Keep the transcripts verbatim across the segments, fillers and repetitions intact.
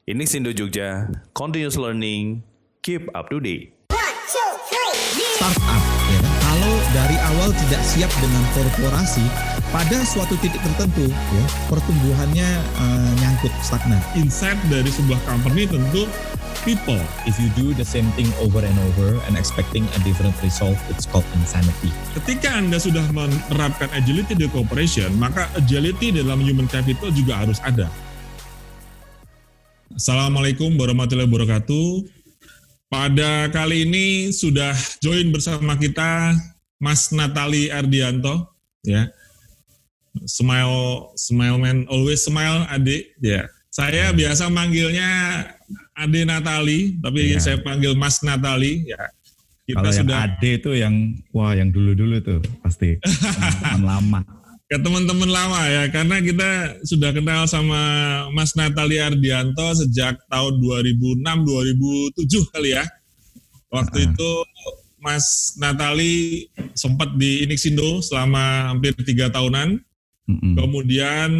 Ini Sindo Jogja, continuous learning, keep up to date. Startup, ya kan? Kalau dari awal tidak siap dengan korporasi, pada suatu titik tertentu, ya, pertumbuhannya uh, nyangkut stagnan. Insight dari sebuah company tentu people. If you do the same thing over and over and expecting a different result, it's called insanity. Ketika Anda sudah menerapkan agility di corporation, maka agility dalam human capital juga harus ada. Assalamualaikum warahmatullahi wabarakatuh. Pada kali ini sudah join bersama kita Mas Natali Ardianto, ya. Smile, smile man, always smile, adik, ya. Saya biasa manggilnya Ade Natali, tapi ya, saya panggil Mas Natali, ya. Kita kalau sudah yang Ade itu yang wah yang dulu-dulu tuh pasti teman lama. Ke teman-teman lama ya, karena kita sudah kenal sama Mas Natali Ardianto sejak tahun dua ribu enam dua ribu tujuh kali ya. Waktu uh-huh. itu Mas Natali sempat di Inixindo selama hampir tiga tahunan. Uh-huh. Kemudian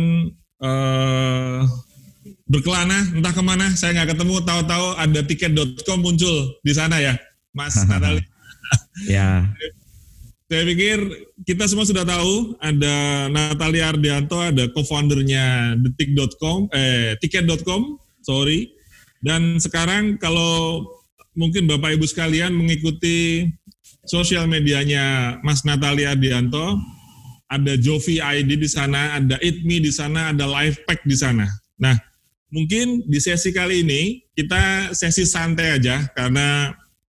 uh, berkelana entah kemana, saya nggak ketemu, tahu-tahu ada tiket dot com muncul di sana ya, Mas Natali. Ya. Saya pikir kita semua sudah tahu ada Natali Ardianto, ada co-foundernya detik dot com, eh tiket dot com, sorry. Dan sekarang kalau mungkin Bapak Ibu sekalian mengikuti sosial medianya Mas Natali Ardianto, ada Jovi I D di sana, ada Eat Me di sana, ada Lifepack di sana. Nah, mungkin di sesi kali ini kita sesi santai aja karena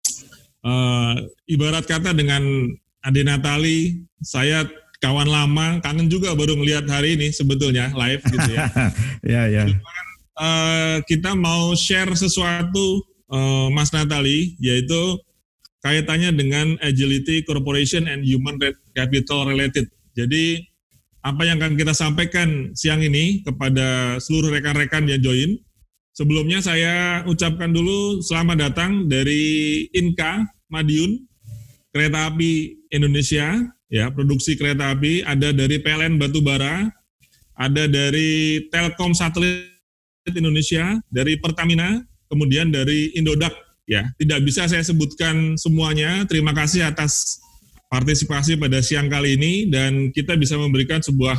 uh, ibarat kata dengan Ade Natali, saya kawan lama, kangen juga baru ngelihat hari ini sebetulnya live gitu ya. Ya, ya. Cuman, uh, kita mau share sesuatu uh, Mas Natali, yaitu kaitannya dengan agility, corporation, and human capital related. Jadi apa yang akan kita sampaikan siang ini kepada seluruh rekan-rekan yang join. Sebelumnya saya ucapkan dulu selamat datang dari Inka Madiun, Kereta Api Indonesia, ya, produksi kereta api, ada dari P L N Batubara, ada dari Telkom Satelit Indonesia, dari Pertamina, kemudian dari Indodax, ya. Tidak bisa saya sebutkan semuanya. Terima kasih atas partisipasi pada siang kali ini dan kita bisa memberikan sebuah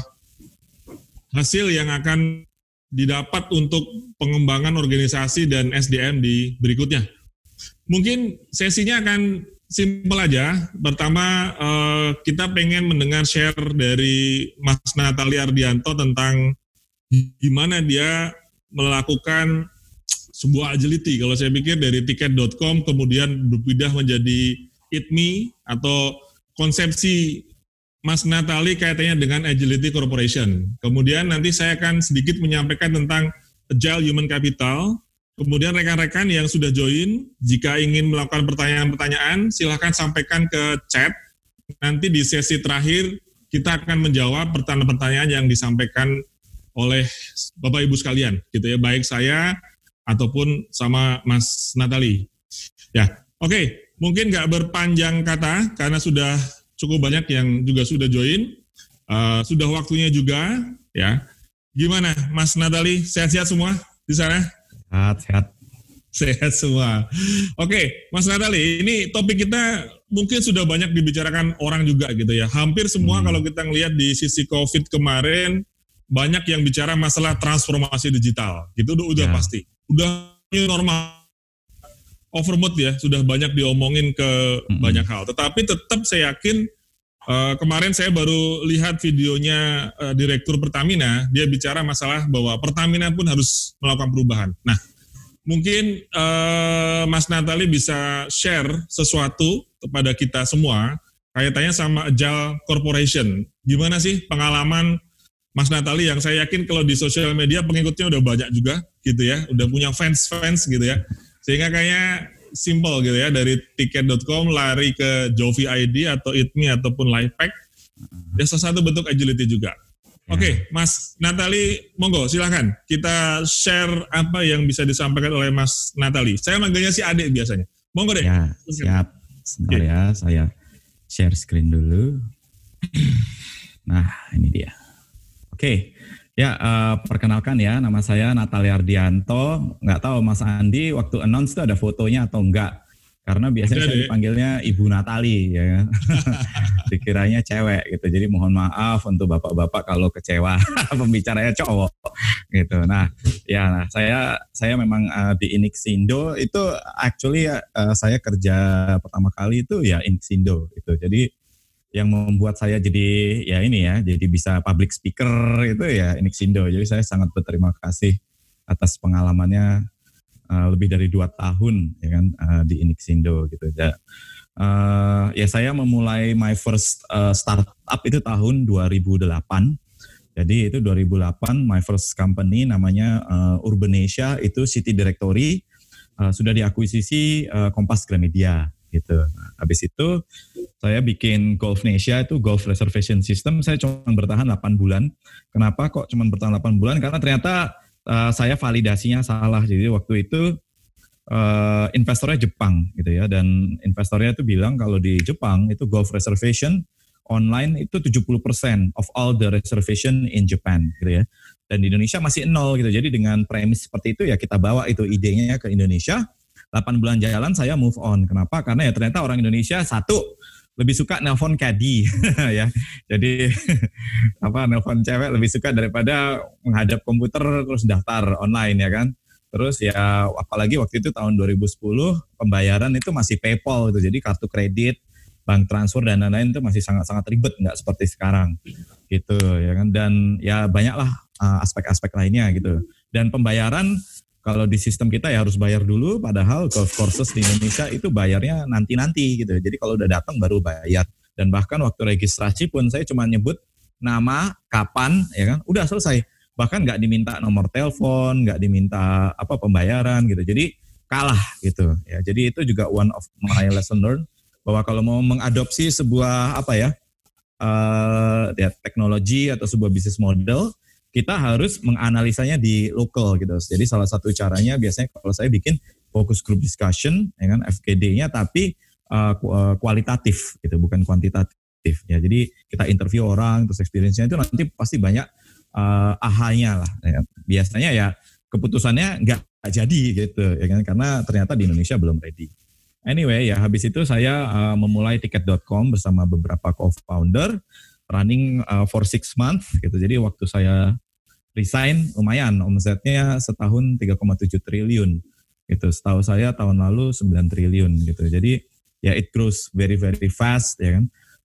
hasil yang akan didapat untuk pengembangan organisasi dan S D M di berikutnya. Mungkin sesinya akan simpel aja. Pertama, eh, kita pengen mendengar share dari Mas Natali Ardianto tentang gimana dia melakukan sebuah agility. Kalau saya pikir dari tiket dot com kemudian berpindah menjadi Eat Me, atau konsepsi Mas Natali kaitannya dengan agility corporation. Kemudian nanti saya akan sedikit menyampaikan tentang agile human capital. Kemudian rekan-rekan yang sudah join, jika ingin melakukan pertanyaan-pertanyaan, silahkan sampaikan ke chat. Nanti di sesi terakhir, kita akan menjawab pertanyaan-pertanyaan yang disampaikan oleh Bapak Ibu sekalian, gitu ya, baik saya ataupun sama Mas Natali. Ya, oke, okay. Mungkin nggak berpanjang kata, karena sudah cukup banyak yang juga sudah join. Uh, sudah waktunya juga, ya. Gimana, Mas Natali, sehat-sehat semua di sana? Sehat, sehat. Sehat semua. Oke, Mas Natali, ini topik kita mungkin sudah banyak dibicarakan orang juga gitu ya. Hampir semua hmm. kalau kita ngelihat di sisi COVID kemarin, banyak yang bicara masalah transformasi digital. Gitu udah ya. Pasti. Udah normal. Overmood ya, sudah banyak diomongin ke hmm. banyak hal. Tetapi tetap saya yakin, uh, kemarin saya baru lihat videonya uh, Direktur Pertamina, dia bicara masalah bahwa Pertamina pun harus melakukan perubahan. Nah, mungkin uh, Mas Natali bisa share sesuatu kepada kita semua kaitannya sama Agile Corporation. Gimana sih pengalaman Mas Natali yang saya yakin kalau di sosial media pengikutnya udah banyak juga gitu ya, udah punya fans-fans gitu ya. Sehingga kayaknya simple gitu ya, dari tiket dot com lari ke Jovi I D atau Eat Me ataupun Lifepack. Ya, salah satu bentuk agility juga. Ya. Oke, okay, Mas Natali, monggo silakan kita share apa yang bisa disampaikan oleh Mas Natali. Saya manggilnya si Ade biasanya. Monggo deh. Ya, siap. Sebentar okay. ya, saya share screen dulu. Nah, ini dia. Oke, okay. Ya, uh, perkenalkan ya, nama saya Natalia Ardianto. Nggak tahu Mas Andi waktu announce itu ada fotonya atau enggak? Karena biasanya Ada saya deh. dipanggilnya Ibu Natali, ya kan? Dikiranya cewek gitu. Jadi mohon maaf untuk bapak-bapak kalau kecewa pembicaranya cowok gitu. Nah, ya, nah, saya saya memang uh, di Inixindo itu actually uh, saya kerja pertama kali itu ya Inixindo gitu. Jadi yang membuat saya jadi ya ini ya, jadi bisa public speaker itu ya Inixindo. Jadi saya sangat berterima kasih atas pengalamannya uh, lebih dari dua tahun ya kan uh, di Inixindo gitu. Ya, uh, ya saya memulai my first uh, startup itu tahun dua ribu delapan. Jadi itu dua ribu delapan my first company namanya uh, Urbanesia, itu City Directory uh, sudah diakuisisi uh, Kompas Gramedia gitu. Nah, habis itu saya bikin Golfnesia, itu golf reservation system. Saya cuma bertahan delapan bulan. Kenapa kok cuma bertahan delapan bulan? Karena ternyata uh, saya validasinya salah. Jadi waktu itu uh, investornya Jepang gitu ya, dan investornya itu bilang kalau di Jepang itu golf reservation online itu tujuh puluh persen of all the reservation in Japan gitu ya. Dan di Indonesia masih nol gitu. Jadi dengan premis seperti itu ya kita bawa itu idenya ke Indonesia. delapan bulan jalan saya move on. Kenapa? Karena ya ternyata orang Indonesia satu lebih suka nelpon caddy ya. Jadi apa nelpon cewek lebih suka daripada menghadap komputer terus daftar online ya kan. Terus ya apalagi waktu itu tahun dua ribu sepuluh pembayaran itu masih PayPal gitu. Jadi kartu kredit, bank transfer dan lain-lain itu masih sangat-sangat ribet, nggak seperti sekarang gitu ya kan. Dan ya banyaklah uh, aspek-aspek lainnya gitu. Dan pembayaran kalau di sistem kita ya harus bayar dulu, padahal golf courses di Indonesia itu bayarnya nanti-nanti gitu. Jadi kalau udah datang baru bayar. Dan bahkan waktu registrasi pun saya cuma nyebut nama, kapan, ya kan, udah selesai. Bahkan nggak diminta nomor telepon, nggak diminta apa pembayaran gitu. Jadi kalah gitu. Ya, jadi itu juga one of my lesson learned, bahwa kalau mau mengadopsi sebuah apa ya, uh, ya teknologi atau sebuah bisnis model, kita harus menganalisanya di lokal gitu. Jadi salah satu caranya biasanya kalau saya bikin focus group discussion, ya kan, F G D-nya tapi uh, kualitatif gitu, bukan kuantitatif. Ya, jadi kita interview orang, terus experience-nya itu nanti pasti banyak uh, aha-nya lah. Ya. Biasanya ya keputusannya nggak jadi gitu, ya kan, karena ternyata di Indonesia belum ready. Anyway, ya habis itu saya uh, memulai tiket dot com bersama beberapa co-founder. Running uh, for six months gitu. Jadi waktu saya resign lumayan omsetnya setahun tiga koma tujuh triliun gitu. Setahu saya tahun lalu sembilan triliun gitu. Jadi ya it grows very very fast ya kan.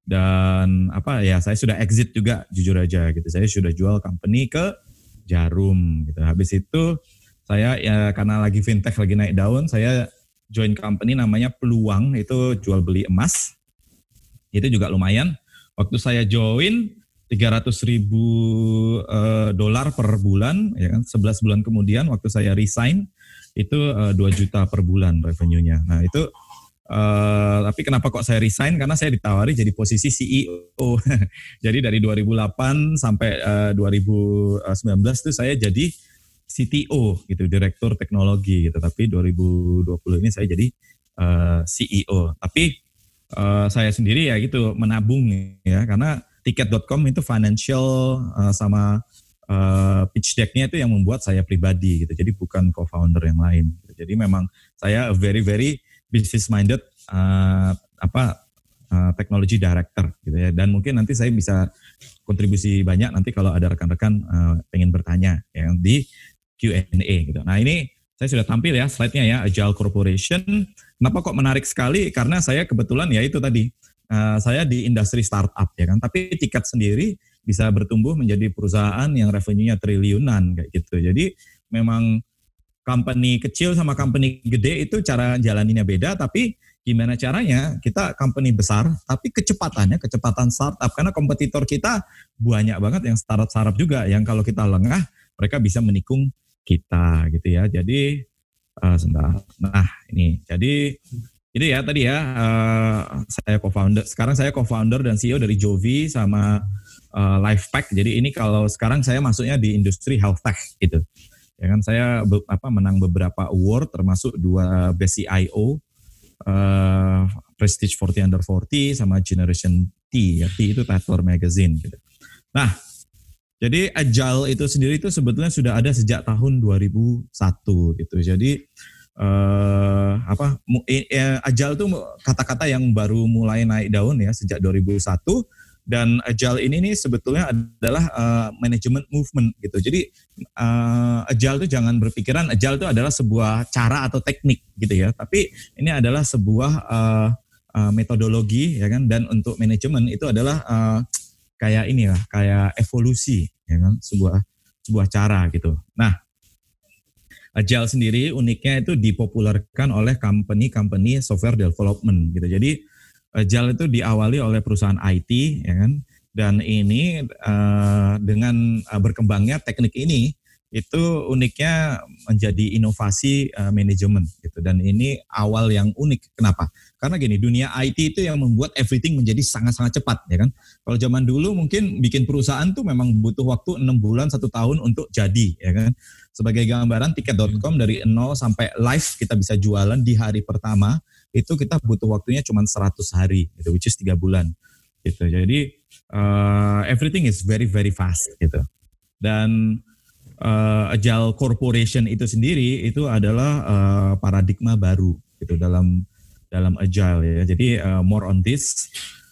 Dan apa ya saya sudah exit juga jujur aja gitu. Saya sudah jual company ke Jarum gitu. Habis itu saya ya karena lagi fintech lagi naik daun, saya join company namanya Peluang, itu jual beli emas. Itu juga lumayan. Waktu saya join tiga ratus ribu uh, dolar per bulan, ya kan. sebelas bulan kemudian waktu saya resign itu uh, dua juta per bulan revenue-nya. Nah itu, uh, tapi kenapa kok saya resign? Karena saya ditawari jadi posisi C E O. Jadi dari dua ribu delapan sampai uh, dua ribu sembilan belas itu saya jadi C T O gitu, Direktur Teknologi gitu. Tapi dua ribu dua puluh ini saya jadi uh, C E O. Tapi Uh, saya sendiri ya gitu menabung ya, karena tiket dot com itu financial uh, sama uh, pitch deck-nya itu yang membuat saya pribadi gitu, jadi bukan co-founder yang lain gitu. Jadi memang saya very very business minded uh, apa uh, technology director gitu ya, dan mungkin nanti saya bisa kontribusi banyak nanti kalau ada rekan-rekan uh, pengen bertanya ya di Q and A gitu. Nah ini saya sudah tampil ya slide-nya ya, Agile Corporation. Kenapa kok menarik sekali? Karena saya kebetulan ya itu tadi, uh, saya di industri startup ya kan, tapi tiket sendiri bisa bertumbuh menjadi perusahaan yang revenue-nya triliunan kayak gitu. Jadi memang company kecil sama company gede itu cara jalaninnya beda, tapi gimana caranya kita company besar, tapi kecepatannya kecepatan startup, karena kompetitor kita banyak banget yang startup-startup juga, yang kalau kita lengah mereka bisa menikung kita gitu ya. Jadi uh, sebentar. Nah ini jadi ini ya tadi ya uh, saya co-founder. Sekarang saya co-founder dan C E O dari Jovi sama uh, Lifepack. Jadi ini kalau sekarang saya masuknya di industri health tech gitu. Ya kan saya be, apa menang beberapa award termasuk dua Best C I O, uh, Prestige empat puluh under empat puluh sama Generation T ya. T itu Tatler Magazine gitu. Nah Jadi Agile itu sendiri itu sebetulnya sudah ada sejak tahun dua ribu satu gitu. Jadi eh, apa eh, Agile itu kata-kata yang baru mulai naik daun ya sejak dua ribu satu. Dan Agile ini nih sebetulnya adalah uh, management movement gitu. Jadi uh, Agile itu jangan berpikiran Agile itu adalah sebuah cara atau teknik gitu ya. Tapi ini adalah sebuah uh, uh, metodologi ya kan. Dan untuk manajemen itu adalah uh, kayak ini lah, kayak evolusi ya kan, sebuah sebuah cara gitu. Nah, Agile sendiri uniknya itu dipopulerkan oleh company-company software development gitu. Jadi Agile itu diawali oleh perusahaan I T, ya kan? Dan ini uh, dengan uh, berkembangnya teknik ini, itu uniknya menjadi inovasi uh, manajemen, gitu. Dan ini awal yang unik. Kenapa? Karena gini, dunia I T itu yang membuat everything menjadi sangat-sangat cepat, ya kan? Kalau zaman dulu mungkin bikin perusahaan tuh memang butuh waktu enam bulan, satu tahun untuk jadi, ya kan? Sebagai gambaran, tiket dot com dari nol sampai live kita bisa jualan di hari pertama. Itu kita butuh waktunya cuma seratus hari, gitu, which is tiga bulan, gitu. Jadi uh, everything is very very fast, gitu. Dan uh, Agile Corporation itu sendiri itu adalah uh, paradigma baru, gitu, dalam dalam Agile ya. Jadi uh, more on this.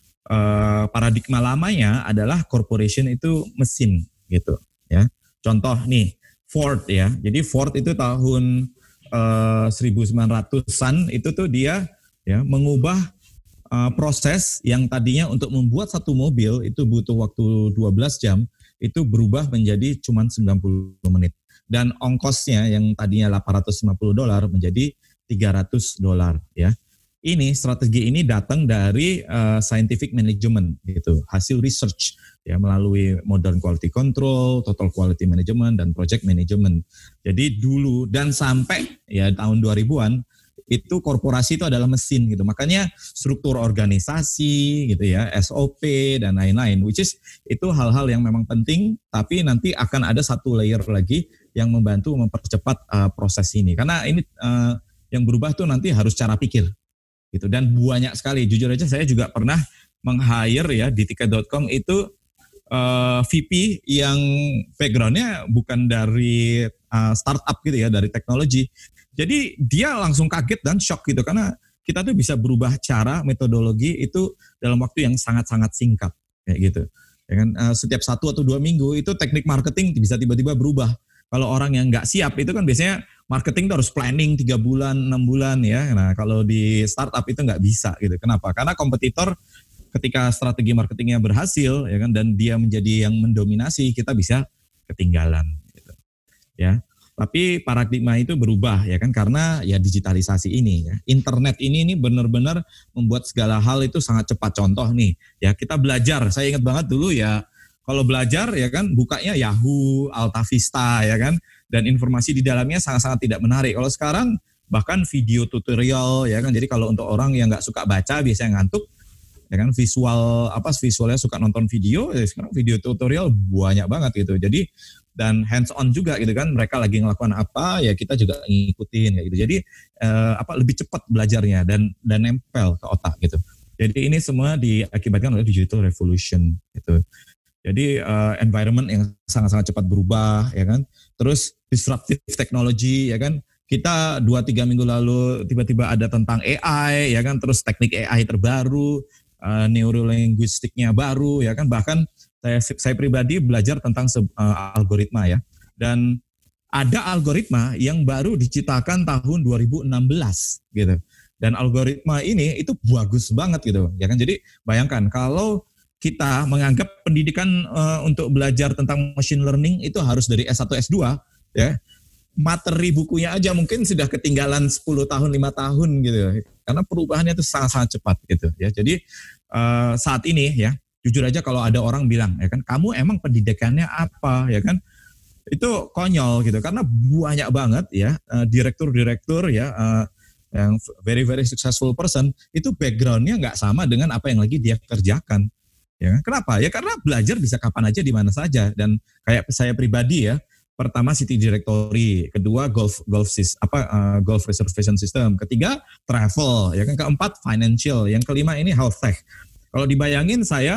Uh, paradigma lamanya adalah corporation itu mesin, gitu, ya. Contoh nih Ford ya. Jadi Ford itu tahun Uh, seribu sembilan ratusan itu tuh dia ya mengubah uh, proses yang tadinya untuk membuat satu mobil itu butuh waktu dua belas jam itu berubah menjadi cuma sembilan puluh menit, dan ongkosnya yang tadinya delapan ratus lima puluh dolar menjadi tiga ratus dolar ya. Ini strategi ini datang dari uh, scientific management gitu, hasil research ya melalui modern quality control, total quality management dan project management. Jadi dulu dan sampai ya tahun dua ribuan itu korporasi itu adalah mesin gitu. Makanya struktur organisasi gitu ya, S O P dan lain-lain, which is itu hal-hal yang memang penting, tapi nanti akan ada satu layer lagi yang membantu mempercepat uh, proses ini. Karena ini uh, yang berubah tuh nanti harus cara pikir. Gitu. Dan banyak sekali, jujur aja saya juga pernah meng-hire ya di tiket dot com itu uh, V P yang backgroundnya bukan dari uh, startup gitu ya, dari teknologi. Jadi dia langsung kaget dan shock gitu, karena kita tuh bisa berubah cara, metodologi itu dalam waktu yang sangat-sangat singkat kayak gitu. Ya kan? Uh, setiap satu atau dua minggu itu teknik marketing bisa tiba-tiba berubah. Kalau orang yang nggak siap itu kan biasanya marketing itu harus planning tiga bulan, enam bulan ya. Nah kalau di startup itu nggak bisa gitu. Kenapa? Karena kompetitor ketika strategi marketingnya berhasil ya kan, dan dia menjadi yang mendominasi, kita bisa ketinggalan gitu. Ya. Tapi paradigma itu berubah ya kan, karena ya digitalisasi ini ya. Internet ini ini benar-benar membuat segala hal itu sangat cepat. Contoh nih ya, kita belajar. Saya ingat banget dulu ya, kalau belajar ya kan bukanya Yahoo, Altavista ya kan, dan informasi di dalamnya sangat-sangat tidak menarik. Kalau sekarang bahkan video tutorial ya kan, jadi kalau untuk orang yang nggak suka baca biasanya ngantuk ya kan, visual apa visualnya suka nonton video, ya sekarang video tutorial banyak banget gitu. Jadi dan hands on juga gitu kan, mereka lagi ngelakukan apa ya kita juga ngikutin ya gitu. Jadi eh, apa lebih cepat belajarnya dan dan nempel ke otak gitu. Jadi ini semua diakibatkan oleh digital revolution gitu. Jadi uh, environment yang sangat-sangat cepat berubah ya kan. Terus disruptive technology ya kan. Kita dua tiga minggu lalu tiba-tiba ada tentang A I ya kan, terus teknik A I terbaru, uh, neurolinguistiknya baru ya kan. Bahkan saya saya pribadi belajar tentang uh, algoritma ya. Dan ada algoritma yang baru diciptakan tahun dua ribu enam belas gitu. Dan algoritma ini itu bagus banget gitu ya kan. Jadi bayangkan kalau kita menganggap pendidikan uh, untuk belajar tentang machine learning itu harus dari S satu S dua ya. Materi bukunya aja mungkin sudah ketinggalan sepuluh tahun, lima tahun gitu. Karena perubahannya itu sangat-sangat cepat gitu ya. Jadi uh, saat ini ya, jujur aja kalau ada orang bilang ya kan, kamu emang pendidikannya apa ya kan? Itu konyol gitu, karena banyak banget ya uh, direktur-direktur ya uh, yang very very successful person itu backgroundnya nggak sama dengan apa yang lagi dia kerjakan. Ya, kenapa? Ya karena belajar bisa kapan aja di mana saja. Dan kayak saya pribadi ya, pertama City Directory, kedua golf golf sis, apa uh, golf reservation system, ketiga travel, ya kan, keempat financial, yang kelima ini health tech. Kalau dibayangin saya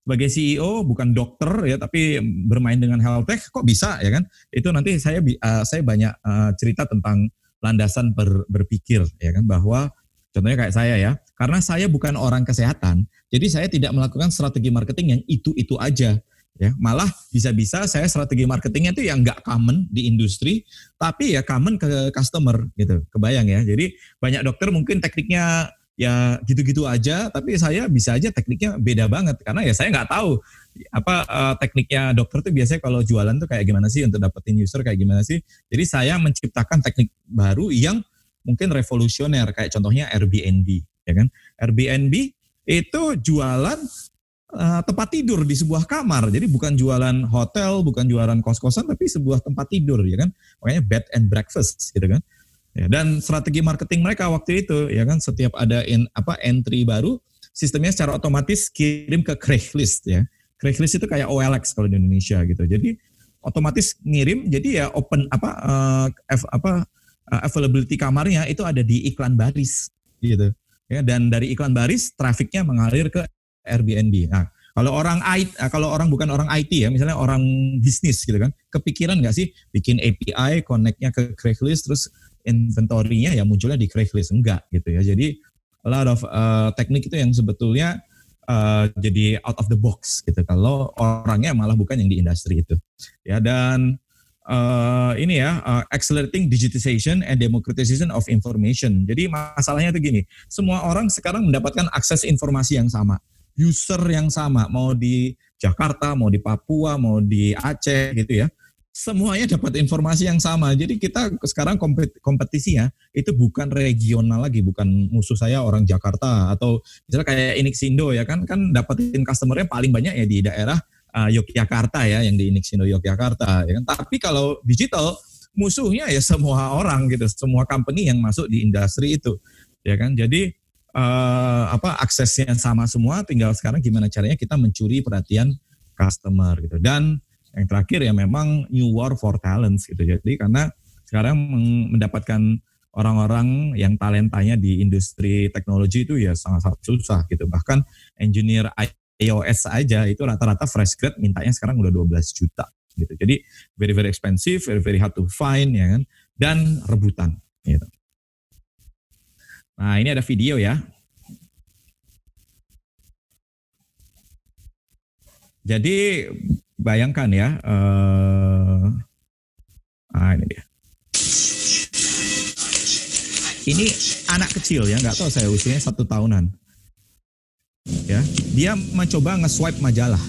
sebagai C E O bukan dokter ya, tapi bermain dengan health tech kok bisa ya kan? Itu nanti saya uh, saya banyak uh, cerita tentang landasan ber, berpikir ya kan, bahwa contohnya kayak saya ya, karena saya bukan orang kesehatan, jadi saya tidak melakukan strategi marketing yang itu-itu aja. Ya, malah bisa-bisa saya strategi marketingnya itu yang nggak common di industri, tapi ya common ke customer gitu. Kebayang ya. Jadi banyak dokter mungkin tekniknya ya gitu-gitu aja, tapi saya bisa aja tekniknya beda banget karena ya saya nggak tahu apa uh, tekniknya dokter tuh biasanya kalau jualan tuh kayak gimana sih, untuk dapetin user kayak gimana sih. Jadi saya menciptakan teknik baru yang mungkin revolusioner, kayak contohnya Airbnb, ya kan? Airbnb itu jualan Uh, tempat tidur di sebuah kamar. Jadi bukan jualan hotel, bukan jualan kos-kosan, tapi sebuah tempat tidur, ya kan. Makanya bed and breakfast gitu kan. Ya, dan strategi marketing mereka waktu itu ya kan, setiap ada in, apa entry baru, sistemnya secara otomatis kirim ke Craigslist ya. Craigslist itu kayak O L X kalau di Indonesia gitu. Jadi otomatis ngirim, jadi ya open apa uh, F, apa uh, availability kamarnya itu ada di iklan baris gitu. Ya, dan dari iklan baris trafiknya mengalir ke Airbnb. Nah, kalau orang I T, kalau orang bukan orang I T ya, misalnya orang bisnis gitu kan, kepikiran nggak sih bikin A P I, connect-nya ke Craigslist, terus inventory-nya ya munculnya di Craigslist? Enggak gitu ya. Jadi a lot of uh, teknik itu yang sebetulnya uh, jadi out of the box gitu. Kalau orangnya malah bukan yang di industri itu. Ya, dan uh, ini ya uh, accelerating digitization and democratization of information. Jadi masalahnya itu gini, semua orang sekarang mendapatkan akses informasi yang sama. User yang sama, mau di Jakarta, mau di Papua, mau di Aceh gitu ya, semuanya dapat informasi yang sama. Jadi kita sekarang kompetisinya itu bukan regional lagi, bukan musuh saya orang Jakarta atau misalnya kayak Inixindo ya kan, kan dapetin customernya paling banyak ya di daerah uh, Yogyakarta ya, yang di Inixindo Yogyakarta ya kan. Tapi kalau digital musuhnya ya semua orang gitu, semua company yang masuk di industri itu ya kan. Jadi Uh, apa aksesnya sama semua, tinggal sekarang gimana caranya kita mencuri perhatian customer gitu. Dan yang terakhir ya memang new war for talents gitu. Jadi karena sekarang mendapatkan orang-orang yang talentanya di industri teknologi itu ya sangat-sangat susah gitu. Bahkan engineer iOS aja itu rata-rata fresh grad mintanya sekarang udah dua belas juta gitu. Jadi very very expensive, very very hard to find ya kan, dan rebutan gitu. Nah, ini ada video ya. Jadi bayangkan ya, uh, ah ini dia. Ini anak kecil ya, nggak tahu saya usianya satu tahunan. Ya, dia mencoba nge-swipe majalah.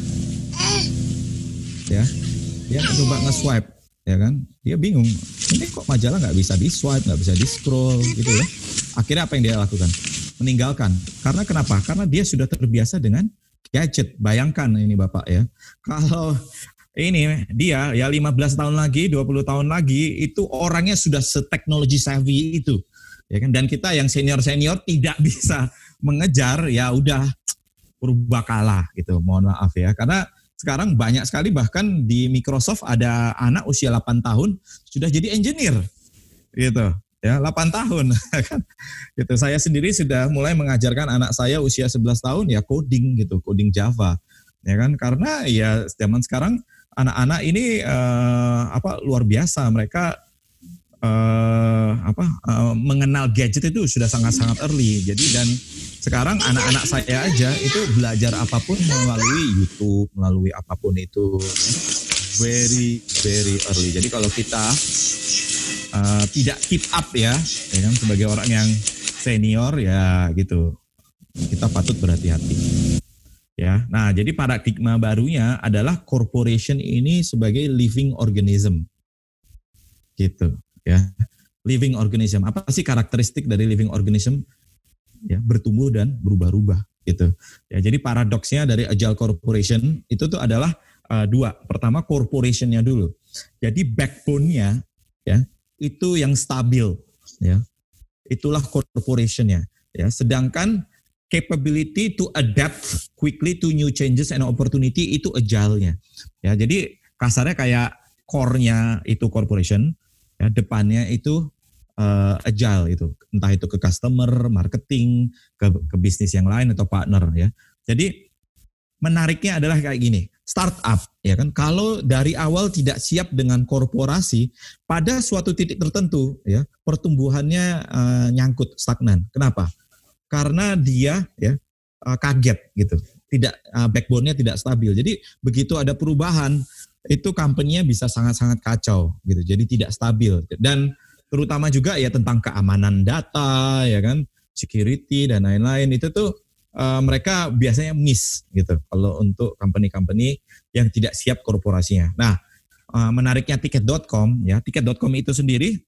Ya, dia mencoba nge-swipe, ya kan? Dia bingung, ini kok majalah nggak bisa di-swipe, nggak bisa di-scroll gitu ya. Akhirnya apa yang dia lakukan? Meninggalkan. Karena kenapa? Karena dia sudah terbiasa dengan gadget. Bayangkan ini Bapak ya. Kalau ini dia ya lima belas tahun lagi, dua puluh tahun lagi itu orangnya sudah seteknologi savvy itu. Ya kan? Dan kita yang senior-senior tidak bisa mengejar, ya udah purba kalah gitu. Mohon maaf ya. Karena sekarang banyak sekali, bahkan di Microsoft ada anak usia delapan tahun sudah jadi engineer. Gitu. Ya, delapan tahun kan. Gitu. Saya sendiri sudah mulai mengajarkan anak saya usia sebelas tahun ya coding gitu, coding Java. Ya kan? Karena ya zaman sekarang anak-anak ini uh, apa luar biasa, mereka uh, apa uh, mengenal gadget itu sudah sangat-sangat early. Jadi dan sekarang anak-anak saya aja itu belajar apapun melalui YouTube, melalui apapun itu very very early. Jadi kalau kita Uh, tidak keep up ya, ya kan, sebagai orang yang senior ya gitu, kita patut berhati-hati ya. Nah, jadi paradigma barunya adalah corporation ini sebagai living organism gitu ya. Living organism, apa sih karakteristik dari living organism? Ya, bertumbuh dan berubah-ubah gitu ya. Jadi paradoksnya dari agile corporation itu tuh adalah uh, dua. Pertama, corporationnya dulu, jadi backbone-nya ya itu yang stabil ya, itulah corporationnya ya. Sedangkan capability to adapt quickly to new changes and opportunity itu agile-nya ya. Jadi kasarnya kayak core-nya itu corporation ya, depannya itu uh, agile itu, entah itu ke customer, marketing, ke, ke bisnis yang lain atau partner ya. Jadi menariknya adalah kayak gini, startup ya kan, kalau dari awal tidak siap dengan korporasi, pada suatu titik tertentu ya pertumbuhannya uh, nyangkut, stagnan. Kenapa? Karena dia ya uh, kaget gitu, tidak uh, backbone-nya tidak stabil. Jadi begitu ada perubahan itu company-nya bisa sangat-sangat kacau gitu. Jadi tidak stabil dan terutama juga ya tentang keamanan data ya kan, security dan lain-lain itu tuh Uh, mereka biasanya miss gitu kalau untuk company-company yang tidak siap korporasinya. Nah, uh, menariknya tiket dot com ya, tiket dot com itu sendiri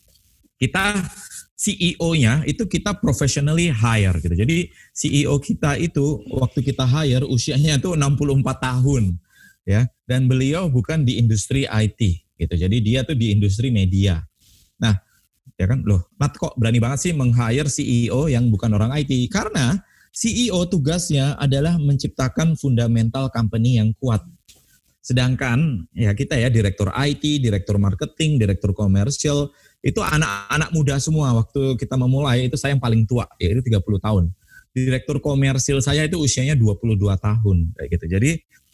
kita C E O-nya itu kita professionally hire gitu. Jadi C E O kita itu waktu kita hire usianya itu enam puluh empat tahun ya, dan beliau bukan di industri I T gitu. Jadi dia tuh di industri media. Nah, ya kan loh, Nat kok berani banget sih meng-hire C E O yang bukan orang I T? Karena C E O tugasnya adalah menciptakan fundamental company yang kuat. Sedangkan ya kita ya direktur I T, direktur marketing, direktur komersial itu anak-anak muda semua. Waktu kita memulai itu saya yang paling tua, yaitu tiga puluh tahun. Direktur komersial saya itu usianya dua puluh dua tahun kayak gitu. Jadi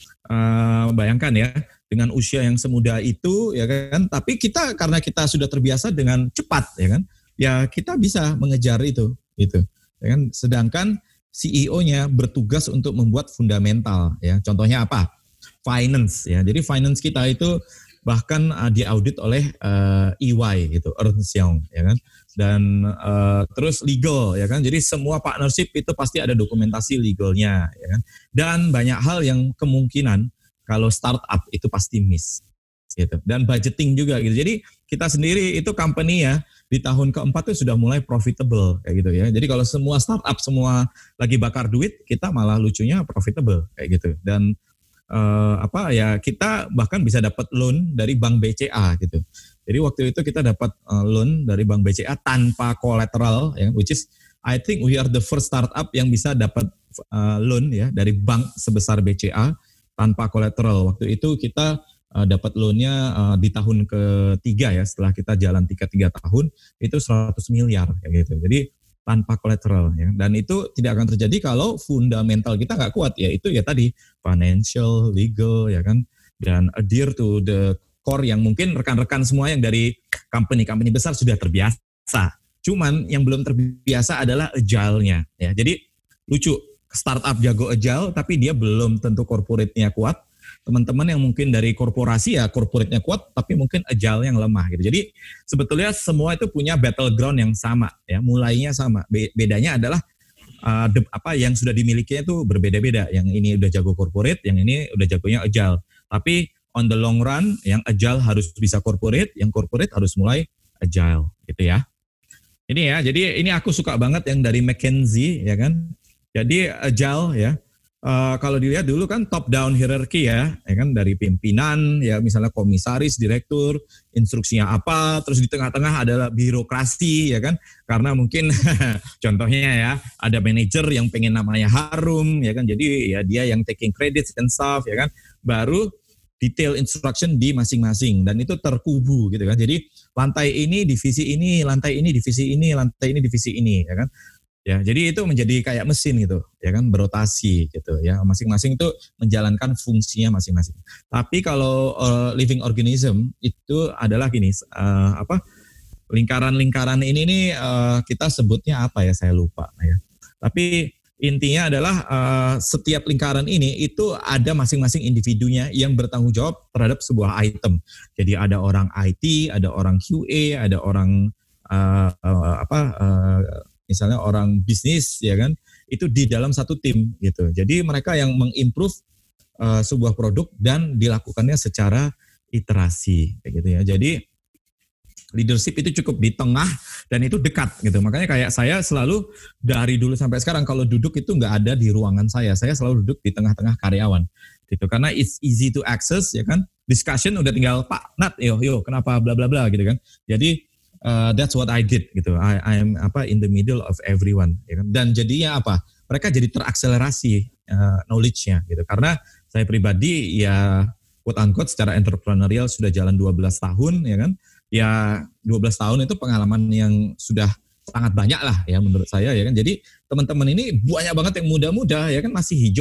uh, bayangkan ya dengan usia yang semuda itu ya kan, tapi kita karena kita sudah terbiasa dengan cepat ya kan, ya kita bisa mengejar itu gitu. Ya kan? Sedangkan C E O-nya bertugas untuk membuat fundamental ya. Contohnya apa? Finance ya. Jadi finance kita itu bahkan uh, diaudit oleh uh, E Y gitu, Ernst Young ya kan. Dan uh, terus legal ya kan. Jadi semua partnership itu pasti ada dokumentasi legalnya ya kan. Dan banyak hal yang kemungkinan kalau startup itu pasti miss gitu. Dan budgeting juga gitu. Jadi kita sendiri itu company ya di tahun keempat itu sudah mulai profitable kayak gitu ya. Jadi kalau semua startup semua lagi bakar duit, kita malah lucunya profitable kayak gitu. Dan uh, apa ya kita bahkan bisa dapat loan dari Bank B C A gitu. Jadi waktu itu kita dapat uh, loan dari Bank B C A tanpa collateral ya, which is I think we are the first startup yang bisa dapat uh, loan ya dari bank sebesar B C A tanpa collateral. Waktu itu kita Uh, dapat loan-nya uh, di tahun ketiga ya, setelah kita jalan tiga tiga tahun itu seratus miliar kayak gitu. Jadi tanpa collateral ya. Dan itu tidak akan terjadi kalau fundamental kita nggak kuat ya. Itu ya tadi financial, legal ya kan, dan adhere to the core yang mungkin rekan-rekan semua yang dari company-company besar sudah terbiasa. Cuman yang belum terbiasa adalah agile-nya ya. Jadi lucu, startup jago agile tapi dia belum tentu corporate-nya kuat. Teman-teman yang mungkin dari korporasi ya corporate-nya kuat tapi mungkin agile yang lemah gitu. Jadi sebetulnya semua itu punya battleground yang sama ya, mulainya sama. Be- bedanya adalah uh, de- apa yang sudah dimilikinya itu berbeda-beda. Yang ini udah jago corporate, yang ini udah jagonya agile. Tapi on the long run yang agile harus bisa corporate, yang corporate harus mulai agile gitu ya. Ini ya, jadi ini aku suka banget yang dari McKinsey ya kan. Jadi agile ya. Uh, kalau dilihat dulu kan top down hierarchy ya, ya kan dari pimpinan ya misalnya komisaris, direktur, instruksinya apa, terus di tengah-tengah adalah birokrasi ya kan, karena mungkin contohnya ya ada manajer yang pengen namanya harum ya kan, jadi ya dia yang taking credits and stuff ya kan, baru detail instruction di masing-masing dan itu terkubu gitu kan, jadi lantai ini divisi ini, lantai ini divisi ini, lantai ini divisi ini ya kan. Ya, jadi itu menjadi kayak mesin gitu, ya kan, berotasi gitu, ya, masing-masing itu menjalankan fungsinya masing-masing. Tapi kalau uh, living organism itu adalah gini, uh, apa lingkaran-lingkaran ini nih uh, kita sebutnya apa ya, saya lupa ya. Tapi intinya adalah uh, setiap lingkaran ini itu ada masing-masing individunya yang bertanggung jawab terhadap sebuah item. Jadi ada orang I T, ada orang Q A, ada orang uh, uh, apa uh, misalnya orang bisnis ya kan, itu di dalam satu tim gitu. Jadi mereka yang mengimprove uh, sebuah produk dan dilakukannya secara iterasi kayak gitu ya. Jadi leadership itu cukup di tengah dan itu dekat gitu. Makanya kayak saya selalu dari dulu sampai sekarang kalau duduk itu nggak ada di ruangan saya. Saya selalu duduk di tengah-tengah karyawan gitu. Karena it's easy to access ya kan. Discussion udah tinggal Pak Nat, yo yo kenapa bla bla bla gitu kan. Jadi Uh, that's what I did gitu. I I am apa in the middle of everyone. Ya kan? Dan jadinya apa? Mereka jadi terakselerasi uh, knowledge-nya gitu. Karena saya pribadi ya quote unquote secara entrepreneurial sudah jalan dua belas tahun ya kan. Ya dua belas tahun itu pengalaman yang sudah sangat banyak lah ya menurut saya ya kan. Jadi teman-teman ini banyak banget yang muda-muda ya kan, masih hijau.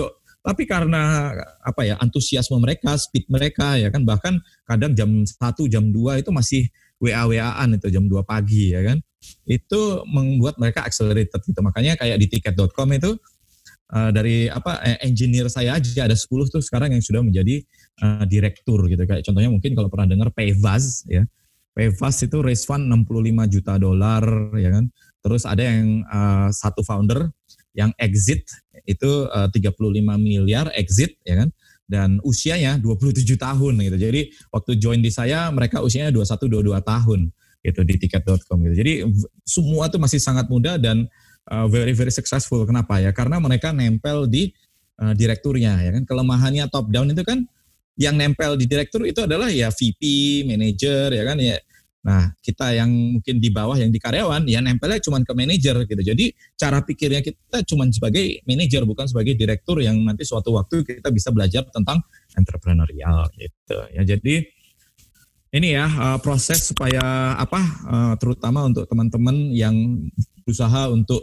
Tapi karena apa ya, antusiasme mereka, speed mereka ya kan, bahkan kadang jam satu, jam dua itu masih W A W A-an itu jam dua pagi ya kan. Itu membuat mereka accelerated gitu. Makanya kayak di tiket dot com itu uh, dari apa engineer saya aja ada sepuluh tuh sekarang yang sudah menjadi uh, direktur gitu. Kayak contohnya mungkin kalau pernah dengar Payvaz ya. Payvaz itu raise fund enam puluh lima juta dolar ya kan. Terus ada yang uh, satu founder yang exit itu uh, tiga puluh lima miliar exit ya kan. Dan usianya dua puluh tujuh tahun gitu. Jadi waktu join di saya mereka usianya dua puluh satu dua puluh dua tahun gitu di tiket dot com gitu. Jadi semua tuh masih sangat muda dan uh, very very successful. Kenapa ya? Karena mereka nempel di uh, direkturnya ya kan. Kelemahannya top down itu kan yang nempel di direktur itu adalah ya V P, manager ya kan ya. Nah, kita yang mungkin di bawah yang di karyawan ya nempelnya cuma ke manajer gitu. Jadi cara pikirnya kita cuma sebagai manajer bukan sebagai direktur yang nanti suatu waktu kita bisa belajar tentang entrepreneurial gitu. Ya jadi ini ya uh, proses supaya apa uh, terutama untuk teman-teman yang berusaha untuk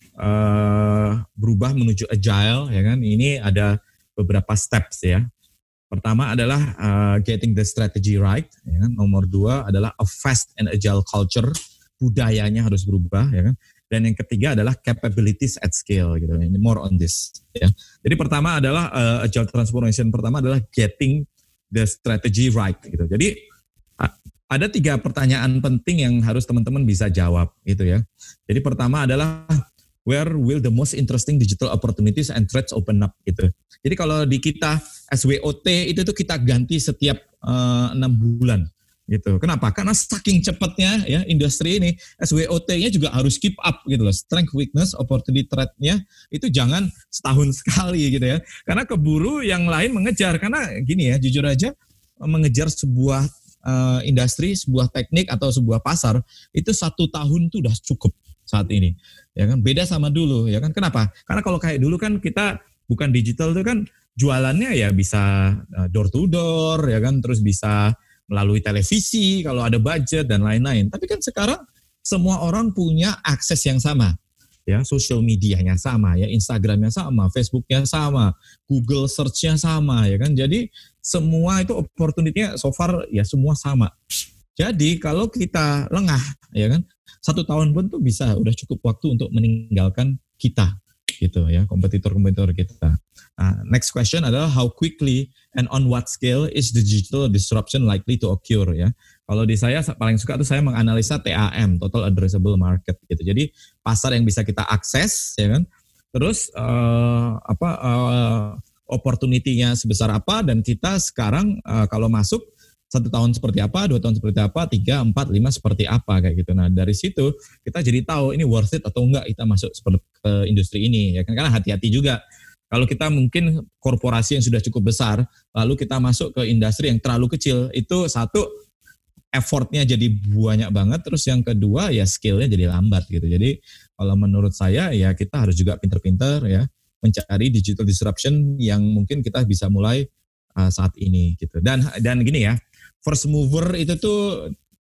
uh, berubah menuju agile ya kan. Ini ada beberapa steps ya. Pertama adalah uh, getting the strategy right, ya kan? Nomor dua adalah a fast and agile culture, budayanya harus berubah, ya kan? Dan yang ketiga adalah capabilities at scale, gitu. Ini more on this. Ya. Jadi pertama adalah uh, agile transformation. Pertama adalah getting the strategy right, gitu. Jadi uh, ada tiga pertanyaan penting yang harus teman-teman bisa jawab, gitu ya. Jadi pertama adalah where will the most interesting digital opportunities and threats open up gitu. Jadi kalau di kita S W O T itu tuh kita ganti setiap uh, enam bulan gitu. Kenapa? Karena saking cepatnya ya industri ini S W O T-nya juga harus keep up gitu loh. Strength, weakness, opportunity, threat-nya itu jangan setahun sekali gitu ya. Karena keburu yang lain mengejar. Karena gini ya, jujur aja mengejar sebuah uh, industri, sebuah teknik atau sebuah pasar itu satu tahun tuh udah cukup saat ini. Ya kan beda sama dulu ya kan. Kenapa? Karena kalau kayak dulu kan kita bukan digital tuh kan jualannya ya bisa door to door ya kan, terus bisa melalui televisi kalau ada budget dan lain-lain. Tapi kan sekarang semua orang punya akses yang sama. Ya, social medianya sama ya, Instagramnya sama, Facebooknya sama, Google search-nya sama ya kan. Jadi semua itu opportunity-nya so far ya semua sama. Jadi kalau kita lengah ya kan, satu tahun pun tuh bisa udah cukup waktu untuk meninggalkan kita gitu ya, kompetitor-kompetitor kita. Nah, next question adalah how quickly and on what scale is the digital disruption likely to occur ya. Kalau di saya paling suka tuh saya menganalisa T A M, total addressable market gitu. Jadi pasar yang bisa kita akses ya kan. Terus uh, apa uh, opportunity-nya sebesar apa dan kita sekarang uh, kalau masuk satu tahun seperti apa, dua tahun seperti apa, tiga, empat, lima seperti apa kayak gitu. Nah dari situ kita jadi tahu ini worth it atau enggak kita masuk seperti ke industri ini ya kan. Karena hati-hati juga kalau kita mungkin korporasi yang sudah cukup besar lalu kita masuk ke industri yang terlalu kecil, itu satu effortnya jadi banyak banget, terus yang kedua ya skillnya jadi lambat gitu. Jadi kalau menurut saya ya kita harus juga pinter-pinter ya mencari digital disruption yang mungkin kita bisa mulai uh, saat ini gitu. Dan dan gini ya, first mover itu tuh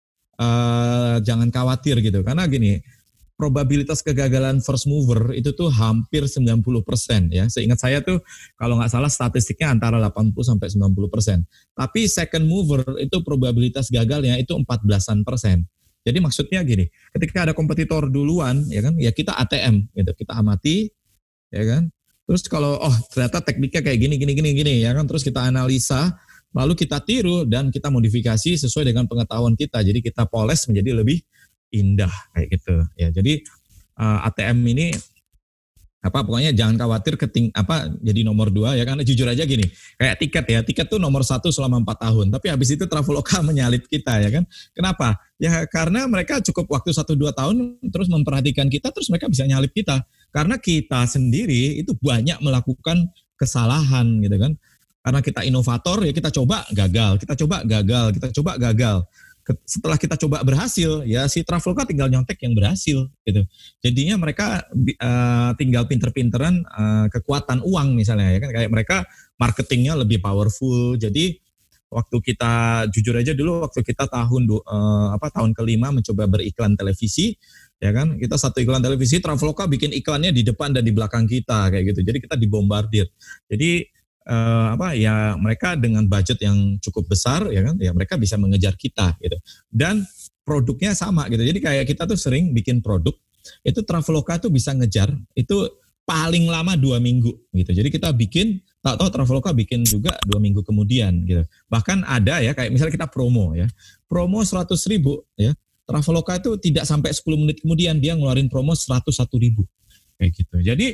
uh, jangan khawatir gitu. Karena gini, probabilitas kegagalan first mover itu tuh hampir sembilan puluh persen ya. Seingat saya tuh kalau nggak salah statistiknya antara delapan puluh sampai sembilan puluh persen. Tapi second mover itu probabilitas gagalnya itu empat belasan persen. Jadi maksudnya gini, ketika ada kompetitor duluan ya kan, ya kita A T M gitu, kita amati ya kan. Terus kalau oh ternyata tekniknya kayak gini gini gini gini ya kan, terus kita analisa, lalu kita tiru dan kita modifikasi sesuai dengan pengetahuan kita. Jadi kita poles menjadi lebih indah kayak gitu ya. Jadi uh, A T M ini apa pokoknya jangan khawatir keting apa jadi nomor dua ya, karena jujur aja gini kayak tiket ya, tiket tuh nomor satu selama empat tahun, tapi habis itu Traveloka menyalip kita ya kan. Kenapa? Ya karena mereka cukup waktu satu dua tahun terus memperhatikan kita, terus mereka bisa nyalip kita karena kita sendiri itu banyak melakukan kesalahan gitu kan. Karena kita inovator ya kita coba gagal, kita coba gagal, kita coba gagal. Setelah kita coba berhasil, ya si Traveloka tinggal nyontek yang berhasil gitu. Jadinya mereka uh, tinggal pinter-pinteran uh, kekuatan uang misalnya ya kan, kayak mereka marketingnya lebih powerful. Jadi waktu kita jujur aja dulu waktu kita tahun uh, apa tahun kelima mencoba beriklan televisi, ya kan? Kita satu iklan televisi, Traveloka bikin iklannya di depan dan di belakang kita kayak gitu. Jadi kita dibombardir. Jadi uh, apa ya mereka dengan budget yang cukup besar, ya kan? Ya mereka bisa mengejar kita gitu. Dan produknya sama gitu. Jadi kayak kita tuh sering bikin produk, itu Traveloka tuh bisa ngejar itu paling lama dua minggu gitu. Jadi kita bikin, tak tahu Traveloka bikin juga dua minggu kemudian gitu. Bahkan ada ya kayak misalnya kita promo ya, promo seratus ribu ya, Traveloka itu tidak sampai sepuluh menit kemudian dia ngeluarin promo seratus satu ribu kayak gitu. Jadi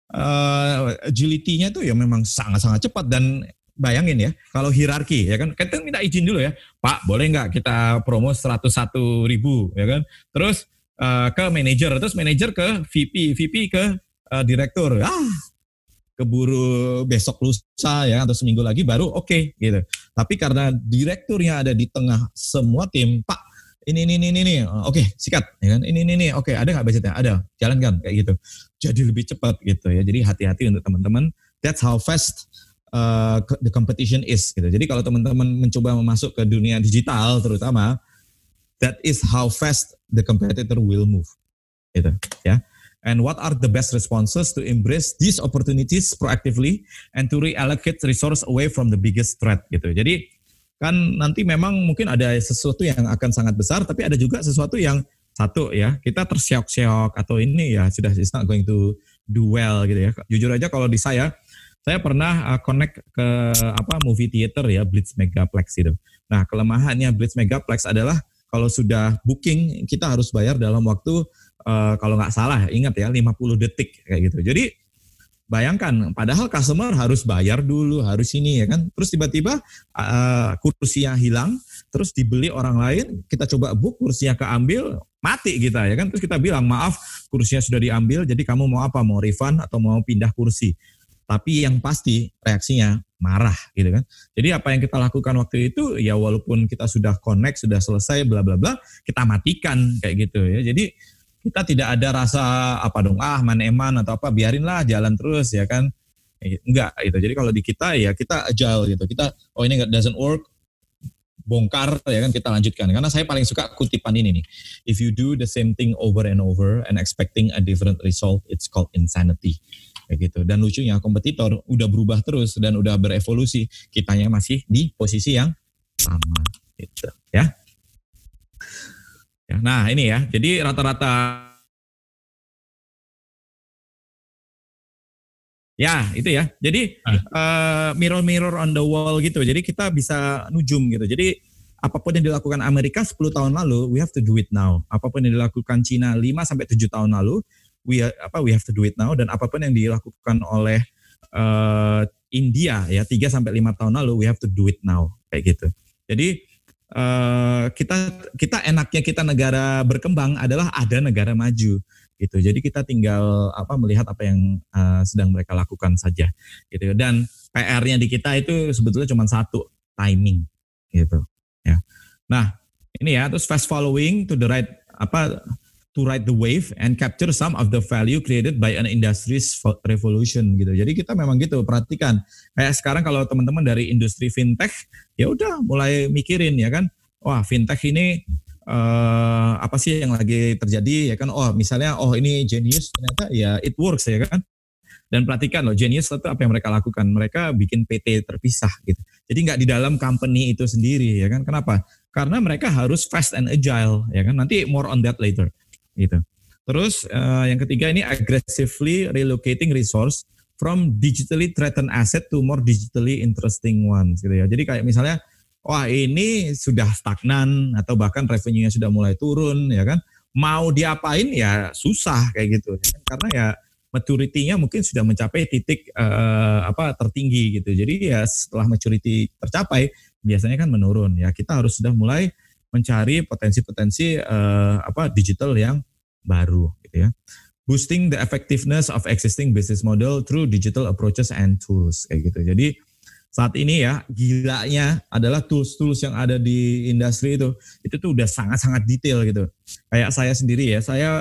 uh, agility-nya tuh ya memang sangat-sangat cepat. Dan bayangin ya, kalau hierarki ya kan, kita minta izin dulu ya, Pak boleh nggak kita promo seratus satu ribu ya kan, terus uh, ke manajer, terus manajer ke V P, V P ke uh, direktur, ah keburu besok lusa ya atau seminggu lagi baru oke okay, gitu. Tapi karena direkturnya ada di tengah semua tim, Pak ini ini ini ini oke okay, sikat ya kan, ini ini ini oke okay, ada nggak budgetnya, ada, jalankan kayak gitu. Jadi lebih cepat gitu ya. Jadi hati-hati untuk teman-teman. That's how fast uh, the competition is gitu. Jadi kalau teman-teman mencoba masuk ke dunia digital terutama, that is how fast the competitor will move gitu ya. And what are the best responses to embrace these opportunities proactively and to reallocate resource away from the biggest threat gitu. Jadi kan nanti memang mungkin ada sesuatu yang akan sangat besar, tapi ada juga sesuatu yang satu ya kita terseok-seok atau ini ya sudah it's not going to do well gitu ya. Jujur aja kalau di saya, saya pernah uh, connect ke apa movie theater ya, Blitz Megaplex gitu. Nah kelemahannya Blitz Megaplex adalah kalau sudah booking kita harus bayar dalam waktu Uh, kalau nggak salah, ingat ya lima puluh detik kayak gitu. Jadi bayangkan, padahal customer harus bayar dulu, harus ini ya kan. Terus tiba-tiba uh, kursinya hilang, terus dibeli orang lain, kita coba book, kursinya keambil, mati kita ya kan. Terus kita bilang, maaf kursinya sudah diambil, jadi kamu mau apa? Mau refund atau mau pindah kursi? Tapi yang pasti reaksinya marah gitu kan. Jadi apa yang kita lakukan waktu itu, ya walaupun kita sudah connect, sudah selesai, bla bla bla, kita matikan kayak gitu ya. Jadi kita tidak ada rasa apa dong, ah man-eman atau apa, biarinlah jalan terus ya kan. Enggak gitu. Jadi kalau di kita ya kita agile gitu. Kita oh ini enggak doesn't work, bongkar ya kan, kita lanjutkan. Karena saya paling suka kutipan ini nih. If you do the same thing over and over and expecting a different result, it's called insanity. Kayak gitu. Dan lucunya kompetitor udah berubah terus dan udah berevolusi, kitanya masih di posisi yang sama gitu ya. Nah ini ya, jadi rata-rata ya itu ya, jadi uh, mirror-mirror on the wall gitu, jadi kita bisa nujum gitu. Jadi apapun yang dilakukan Amerika sepuluh tahun lalu, we have to do it now. Apapun yang dilakukan Cina lima sampai tujuh tahun lalu, we apa we have to do it now. Dan apapun yang dilakukan oleh uh, India ya tiga sampai lima tahun lalu, we have to do it now kayak gitu. Jadi Uh, kita kita enaknya kita negara berkembang adalah ada negara maju gitu. Jadi kita tinggal apa melihat apa yang uh, sedang mereka lakukan saja gitu. Dan P R-nya di kita itu sebetulnya cuma satu, timing gitu ya. Nah, ini ya, terus fast following to the right apa to ride the wave and capture some of the value created by an industry's revolution gitu. Jadi kita memang gitu, perhatikan. Kayak sekarang kalau teman-teman dari industri fintech, ya udah mulai mikirin ya kan. Wah, fintech ini uh, apa sih yang lagi terjadi ya kan. Oh, misalnya oh ini Genius ternyata ya it works ya kan. Dan perhatikan loh, Genius itu apa yang mereka lakukan. Mereka bikin P T terpisah gitu. Jadi nggak di dalam company itu sendiri ya kan. Kenapa? Karena mereka harus fast and agile ya kan. Nanti more on that later. Gitu. Terus uh, yang ketiga ini aggressively relocating resource from digitally threatened asset to more digitally interesting ones gitu ya. Jadi kayak misalnya wah ini sudah stagnan atau bahkan revenue-nya sudah mulai turun ya kan. Mau diapain ya susah kayak gitu ya kan? Karena ya maturity-nya mungkin sudah mencapai titik uh, apa tertinggi gitu. Jadi ya setelah maturity tercapai biasanya kan menurun ya. Kita harus sudah mulai mencari potensi-potensi uh, apa digital yang baru gitu ya. Boosting the effectiveness of existing business model through digital approaches and tools kayak gitu. Jadi saat ini ya gilanya adalah tools-tools yang ada di industri itu itu tuh udah sangat-sangat detail gitu. Kayak saya sendiri ya, saya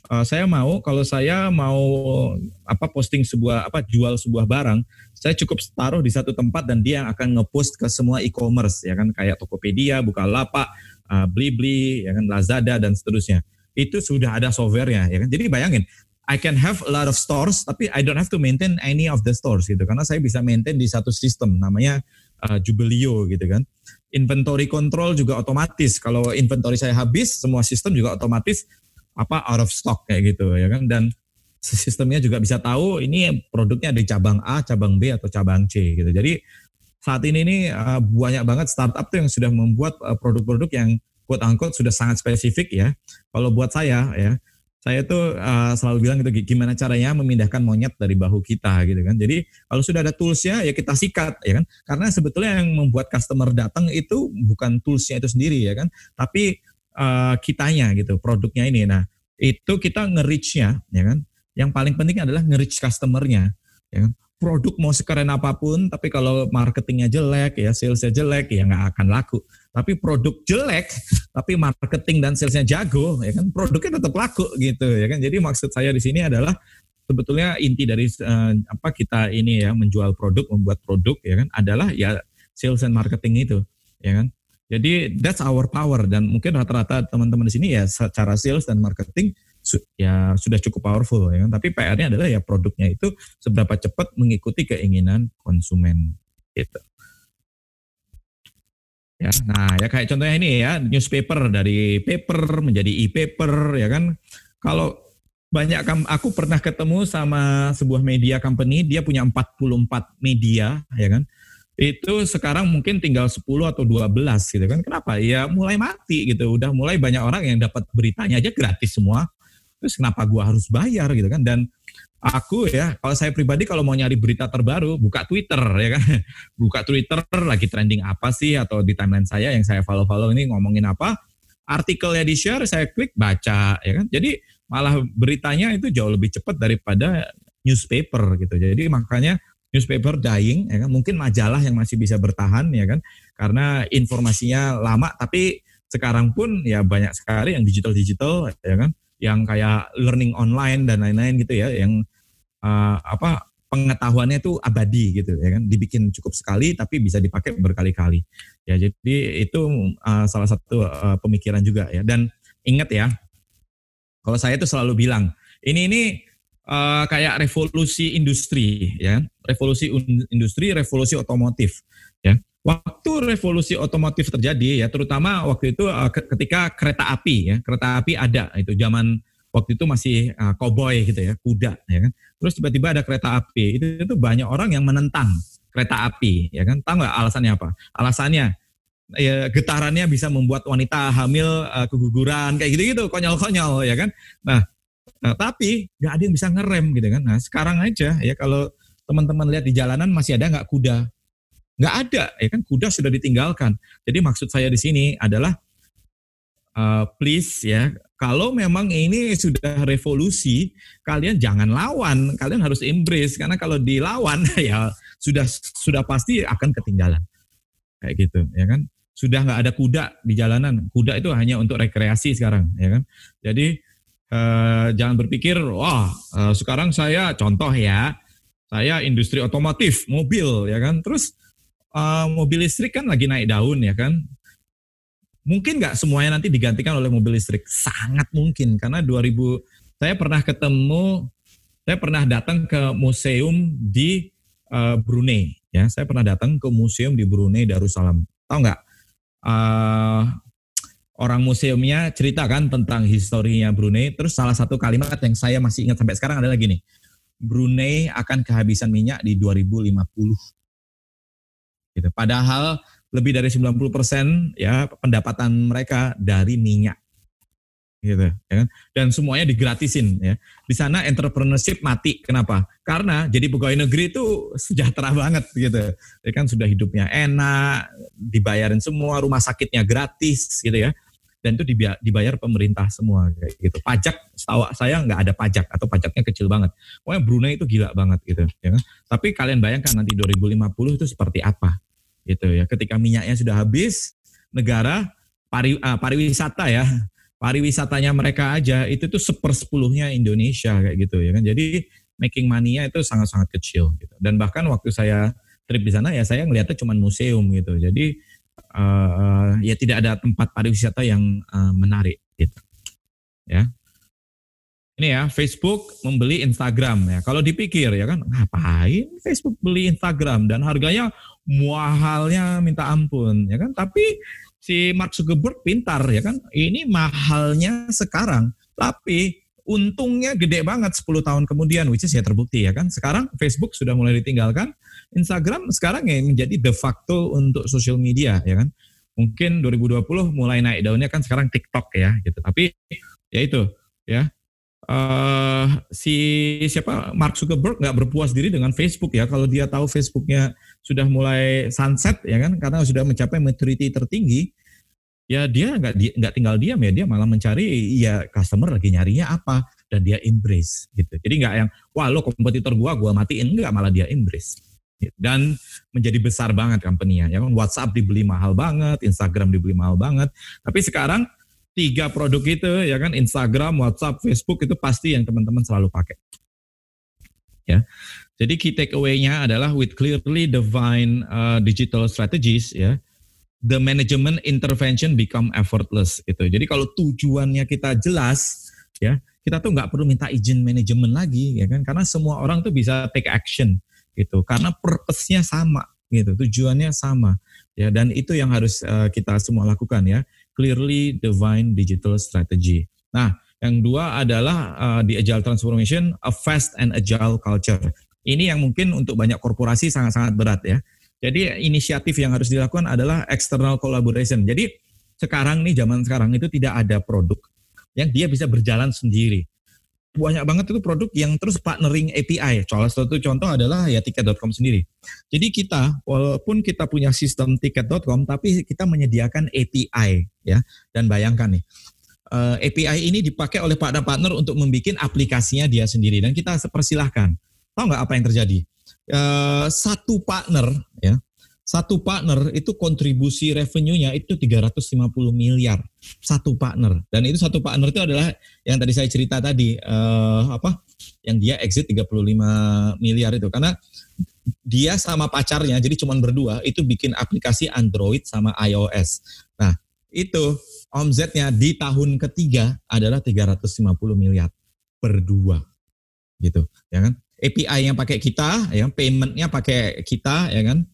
uh, saya mau kalau saya mau apa posting sebuah apa jual sebuah barang, saya cukup taruh di satu tempat dan dia yang akan ngepost ke semua e-commerce ya kan, kayak Tokopedia, Bukalapak, uh, Blibli, ya kan, Lazada dan seterusnya. Itu sudah ada softwarenya ya kan. Jadi bayangin, I can have a lot of stores tapi I don't have to maintain any of the stores gitu, karena saya bisa maintain di satu sistem namanya uh, Jubelio gitu kan. Inventory control juga otomatis. Kalau inventory saya habis, semua sistem juga otomatis apa out of stock kayak gitu ya kan. Dan sistemnya juga bisa tahu ini produknya ada di cabang A, cabang B atau cabang C gitu. Jadi saat ini nih uh, banyak banget startup tuh yang sudah membuat uh, produk-produk yang quote unquote sudah sangat spesifik ya. Kalau buat saya ya, saya tuh uh, selalu bilang gitu, gimana caranya memindahkan monyet dari bahu kita gitu kan. Jadi kalau sudah ada toolsnya ya kita sikat ya kan. Karena sebetulnya yang membuat customer datang itu bukan toolsnya itu sendiri ya kan, tapi uh, kitanya gitu, produknya ini. Nah itu kita nge-reach-nya ya kan. Yang paling penting adalah nge-reach customer-nya ya kan. Produk mau sekeren apapun, tapi kalau marketingnya jelek ya, salesnya jelek ya nggak akan laku. Tapi produk jelek, tapi marketing dan salesnya jago, ya kan produknya tetap laku gitu ya kan. Jadi maksud saya di sini adalah sebetulnya inti dari uh, apa kita ini ya menjual produk, membuat produk ya kan adalah ya sales and marketing itu, ya kan. Jadi that's our power, dan mungkin rata-rata teman-teman di sini ya secara sales dan marketing ya sudah cukup powerful ya kan. Tapi P R-nya adalah ya produknya itu seberapa cepat mengikuti keinginan konsumen gitu. Ya, nah ya kayak contohnya ini ya, newspaper dari paper menjadi e-paper ya kan. Kalau banyak aku pernah ketemu sama sebuah media company, dia punya empat puluh empat media ya kan. Itu sekarang mungkin tinggal sepuluh atau dua belas gitu kan. Kenapa? Ya mulai mati gitu. Udah mulai banyak orang yang dapat beritanya aja gratis semua. Terus kenapa gua harus bayar gitu kan? Dan aku ya, kalau saya pribadi kalau mau nyari berita terbaru, buka Twitter ya kan. Buka Twitter lagi trending apa sih, atau di timeline saya yang saya follow-follow ini ngomongin apa, artikelnya di-share, saya klik baca ya kan. Jadi malah beritanya itu jauh lebih cepat daripada newspaper gitu. Jadi makanya newspaper dying ya kan. Mungkin majalah yang masih bisa bertahan ya kan, karena informasinya lama, tapi sekarang pun ya banyak sekali yang digital-digital ya kan, yang kayak learning online dan lain-lain gitu ya, yang uh, apa pengetahuannya itu abadi gitu ya kan, dibikin cukup sekali tapi bisa dipakai berkali-kali ya. Jadi itu uh, salah satu uh, pemikiran juga ya. Dan ingat ya, kalau saya tuh selalu bilang ini ini uh, kayak revolusi industri ya, revolusi industri, revolusi otomotif ya. Waktu revolusi otomotif terjadi ya, terutama waktu itu uh, ketika kereta api ya, kereta api ada itu zaman waktu itu masih uh, cowboy gitu ya, kuda ya kan. Terus tiba-tiba ada kereta api, itu itu banyak orang yang menentang kereta api ya kan. Tahu nggak alasannya apa? Alasannya ya getarannya bisa membuat wanita hamil uh, keguguran kayak gitu-gitu, konyol-konyol ya kan. Nah, nah tapi nggak ada yang bisa ngerem gitu kan. Nah sekarang aja ya, kalau teman-teman lihat di jalanan masih ada nggak kuda? Nggak ada, ya kan, kuda sudah ditinggalkan. Jadi maksud saya di sini adalah uh, please ya, kalau memang ini sudah revolusi, kalian jangan lawan, kalian harus embrace, karena kalau dilawan ya sudah sudah pasti akan ketinggalan. Kayak gitu, ya kan? Sudah nggak ada kuda di jalanan. Kuda itu hanya untuk rekreasi sekarang, ya kan? Jadi uh, jangan berpikir, wah uh, sekarang saya contoh ya, saya industri otomotif, mobil, ya kan? Terus Uh, mobil listrik kan lagi naik daun ya kan. Mungkin nggak semuanya nanti digantikan oleh mobil listrik? Sangat mungkin, karena dua ribu saya pernah ketemu, saya pernah datang ke museum di uh, Brunei ya. Saya pernah datang ke museum di Brunei Darussalam. Tahu nggak? Uh, orang museumnya ceritakan tentang historinya Brunei. Terus salah satu kalimat yang saya masih ingat sampai sekarang adalah gini, Brunei akan kehabisan minyak di dua ribu lima puluh. Gitu. Padahal lebih dari sembilan puluh persen ya pendapatan mereka dari minyak, gitu, ya kan? Dan semuanya digratisin ya. Di sana entrepreneurship mati. Kenapa? Karena jadi pegawai negeri itu sejahtera banget, gitu. Ya kan, sudah hidupnya enak, dibayarin semua, rumah sakitnya gratis, gitu ya. Dan itu dibayar pemerintah semua, kayak gitu. Pajak, setahu saya nggak ada pajak atau pajaknya kecil banget. Pokoknya Brunei itu gila banget, gitu. Ya kan? Tapi kalian bayangkan nanti dua ribu lima puluh itu seperti apa? Gitu ya, ketika minyaknya sudah habis, negara pari, uh, pariwisata ya, pariwisatanya mereka aja itu tuh sepersepuluhnya Indonesia kayak gitu ya kan. Jadi making money-nya itu sangat-sangat kecil gitu. Dan bahkan waktu saya trip di sana ya saya ngeliatnya cuma museum gitu. Jadi uh, ya tidak ada tempat pariwisata yang uh, menarik gitu. Ya. Ini ya, Facebook membeli Instagram ya. Kalau dipikir ya kan, ngapain Facebook beli Instagram dan harganya mahalnya minta ampun ya kan. Tapi si Mark Zuckerberg pintar ya kan. Ini mahalnya sekarang, tapi untungnya gede banget sepuluh tahun kemudian, which is ya terbukti ya kan. Sekarang Facebook sudah mulai ditinggalkan, Instagram sekarang ya menjadi de facto untuk social media ya kan. Mungkin dua ribu dua puluh mulai naik daunnya kan sekarang TikTok ya gitu. Tapi ya itu ya. Uh, si siapa Mark Zuckerberg nggak berpuas diri dengan Facebook ya. Kalau dia tahu Facebooknya sudah mulai sunset ya kan, karena sudah mencapai maturity tertinggi, ya dia nggak nggak tinggal diam ya, dia malah mencari ya customer lagi nyarinya apa dan dia embrace gitu. Jadi nggak yang wah lo kompetitor gua gua matiin, nggak, malah dia embrace dan menjadi besar banget company-nya. Ya kan, WhatsApp dibeli mahal banget, Instagram dibeli mahal banget, tapi sekarang tiga produk itu ya kan, Instagram, WhatsApp, Facebook itu pasti yang teman-teman selalu pakai. Ya. Jadi key takeaway-nya adalah with clearly defined uh, digital strategies ya, the management intervention become effortless gitu. Jadi kalau tujuannya kita jelas ya, kita tuh nggak perlu minta izin manajemen lagi ya kan, karena semua orang tuh bisa take action gitu. Karena purpose-nya sama gitu, tujuannya sama. Ya, dan itu yang harus uh, kita semua lakukan ya. Clearly defined digital strategy. Nah, yang dua adalah uh, di agile transformation, a fast and agile culture. Ini yang mungkin untuk banyak korporasi sangat-sangat berat ya. Jadi inisiatif yang harus dilakukan adalah external collaboration. Jadi sekarang nih, zaman sekarang itu tidak ada produk yang dia bisa berjalan sendiri. Banyak banget itu produk yang terus partnering A P I. Salah satu contoh adalah ya tiket dot com sendiri. Jadi kita, walaupun kita punya sistem tiket dot com, tapi kita menyediakan A P I ya. Dan bayangkan nih, uh, A P I ini dipakai oleh partner-partner untuk membuat aplikasinya dia sendiri. Dan kita persilahkan. Tahu nggak apa yang terjadi? Uh, satu partner ya, satu partner itu kontribusi revenue-nya itu tiga ratus lima puluh miliar satu partner, dan itu satu partner itu adalah yang tadi saya cerita tadi uh, apa yang dia exit tiga puluh lima miliar itu karena dia sama pacarnya, jadi cuman berdua itu bikin aplikasi Android sama iOS. Nah itu omsetnya di tahun ketiga adalah tiga ratus lima puluh miliar berdua gitu ya kan. A P I yang pakai kita, ya, payment-nya pakai kita, ya kan.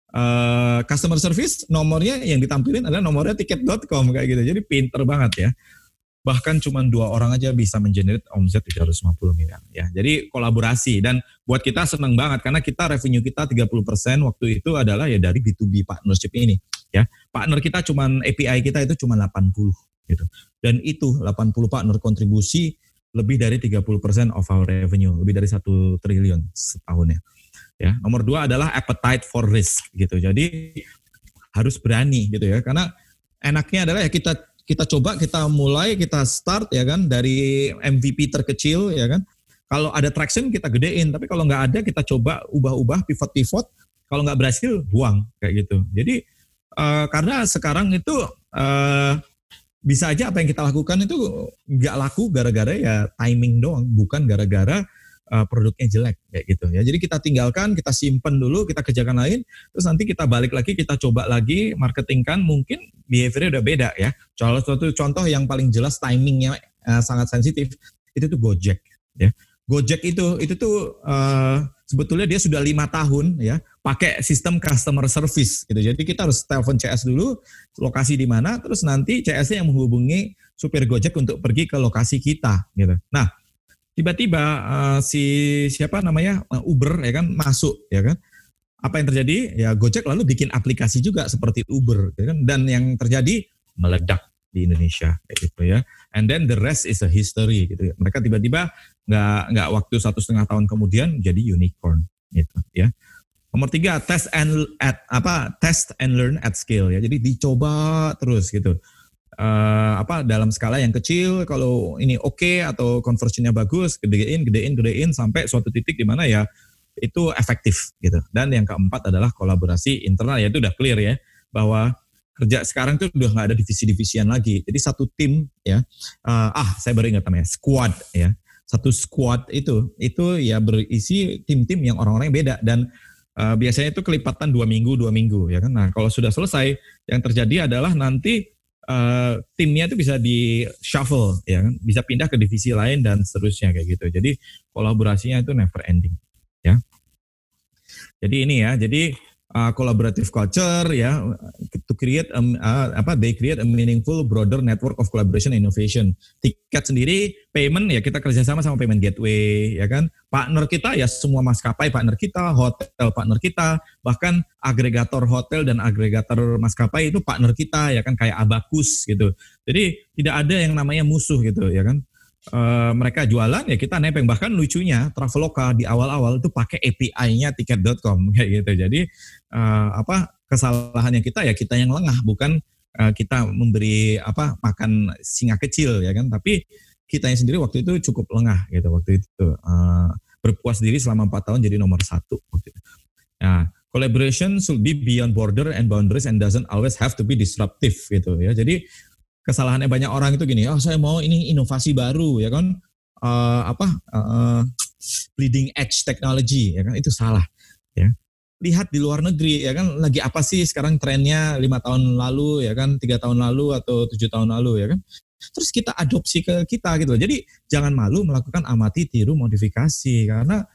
Uh, customer service nomornya yang ditampilin adalah nomornya tiket dot com kayak gitu. Jadi pinter banget ya. Bahkan cuma dua orang aja bisa mengenerate omset tiga ratus lima puluh miliar ya. Jadi kolaborasi, dan buat kita senang banget karena kita revenue kita tiga puluh persen waktu itu adalah ya dari B to B partnership ini ya. Partner kita cuma A P I kita itu cuma delapan puluh gitu. Dan itu delapan puluh partner kontribusi lebih dari tiga puluh persen of our revenue, lebih dari satu triliun setahunnya. Ya, nomor dua adalah appetite for risk gitu. Jadi harus berani gitu ya. Karena enaknya adalah ya kita kita coba, kita mulai, kita start ya kan dari M V P terkecil ya kan. Kalau ada traction kita gedein, tapi kalau nggak ada kita coba ubah-ubah, pivot-pivot. Kalau nggak berhasil buang kayak gitu. Jadi uh, karena sekarang itu uh, bisa aja apa yang kita lakukan itu nggak laku gara-gara ya timing doang, bukan gara-gara uh, produknya jelek kayak gitu ya. Jadi kita tinggalkan, kita simpen dulu, kita kerjakan lain, terus nanti kita balik lagi, kita coba lagi, marketingkan, mungkin behaviornya udah beda ya. Salah satu contoh yang paling jelas timingnya uh, sangat sensitif itu tuh Gojek ya. Gojek itu itu tuh uh, sebetulnya dia sudah lima tahun ya pakai sistem customer service gitu. Jadi kita harus telepon C S dulu, lokasi di mana, terus nanti C S-nya yang menghubungi supir Gojek untuk pergi ke lokasi kita gitu. Nah, tiba-tiba uh, si siapa namanya uh, Uber ya kan masuk ya kan. Apa yang terjadi? Ya Gojek lalu bikin aplikasi juga seperti Uber ya kan, dan yang terjadi meledak di Indonesia kayak gitu ya. And then the rest is a history gitu ya. Mereka tiba-tiba nggak nggak waktu satu setengah tahun kemudian jadi unicorn gitu ya. Nomor tiga, test and at apa test and learn at scale ya. Jadi dicoba terus gitu. Uh, apa dalam skala yang kecil, kalau ini oke okay, atau conversionnya bagus, gedein, gedein, gedein sampai suatu titik di mana ya itu efektif gitu. Dan yang keempat adalah kolaborasi internal, ya itu udah clear ya bahwa kerja sekarang tuh udah nggak ada divisi-divisian lagi. Jadi satu tim ya, uh, ah saya baru ingat namanya squad ya. Satu squad itu itu ya berisi tim-tim yang orang-orang yang beda dan uh, biasanya itu kelipatan dua minggu dua minggu ya kan. Nah kalau sudah selesai yang terjadi adalah nanti uh, timnya itu bisa di shuffle ya kan, bisa pindah ke divisi lain dan seterusnya kayak gitu. Jadi kolaborasinya itu never ending ya. Jadi ini ya, jadi uh, collaborative culture ya, to create um, uh, apa they create a meaningful broader network of collaboration and innovation. Tiket sendiri, payment ya kita kerjasama sama payment gateway ya kan. Partner kita ya semua maskapai partner kita, hotel partner kita, bahkan agregator hotel dan agregator maskapai itu partner kita ya kan, kayak Abacus gitu. Jadi tidak ada yang namanya musuh gitu ya kan. Uh, mereka jualan ya kita nepeng, bahkan lucunya Traveloka di awal-awal itu pakai A P I-nya tiket dot com kayak gitu. Jadi uh, apa kesalahannya kita ya kita yang lengah, bukan uh, kita memberi apa makan singa kecil ya kan, tapi kita yang sendiri waktu itu cukup lengah gitu waktu itu, uh, berpuas diri selama empat tahun jadi nomor satu waktu itu. Nah, collaboration should be beyond border and boundaries and doesn't always have to be disruptive gitu ya. Jadi kesalahannya banyak orang itu gini, oh saya mau ini inovasi baru ya kan, uh, apa uh, bleeding edge technology ya kan, itu salah ya. Lihat di luar negeri ya kan, lagi apa sih sekarang trennya lima tahun lalu ya kan, tiga tahun lalu atau tujuh tahun lalu ya kan, terus kita adopsi ke kita gitu. Jadi jangan malu melakukan amati tiru modifikasi, karena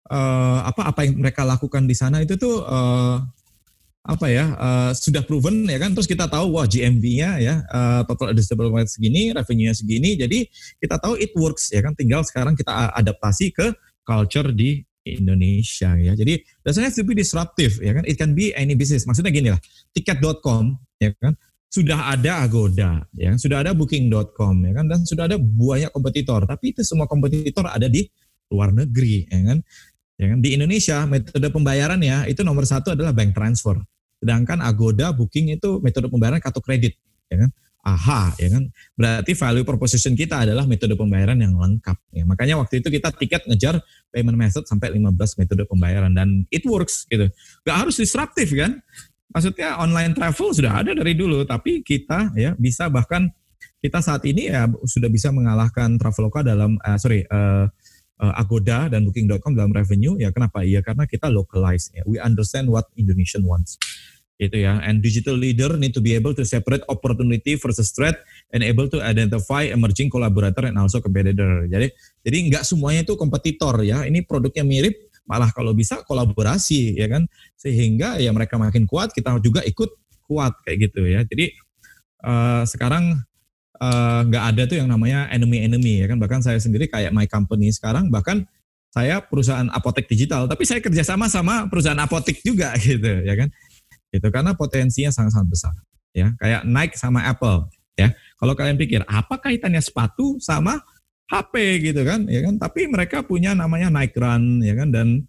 uh, apa apa yang mereka lakukan di sana itu tuh uh, apa ya uh, sudah proven ya kan, terus kita tahu wah G M V-nya ya uh, total addressable market segini, revenue-nya segini, jadi kita tahu it works ya kan, tinggal sekarang kita adaptasi ke culture di Indonesia ya. Jadi doesn't have to be disruptive ya kan, it can be any business. Maksudnya gini lah, tiket dot com ya kan, sudah ada Agoda ya, sudah ada booking dot com ya kan, dan sudah ada banyak kompetitor, tapi itu semua kompetitor ada di luar negeri ya kan. Ya kan? Di Indonesia metode pembayarannya itu nomor satu adalah bank transfer. Sedangkan Agoda, Booking itu metode pembayaran kartu kredit. Ya kan? Aha, ya kan? Berarti value proposition kita adalah metode pembayaran yang lengkap. Ya. Makanya waktu itu kita tiket ngejar payment method sampai lima belas metode pembayaran dan it works gitu. Gak harus disruptif kan? Maksudnya online travel sudah ada dari dulu, tapi kita ya bisa, bahkan kita saat ini ya sudah bisa mengalahkan Traveloka dalam uh, sorry. Uh, Uh, Agoda dan booking dot com dalam revenue. Ya kenapa? Ya karena kita localize ya. We understand what Indonesian wants. Gitu ya. And digital leader need to be able to separate opportunity versus threat and able to identify emerging collaborator and also competitor. Jadi jadi nggak semuanya itu kompetitor ya. Ini produknya mirip, malah kalau bisa kolaborasi ya kan. Sehingga ya mereka makin kuat, kita juga ikut kuat kayak gitu ya. Jadi uh, sekarang nggak uh, ada tuh yang namanya enemy-enemy ya kan. Bahkan saya sendiri kayak my company sekarang, bahkan saya perusahaan apotek digital, tapi saya kerjasama sama perusahaan apotek juga gitu ya kan. Gitu, karena potensinya sangat-sangat besar ya. Kayak Nike sama Apple ya. Kalau kalian pikir apa kaitannya sepatu sama H P gitu kan ya kan, tapi mereka punya namanya Nike Run ya kan, dan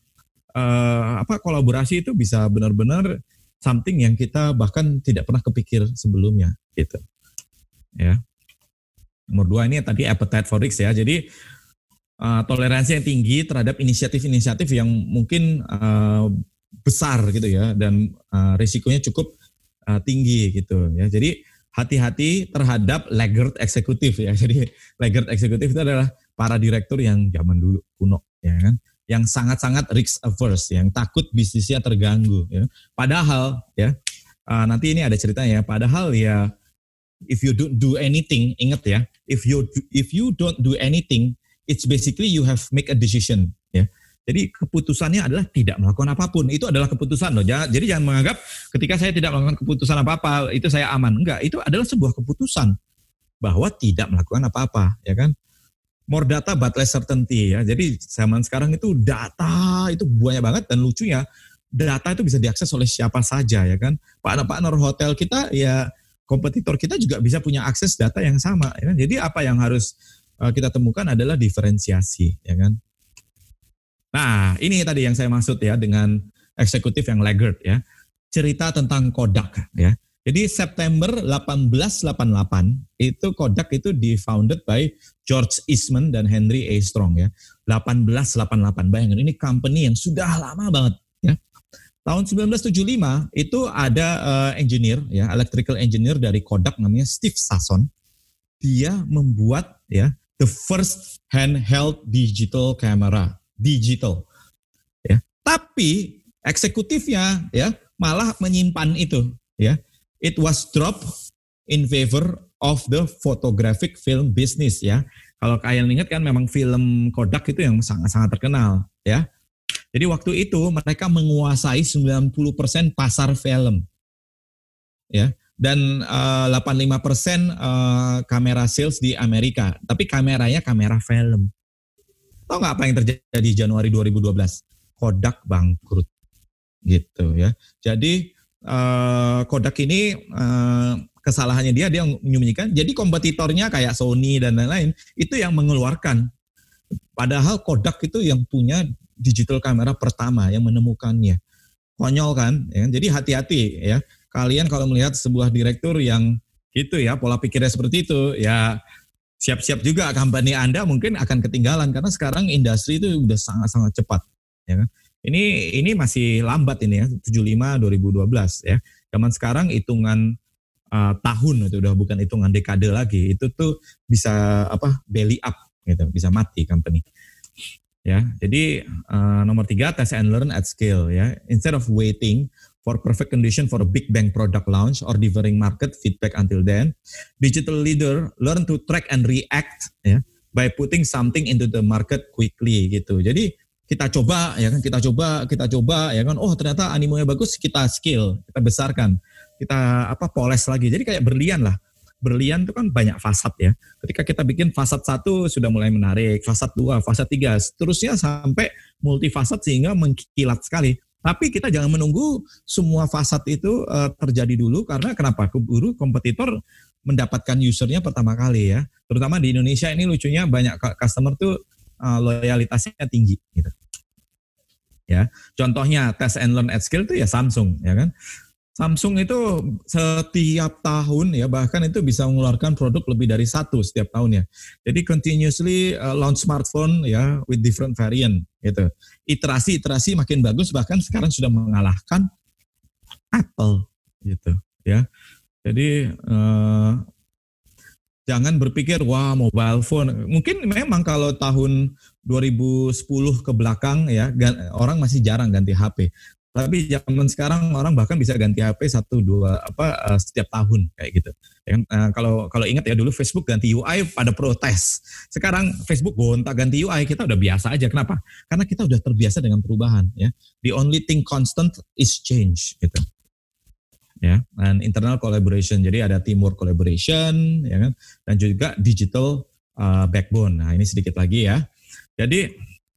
uh, apa kolaborasi itu bisa benar-benar something yang kita bahkan tidak pernah kepikir sebelumnya gitu ya. Nomor dua ini tadi appetite for risk ya. Jadi uh, toleransi yang tinggi terhadap inisiatif-inisiatif yang mungkin uh, besar gitu ya, dan uh, risikonya cukup uh, tinggi gitu ya. Jadi hati-hati terhadap laggard eksekutif ya. Jadi laggard eksekutif itu adalah para direktur yang zaman dulu kuno ya kan, yang sangat-sangat risk averse, yang takut bisnisnya terganggu ya. Padahal ya uh, nanti ini ada ceritanya ya. Padahal ya if you don't do anything, ingat ya, if you if you don't do anything, it's basically you have make a decision ya. Jadi keputusannya adalah tidak melakukan apapun. Itu adalah keputusan loh. Jadi jangan menganggap ketika saya tidak melakukan keputusan apa-apa itu saya aman. Enggak, itu adalah sebuah keputusan bahwa tidak melakukan apa-apa ya kan. More data but less certainty ya. Jadi zaman sekarang itu data itu banyak banget, dan lucunya data itu bisa diakses oleh siapa saja ya kan. Partner-partner hotel kita ya, kompetitor kita juga bisa punya akses data yang sama ya kan? Jadi apa yang harus uh, kita temukan adalah diferensiasi ya kan. Nah ini tadi yang saya maksud ya dengan eksekutif yang laggard ya. Cerita tentang Kodak ya. Jadi September delapan belas delapan puluh delapan itu Kodak itu di-founded by George Eastman dan Henry A. Strong ya. delapan belas delapan puluh delapan, bayangin ini company yang sudah lama banget ya. tahun sembilan belas tujuh puluh lima itu ada uh, engineer ya, electrical engineer dari Kodak namanya Steve Sasson. Dia membuat ya the first handheld digital camera, digital. Ya. Tapi eksekutifnya ya malah menyimpan itu ya. It was dropped in favor of the photographic film business ya. Kalau kalian ingat kan memang film Kodak itu yang sangat-sangat terkenal ya. Jadi waktu itu mereka menguasai sembilan puluh persen pasar film. Ya, dan uh, delapan puluh lima persen uh, kamera sales di Amerika, tapi kameranya kamera film. Tahu nggak apa yang terjadi Januari dua ribu dua belas? Kodak bangkrut. Gitu ya. Jadi uh, Kodak ini uh, kesalahannya dia dia menyembunyikan. Jadi kompetitornya kayak Sony dan lain-lain itu yang mengeluarkan. Padahal Kodak itu yang punya digital kamera pertama yang menemukannya. Konyol kan? Ya. Jadi hati-hati ya. Kalian kalau melihat sebuah direktur yang gitu ya, pola pikirnya seperti itu, ya siap-siap juga company Anda mungkin akan ketinggalan karena sekarang industri itu udah sangat-sangat cepat. Ya kan? Ini ini masih lambat ini ya, tujuh puluh lima dua ribu dua belas ya. Zaman sekarang hitungan uh, tahun itu udah bukan hitungan dekade lagi. Itu tuh bisa apa? Belly up gitu, bisa mati company. Ya, jadi uh, nomor tiga, test and learn at scale ya. Instead of waiting for perfect condition for a big bang product launch or deferring market feedback until then, digital leader learn to track and react ya by putting something into the market quickly gitu. Jadi kita coba ya kan, kita coba, kita coba ya kan. Oh ternyata animonya bagus, kita scale, kita besarkan, kita apa poles lagi. Jadi kayak berlian lah. Berlian itu kan banyak fasad ya. Ketika kita bikin fasad satu sudah mulai menarik, fasad dua, fasad tiga, seterusnya sampai multifasad sehingga mengkilat sekali. Tapi kita jangan menunggu semua fasad itu uh, terjadi dulu karena kenapa? Keburu kompetitor mendapatkan usernya pertama kali ya. Terutama di Indonesia ini lucunya banyak customer tuh uh, loyalitasnya tinggi gitu. Ya, contohnya test and learn at scale itu ya Samsung ya kan. Samsung itu setiap tahun ya bahkan itu bisa mengeluarkan produk lebih dari satu setiap tahunnya. Jadi continuously uh, launch smartphone ya with different variant gitu. Iterasi-iterasi makin bagus bahkan sekarang sudah mengalahkan Apple gitu ya. Jadi uh, jangan berpikir wah mobile phone. Mungkin memang kalau tahun dua ribu sepuluh ke belakang ya orang masih jarang ganti H P. Tapi zaman sekarang orang bahkan bisa ganti H P satu dua apa uh, setiap tahun kayak gitu. Ya, uh, kalau kalau ingat ya dulu Facebook ganti U I pada protes. Sekarang Facebook gonta ganti U I kita udah biasa aja. Kenapa? Karena kita udah terbiasa dengan perubahan. Ya, the only thing constant is change gitu. Ya, and internal collaboration. Jadi ada teamwork collaboration, ya kan, dan juga digital uh, backbone. Nah ini sedikit lagi ya. Jadi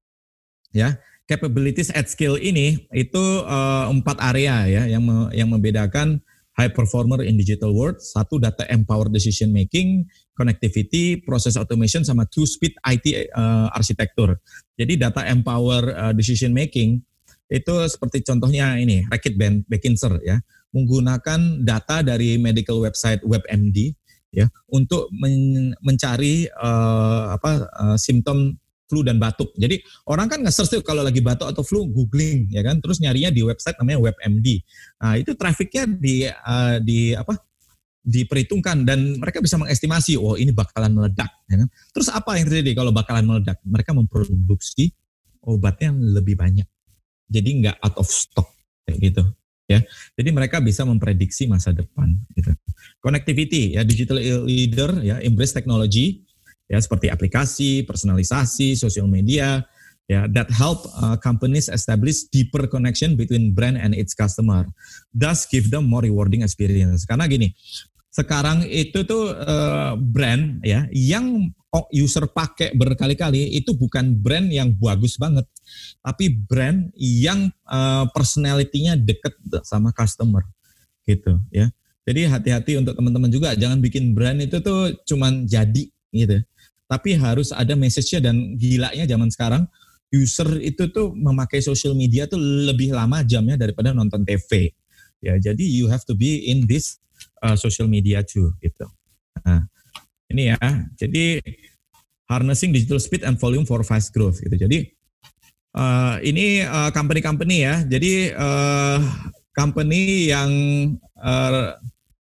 ya. Capabilities at scale ini itu uh, empat area ya yang me, yang membedakan high performer in digital world. Satu, data empower decision making, connectivity, process automation, sama two speed I T uh, arsitektur. Jadi data empower uh, decision making itu seperti contohnya ini Rakit Beckinser ya, menggunakan data dari medical website WebMD ya untuk men, mencari uh, apa uh, simptom flu dan batuk. Jadi orang kan nge-search tuh kalau lagi batuk atau flu googling ya kan, terus nyarinya di website namanya WebMD. Nah, itu trafficnya di uh, di apa? diperhitungkan dan mereka bisa mengestimasi oh ini bakalan meledak ya kan. Terus apa yang terjadi kalau bakalan meledak? Mereka memproduksi obatnya lebih banyak. Jadi nggak out of stock kayak gitu ya. Jadi mereka bisa memprediksi masa depan gitu. Connectivity ya, digital leader ya, embrace technology. Ya, seperti aplikasi, personalisasi, social media, ya, that help uh, companies establish deeper connection between brand and its customer, thus give them more rewarding experience. Karena gini, sekarang itu tuh uh, brand ya yang user pakai berkali-kali itu bukan brand yang bagus banget, tapi brand yang uh, personality-nya deket sama customer, gitu ya. Jadi hati-hati untuk teman-teman juga, jangan bikin brand itu tuh cuman jadi gitu. Tapi harus ada message-nya dan gilanya zaman sekarang user itu tuh memakai social media tuh lebih lama jamnya daripada nonton T V. Ya, jadi you have to be in this uh, social media too gitu. Nah, ini ya. Jadi harnessing digital speed and volume for fast growth gitu. Jadi Uh, ini uh, company-company ya. Jadi uh, company yang uh,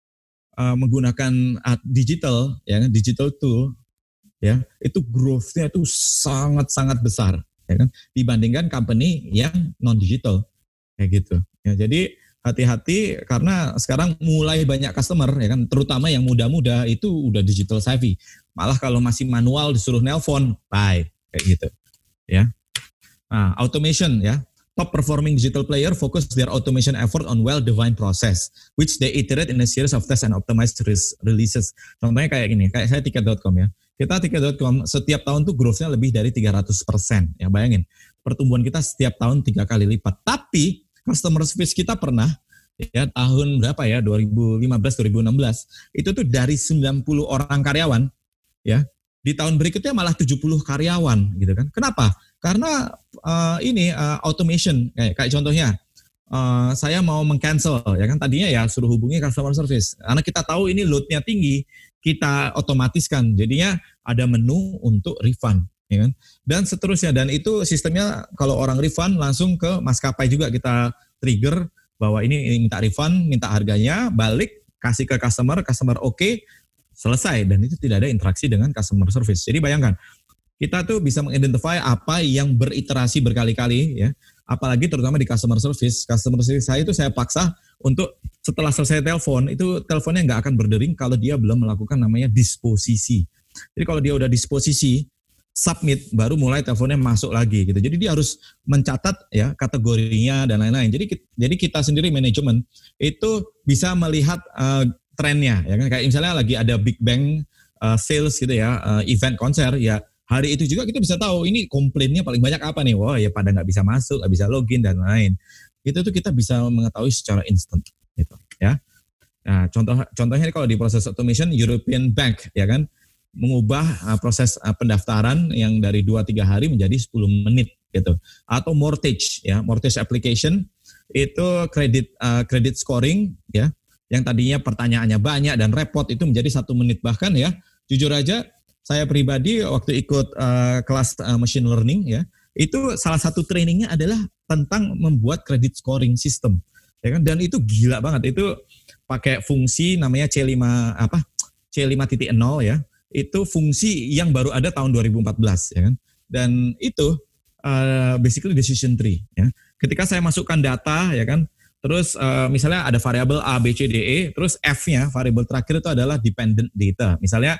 uh, menggunakan uh, digital, ya, digital tool, ya, itu growth-nya itu sangat-sangat besar, ya kan, dibandingkan company yang non-digital, kayak gitu. Ya, jadi hati-hati karena sekarang mulai banyak customer, ya kan, terutama yang muda-muda itu udah digital savvy. Malah kalau masih manual disuruh nelpon, bye, kayak gitu, ya. Nah, automation ya, top performing digital player focus their automation effort on well-defined process, which they iterate in a series of tests and optimized releases. Contohnya kayak gini, kayak saya tiket dot com ya. Kita tiket dot com setiap tahun tuh growth-nya lebih dari tiga ratus persen. Ya bayangin, pertumbuhan kita setiap tahun tiga kali lipat. Tapi customer service kita pernah ya tahun berapa ya, dua ribu lima belas dua ribu enam belas, itu tuh dari sembilan puluh orang karyawan ya. Di tahun berikutnya malah tujuh puluh karyawan gitu kan. Kenapa? Karena uh, ini uh, automation kayak, kayak contohnya uh, saya mau meng-cancel ya kan, tadinya ya suruh hubungi customer service. Karena kita tahu ini load-nya tinggi, kita otomatiskan. Jadinya ada menu untuk refund ya kan. Dan seterusnya, dan itu sistemnya kalau orang refund langsung ke maskapai juga kita trigger bahwa ini, ini minta refund, minta harganya, balik kasih ke customer, customer oke, okay, selesai, dan itu tidak ada interaksi dengan customer service. Jadi bayangkan, kita tuh bisa mengidentify apa yang beriterasi berkali-kali ya, apalagi terutama di customer service. Customer service saya itu saya paksa untuk setelah selesai telepon, itu teleponnya nggak akan berdering kalau dia belum melakukan namanya disposisi. Jadi kalau dia udah disposisi, submit, baru mulai teleponnya masuk lagi gitu. Jadi dia harus mencatat ya kategorinya dan lain-lain. Jadi jadi kita sendiri manajemen itu bisa melihat uh, trennya ya kan, kayak misalnya lagi ada big bang uh, sales gitu ya, uh, event konser ya, hari itu juga kita bisa tahu ini komplainnya paling banyak apa nih. Wah ya pada nggak bisa masuk, nggak bisa login dan lain. Itu tuh kita bisa mengetahui secara instan gitu ya. Nah contoh contohnya kalau di proses automation, European Bank ya kan mengubah uh, proses uh, pendaftaran yang dari dua tiga hari menjadi sepuluh menit gitu. Atau mortgage ya, mortgage application itu kredit uh, kredit scoring ya, yang tadinya pertanyaannya banyak dan repot itu menjadi satu menit. Bahkan ya, jujur aja saya pribadi waktu ikut uh, kelas uh, machine learning ya, itu salah satu trainingnya adalah tentang membuat credit scoring system, ya kan? Dan itu gila banget, itu pakai fungsi namanya C lima apa C lima titik nol ya, itu fungsi yang baru ada tahun dua ribu empat belas ya kan? Dan itu uh, basically decision tree ya. Ketika saya masukkan data ya kan, terus uh, misalnya ada variabel A, B, C, D, E, terus F-nya, variabel terakhir itu adalah dependent data. Misalnya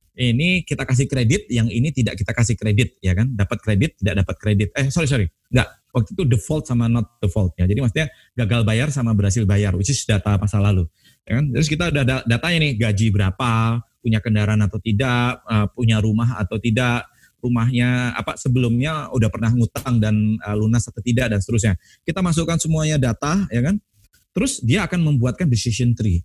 ini kita kasih kredit, yang ini tidak kita kasih kredit, ya kan? Dapat kredit, tidak dapat kredit. Eh sorry sorry, enggak. Waktu itu default sama not default ya. Jadi maksudnya gagal bayar sama berhasil bayar, which is data masa lalu. Ya kan? Terus kita ada datanya nih, gaji berapa, punya kendaraan atau tidak, uh, punya rumah atau tidak, rumahnya apa sebelumnya udah pernah ngutang dan uh, lunas atau tidak, dan seterusnya. Kita masukkan semuanya data ya kan. Terus dia akan membuatkan decision tree.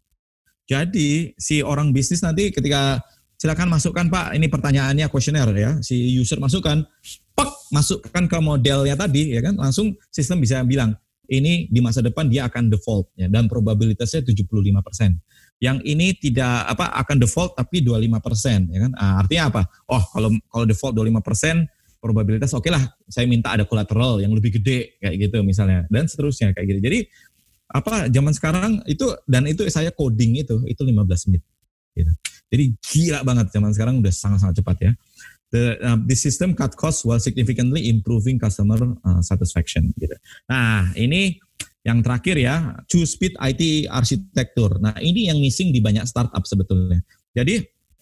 Jadi si orang bisnis nanti ketika silakan masukkan Pak, ini pertanyaannya kuesioner ya. Si user masukkan, pak masukkan ke modelnya tadi ya kan, langsung sistem bisa bilang ini di masa depan dia akan default ya, dan probabilitasnya tujuh puluh lima persen. Yang ini tidak apa akan default tapi dua puluh lima persen ya kan. Nah, artinya apa? Oh, kalau kalau default dua puluh lima persen probabilitas oke okay lah, saya minta ada collateral yang lebih gede kayak gitu misalnya, dan seterusnya kayak gitu. Jadi apa zaman sekarang itu, dan itu saya coding itu itu lima belas menit gitu. Jadi gila banget zaman sekarang, udah sangat-sangat cepat ya. The uh, the system cut costs while significantly improving customer uh, satisfaction gitu. Nah, ini yang terakhir ya, True Speed I T Architecture. Nah, ini yang missing di banyak startup sebetulnya. Jadi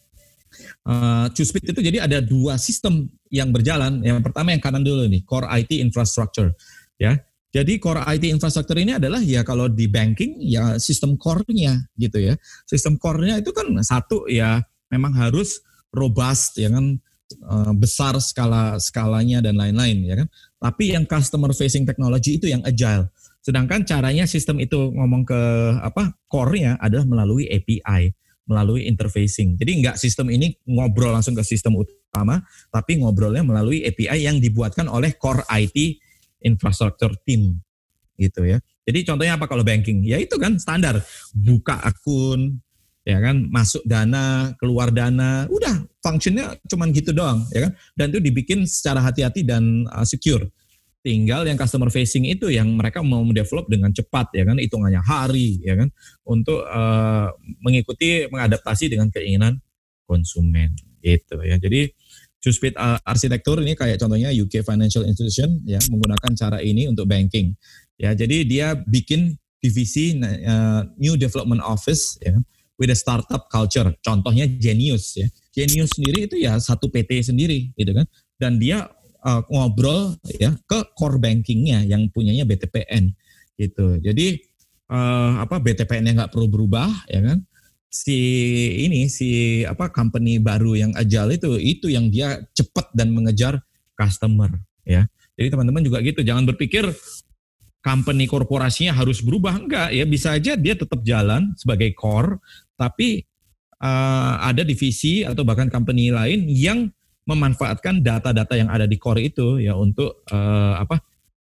uh, True Speed itu jadi ada dua sistem yang berjalan. Yang pertama yang kanan dulu nih, Core I T Infrastructure ya. Jadi Core I T Infrastructure ini adalah ya kalau di banking ya sistem core-nya gitu ya. Sistem core-nya itu kan satu ya memang harus robust ya kan, uh, besar skala skalanya dan lain-lain ya kan. Tapi yang customer facing technology itu yang agile. Sedangkan caranya sistem itu ngomong ke apa core-nya adalah melalui A P I, melalui interfacing. Jadi enggak sistem ini ngobrol langsung ke sistem utama, tapi ngobrolnya melalui A P I yang dibuatkan oleh core I T infrastructure team gitu ya. Jadi contohnya apa kalau banking? Ya itu kan standar, buka akun, ya kan, masuk dana, keluar dana, udah fungsinya cuman gitu doang, ya kan. Dan itu dibikin secara hati-hati dan uh, secure. tinggal yang customer facing itu yang mereka mau develop dengan cepat ya kan, hitungannya hari ya kan, untuk uh, mengikuti mengadaptasi dengan keinginan konsumen gitu ya. Jadi two-speed uh, arsitektur ini kayak contohnya U K Financial Institution ya menggunakan cara ini untuk banking ya. Jadi dia bikin divisi uh, New Development Office ya with a startup culture. Contohnya Genius ya. Genius sendiri itu ya satu P T sendiri gitu kan, dan dia Uh, ngobrol ya ke core bankingnya yang punyanya B T P N gitu. Jadi uh, apa B T P N-nya nggak perlu berubah ya kan. Si ini si apa company baru yang agile itu itu yang dia cepat dan mengejar customer ya. Jadi teman-teman juga gitu, jangan berpikir company korporasinya harus berubah, enggak ya, bisa aja dia tetap jalan sebagai core tapi uh, ada divisi atau bahkan company lain yang memanfaatkan data-data yang ada di core itu ya untuk uh, apa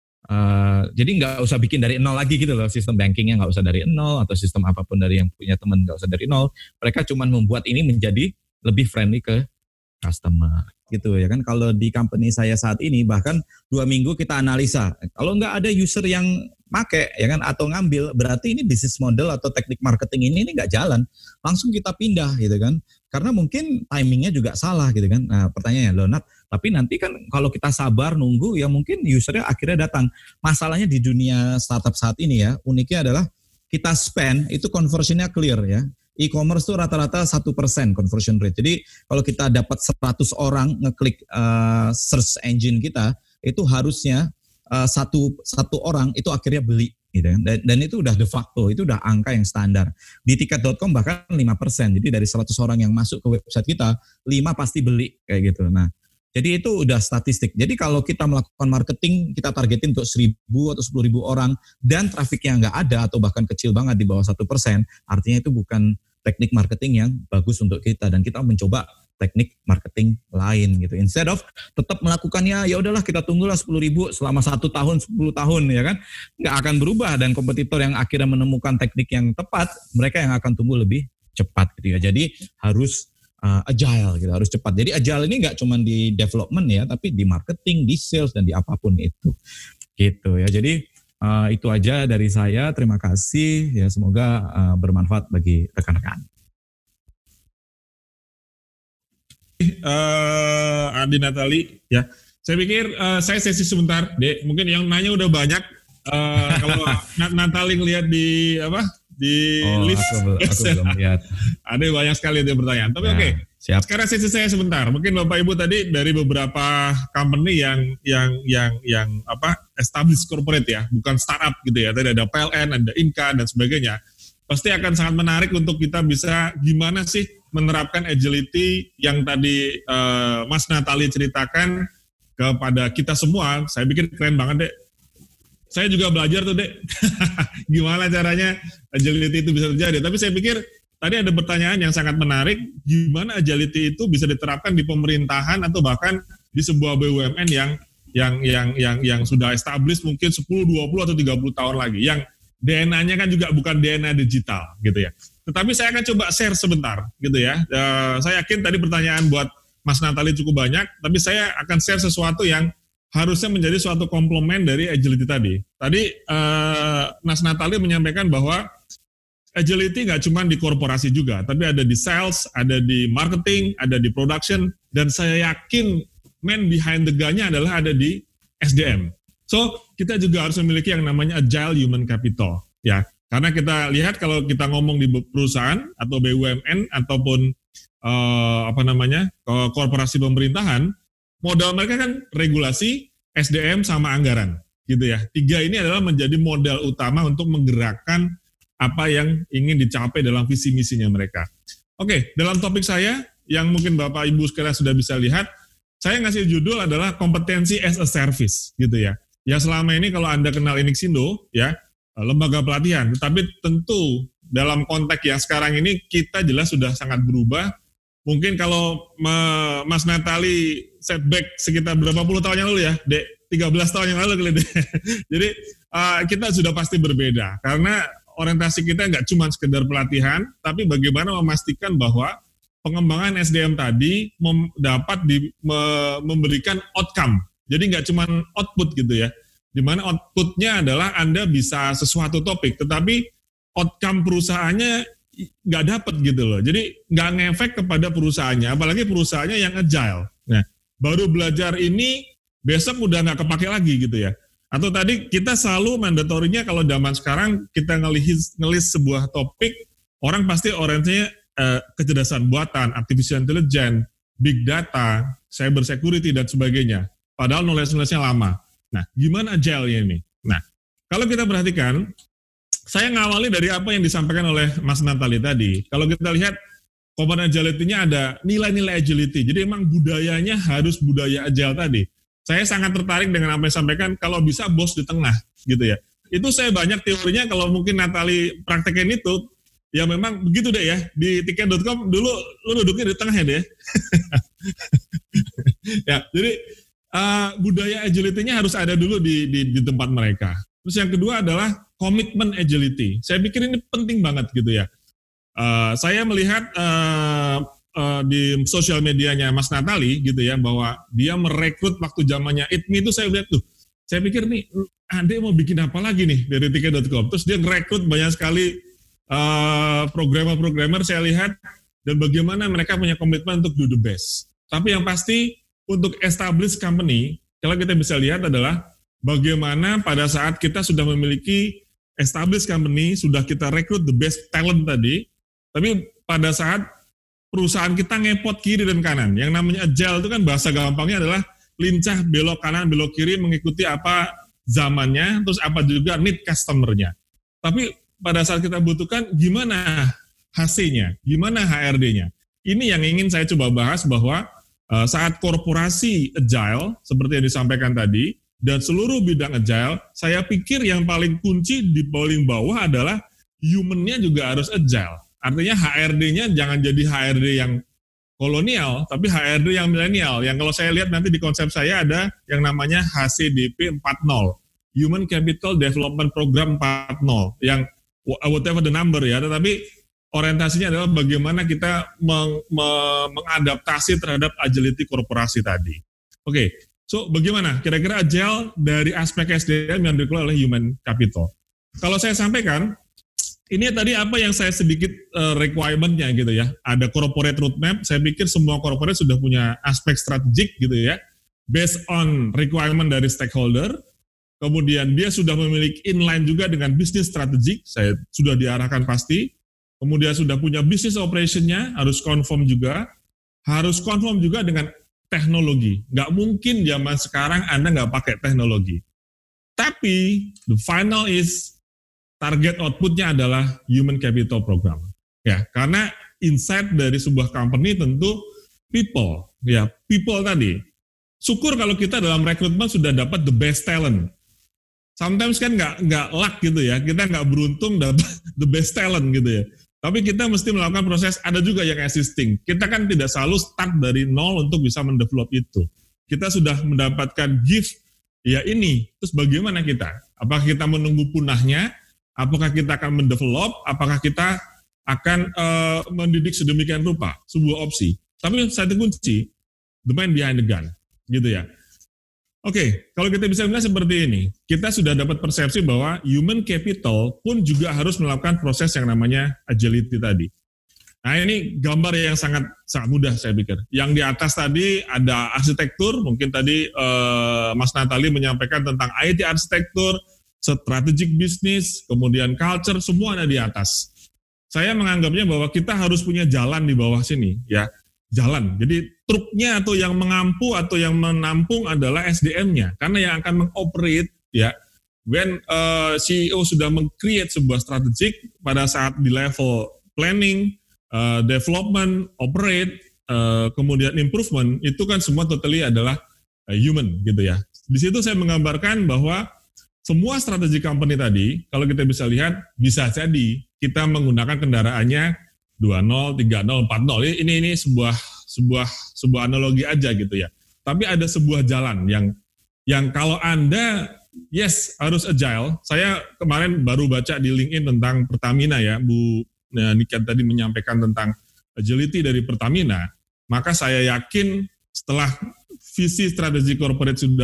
uh, jadi nggak usah bikin dari nol lagi gitu loh, sistem bankingnya nggak usah dari nol atau sistem apapun dari yang punya teman nggak usah dari nol, mereka cuma membuat ini menjadi lebih friendly ke customer gitu ya kan. Kalau di company saya saat ini bahkan dua minggu kita analisa, kalau nggak ada user yang make ya kan atau ngambil, berarti ini bisnis model atau teknik marketing ini ini nggak jalan, langsung kita pindah gitu kan. Karena mungkin timingnya juga salah gitu kan. Nah pertanyaannya loh Nat, tapi nanti kan kalau kita sabar nunggu ya mungkin usernya akhirnya datang. Masalahnya di dunia startup saat ini ya, uniknya adalah kita spend itu conversionnya clear ya. E-commerce tuh rata-rata satu persen conversion rate. Jadi kalau kita dapat seratus orang ngeklik uh, search engine kita, itu harusnya uh, satu, satu orang itu akhirnya beli. Gitu kan. Dan, dan itu udah de facto, itu udah angka yang standar. Di tiket dot com bahkan lima persen. Jadi dari seratus orang yang masuk ke website kita, lima pasti beli kayak gitu. Nah, jadi itu udah statistik. Jadi kalau kita melakukan marketing, kita targetin untuk seribu atau sepuluh ribu orang dan trafiknya nggak ada atau bahkan kecil banget di bawah satu persen, artinya itu bukan teknik marketing yang bagus untuk kita, dan kita mencoba teknik marketing lain gitu. Instead of tetap melakukannya, ya udahlah kita tunggulah sepuluh ribu selama satu tahun, sepuluh tahun ya kan. Nggak akan berubah, dan kompetitor yang akhirnya menemukan teknik yang tepat, mereka yang akan tumbuh lebih cepat gitu ya. Jadi harus uh, agile gitu, harus cepat. Jadi agile ini nggak cuma di development ya, tapi di marketing, di sales, dan di apapun itu. Gitu ya. Jadi uh, itu aja dari saya. Terima kasih ya, semoga uh, bermanfaat bagi rekan-rekan. Uh, Adi Natali, ya. Saya pikir uh, saya sesi sebentar, Dek. Mungkin yang nanya udah banyak. Uh, kalau Natali ngelihat di apa di oh, list, aku, aku belum lihat. Ada banyak sekali dia pertanyaan. Tapi ya, oke, okay. Sekarang sesi saya sebentar. Mungkin Bapak Ibu tadi dari beberapa company yang yang yang yang apa established corporate ya, bukan startup gitu ya. Tadi ada P L N, ada Inka dan sebagainya. Pasti akan sangat menarik untuk kita bisa gimana sih menerapkan agility yang tadi uh, Mas Natali ceritakan kepada kita semua. Saya pikir keren banget, Dek. Saya juga belajar tuh, Dek. Gimana caranya agility itu bisa terjadi. Tapi saya pikir tadi ada pertanyaan yang sangat menarik, gimana agility itu bisa diterapkan di pemerintahan atau bahkan di sebuah B U M N yang yang yang yang yang sudah established mungkin sepuluh, dua puluh atau tiga puluh tahun lagi, yang D N A-nya kan juga bukan D N A digital gitu ya. Tetapi saya akan coba share sebentar gitu ya. Uh, saya yakin tadi pertanyaan buat Mas Natali cukup banyak, tapi saya akan share sesuatu yang harusnya menjadi suatu komplement dari agility tadi. Tadi uh, Mas Natali menyampaikan bahwa agility nggak cuma di korporasi juga, tapi ada di sales, ada di marketing, ada di production, dan saya yakin man behind the gun-nya adalah ada di S D M. So, kita juga harus memiliki yang namanya agile human capital, ya. Karena kita lihat kalau kita ngomong di perusahaan atau B U M N ataupun uh, apa namanya korporasi pemerintahan, modal mereka kan regulasi, S D M sama anggaran, gitu ya. Tiga ini adalah menjadi modal utama untuk menggerakkan apa yang ingin dicapai dalam visi misinya mereka. Oke, dalam topik saya yang mungkin Bapak Ibu sekalian sudah bisa lihat, saya ngasih judul adalah kompetensi as a service, gitu ya. Ya selama ini kalau Anda kenal Inixindo, ya lembaga pelatihan, tetapi tentu dalam konteks yang sekarang ini kita jelas sudah sangat berubah. Mungkin kalau Mas Natali setback sekitar berapa puluh tahun yang lalu ya, Dek, tiga belas tahun yang lalu kali Dek. Jadi uh, kita sudah pasti berbeda, karena orientasi kita nggak cuma sekedar pelatihan, tapi bagaimana memastikan bahwa pengembangan S D M tadi mem- dapat di, me- memberikan outcome. Jadi nggak cuma output gitu ya. di mana outputnya adalah Anda bisa sesuatu topik, tetapi outcome perusahaannya nggak dapat gitu loh. Jadi nggak ngefek kepada perusahaannya, apalagi perusahaannya yang agile. Nah, baru belajar ini, besok udah nggak kepake lagi gitu ya. Atau tadi kita selalu mandatorinya kalau zaman sekarang kita ngelis, ngelis sebuah topik, orang pasti orientasinya eh, kecerdasan buatan, artificial intelligence, big data, cyber security dan sebagainya. Padahal knowledge-knowledge-nya lama. Nah, gimana agile-nya ini? Nah, kalau kita perhatikan, saya ngawali dari apa yang disampaikan oleh Mas Natali tadi. Kalau kita lihat komponen agility-nya ada nilai-nilai agility. Jadi emang budayanya harus budaya agile tadi. Saya sangat tertarik dengan apa yang disampaikan, kalau bisa bos di tengah gitu ya. Itu saya banyak teorinya, kalau mungkin Natali praktekin itu, ya memang begitu deh ya. Di tiket dot com dulu lu duduknya di tengah ya deh. Ya, jadi uh, budaya agility-nya harus ada dulu di, di, di tempat mereka. Terus yang kedua adalah komitmen agility. Saya pikir ini penting banget gitu ya. Uh, saya melihat uh, uh, di sosial medianya Mas Natali gitu ya, bahwa dia merekrut waktu zamannya I T M I itu saya lihat tuh. Saya pikir nih, Ade mau bikin apa lagi nih dari tiket dot com. Terus dia merekrut banyak sekali uh, programmer-programmer saya lihat, dan bagaimana mereka punya komitmen untuk do the best. Tapi yang pasti untuk establish company, kalau kita bisa lihat adalah bagaimana pada saat kita sudah memiliki established company, sudah kita rekrut the best talent tadi, tapi pada saat perusahaan kita ngepot kiri dan kanan, yang namanya agile itu kan bahasa gampangnya adalah lincah belok kanan, belok kiri mengikuti apa zamannya, terus apa juga need customer-nya. Tapi pada saat kita butuhkan, gimana H C-nya, gimana H R D-nya. Ini yang ingin saya coba bahas, bahwa uh, saat korporasi agile, seperti yang disampaikan tadi, dan seluruh bidang agile, saya pikir yang paling kunci di paling bawah adalah human-nya juga harus agile. Artinya H R D-nya jangan jadi H R D yang kolonial, tapi H R D yang milenial. Yang kalau saya lihat nanti di konsep saya ada yang namanya H C D P empat nol, Human Capital Development Program empat nol, yang whatever the number ya, tetapi orientasinya adalah bagaimana kita meng, me, mengadaptasi terhadap agility korporasi tadi. Oke. Okay. So, bagaimana kira-kira agile dari aspek S D M yang dikelola oleh human capital? Kalau saya sampaikan, ini tadi apa yang saya sedikit uh, requirement-nya gitu ya. Ada corporate roadmap, saya pikir semua corporate sudah punya aspek strategik gitu ya. Based on requirement dari stakeholder, kemudian dia sudah memiliki inline juga dengan bisnis strategik, saya sudah diarahkan pasti. Kemudian sudah punya business operation-nya, harus confirm juga. Harus confirm juga dengan teknologi. Nggak mungkin zaman sekarang Anda nggak pakai teknologi. Tapi the final is target outputnya adalah human capital program. Ya, karena insight dari sebuah company tentu people. Ya, people tadi. Syukur kalau kita dalam rekrutmen sudah dapat the best talent. Sometimes kan nggak nggak luck gitu ya. Kita nggak beruntung dapat the best talent gitu ya. Tapi kita mesti melakukan proses, ada juga yang existing. Kita kan tidak selalu start dari nol untuk bisa mendevelop itu. Kita sudah mendapatkan gift, ya ini. Terus bagaimana kita? Apakah kita menunggu punahnya? Apakah kita akan mendevelop? Apakah kita akan uh, mendidik sedemikian rupa? Sebuah opsi. Tapi satu kunci, the man behind the gun. Gitu ya. Oke, okay, kalau kita bisa bilang seperti ini, kita sudah dapat persepsi bahwa human capital pun juga harus melakukan proses yang namanya agility tadi. Nah ini gambar yang sangat sangat mudah saya pikir. Yang di atas tadi ada arsitektur, mungkin tadi eh, Mas Natali menyampaikan tentang I T arsitektur, strategic business, kemudian culture, semua ada di atas. Saya menganggapnya bahwa kita harus punya jalan di bawah sini, ya. Jalan. Jadi truknya atau yang mengampu atau yang menampung adalah S D M-nya. Karena yang akan mengoperate ya, when uh, C E O sudah meng-create sebuah strategik pada saat di level planning, uh, development, operate, uh, kemudian improvement, itu kan semua totally adalah uh, human gitu ya. Di situ saya menggambarkan bahwa semua strategi company tadi, kalau kita bisa lihat, bisa jadi kita menggunakan kendaraannya dua nol, tiga nol, empat nol. Ini ini sebuah sebuah sebuah analogi aja gitu ya. Tapi ada sebuah jalan yang yang kalau Anda yes harus agile. Saya kemarin baru baca di LinkedIn tentang Pertamina ya, Bu Niken tadi menyampaikan tentang agility dari Pertamina. Maka saya yakin setelah visi strategi corporate sudah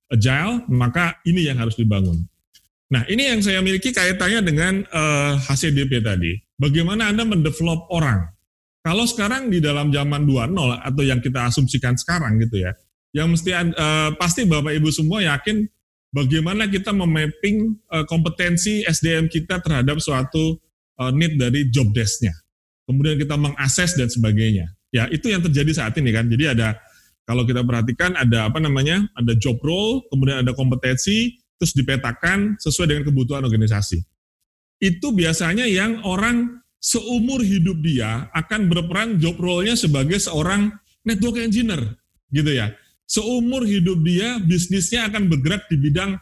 agile, maka ini yang harus dibangun. Nah, ini yang saya miliki kaitannya dengan uh, H C D P tadi. Bagaimana Anda mendevelop orang? Kalau sekarang di dalam zaman dua titik nol atau yang kita asumsikan sekarang gitu ya, yang mesti uh, pasti Bapak Ibu semua yakin bagaimana kita memapping uh, kompetensi S D M kita terhadap suatu uh, need dari job desk-nya. Kemudian kita mengakses dan sebagainya. Ya, itu yang terjadi saat ini kan. Jadi ada, kalau kita perhatikan ada apa namanya, ada job role, kemudian ada kompetensi, terus dipetakan sesuai dengan kebutuhan organisasi. Itu biasanya yang orang seumur hidup dia akan berperan job role-nya sebagai seorang network engineer, gitu ya. Seumur hidup dia, bisnisnya akan bergerak di bidang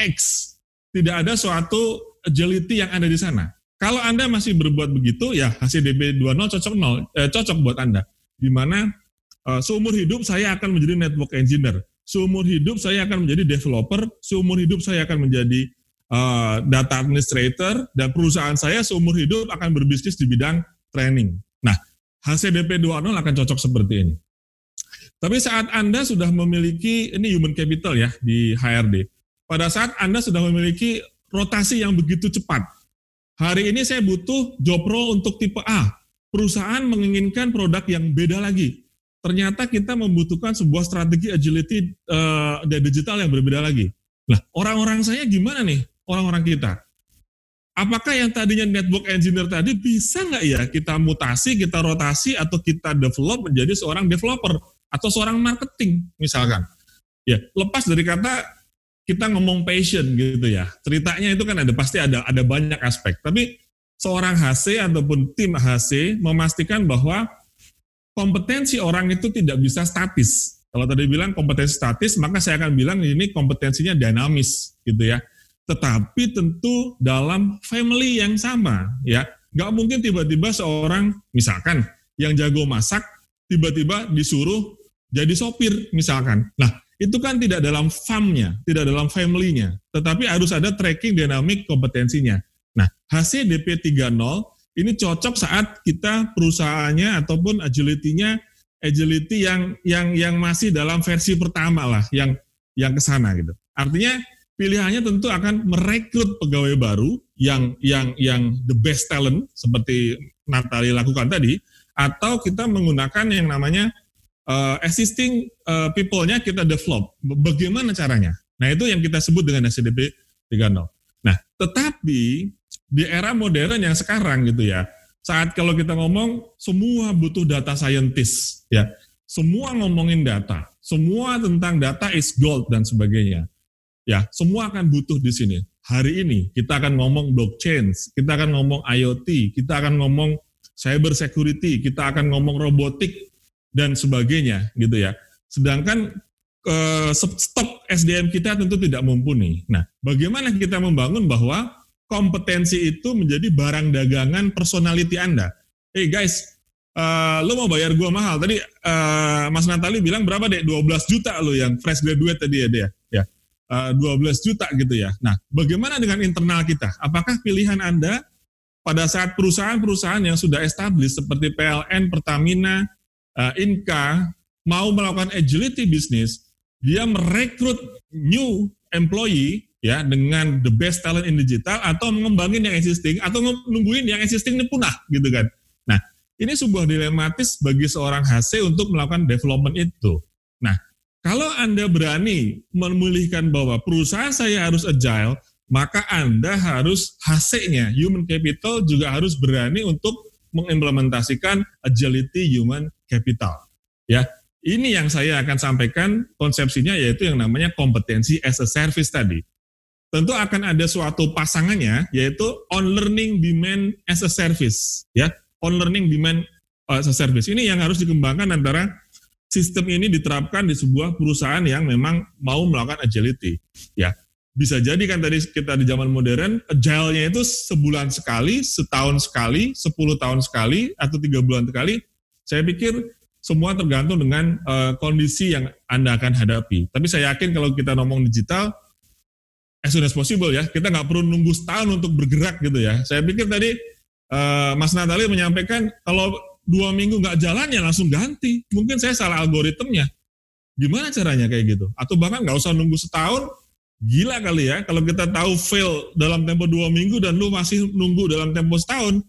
X. Tidak ada suatu agility yang ada di sana. Kalau Anda masih berbuat begitu, ya H C D P dua titik nol cocok nol, eh, cocok buat Anda. Di mana uh, seumur hidup saya akan menjadi network engineer, seumur hidup saya akan menjadi developer, seumur hidup saya akan menjadi uh, data administrator, dan perusahaan saya seumur hidup akan berbisnis di bidang training. Nah, H C D P dua titik nol akan cocok seperti ini. Tapi saat Anda sudah memiliki, ini human capital ya di H R D, pada saat Anda sudah memiliki rotasi yang begitu cepat, hari ini saya butuh job role untuk tipe A. Perusahaan menginginkan produk yang beda lagi. Ternyata kita membutuhkan sebuah strategi agility uh, dan digital yang berbeda lagi. Nah, orang-orang saya gimana nih? Orang-orang kita. Apakah yang tadinya network engineer tadi bisa nggak ya kita mutasi, kita rotasi, atau kita develop menjadi seorang developer atau seorang marketing misalkan? Ya, lepas dari kata kita ngomong passion gitu ya. Ceritanya itu kan ada pasti ada ada banyak aspek. Tapi seorang H C ataupun tim H C memastikan bahwa kompetensi orang itu tidak bisa statis. Kalau tadi bilang kompetensi statis, maka saya akan bilang ini kompetensinya dinamis gitu ya. Tetapi tentu dalam family yang sama ya. Nggak mungkin tiba-tiba seorang misalkan yang jago masak tiba-tiba disuruh jadi sopir misalkan. Nah, itu kan tidak dalam farm-nya, tidak dalam family-nya, tetapi harus ada tracking dinamik kompetensinya. Nah, H C D P tiga titik nol ini cocok saat kita perusahaannya ataupun agility-nya, agility yang yang yang masih dalam versi pertama lah, yang yang ke sana gitu. Artinya pilihannya tentu akan merekrut pegawai baru yang yang yang the best talent seperti Natali lakukan tadi, atau kita menggunakan yang namanya Uh, existing uh, people-nya kita develop. Bagaimana caranya? Nah, itu yang kita sebut dengan H C D P tiga titik nol. Nah, tetapi di era modern yang sekarang gitu ya, saat kalau kita ngomong semua butuh data scientist, ya, semua ngomongin data, semua tentang data is gold dan sebagainya. Ya, semua akan butuh di sini. Hari ini kita akan ngomong blockchain, kita akan ngomong I O T, kita akan ngomong cyber security, kita akan ngomong robotik dan sebagainya gitu ya. Sedangkan eh, stok S D M kita tentu tidak mumpuni. Nah, bagaimana kita membangun bahwa kompetensi itu menjadi barang dagangan personality Anda? Hey guys, uh, lo mau bayar gua mahal. Tadi uh, Mas Natali bilang berapa deh? dua belas juta lo yang fresh graduate tadi ya dia. Ya. Uh, dua belas juta gitu ya. Nah, bagaimana dengan internal kita? Apakah pilihan Anda pada saat perusahaan-perusahaan yang sudah established seperti P L N, Pertamina, Uh, Inka mau melakukan agility business, dia merekrut new employee ya dengan the best talent in digital, atau mengembangin yang existing, atau nungguin yang existing ini punah gitu kan. Nah, ini sebuah dilematis bagi seorang H C untuk melakukan development itu. Nah, kalau Anda berani memilihkan bahwa perusahaan saya harus agile, maka Anda harus H C-nya, human capital juga harus berani untuk mengimplementasikan agility human capital. Ya, ini yang saya akan sampaikan konsepsinya, yaitu yang namanya kompetensi as a service tadi. Tentu akan ada suatu pasangannya, yaitu on learning demand as a service. Ya, on learning demand as a service. Ini yang harus dikembangkan antara sistem ini diterapkan di sebuah perusahaan yang memang mau melakukan agility. Ya, bisa jadi kan tadi kita di zaman modern, agile-nya itu sebulan sekali, setahun sekali, sepuluh tahun sekali, atau tiga bulan sekali. Saya pikir semua tergantung dengan uh, kondisi yang Anda akan hadapi. Tapi saya yakin kalau kita ngomong digital, as soon as possible ya, kita nggak perlu nunggu setahun untuk bergerak gitu ya. Saya pikir tadi uh, Mas Natali menyampaikan kalau dua minggu nggak jalan ya langsung ganti. Mungkin saya salah algoritmnya. Gimana caranya kayak gitu? Atau bahkan nggak usah nunggu setahun, gila kali ya. Kalau kita tahu fail dalam tempo dua minggu dan lu masih nunggu dalam tempo setahun,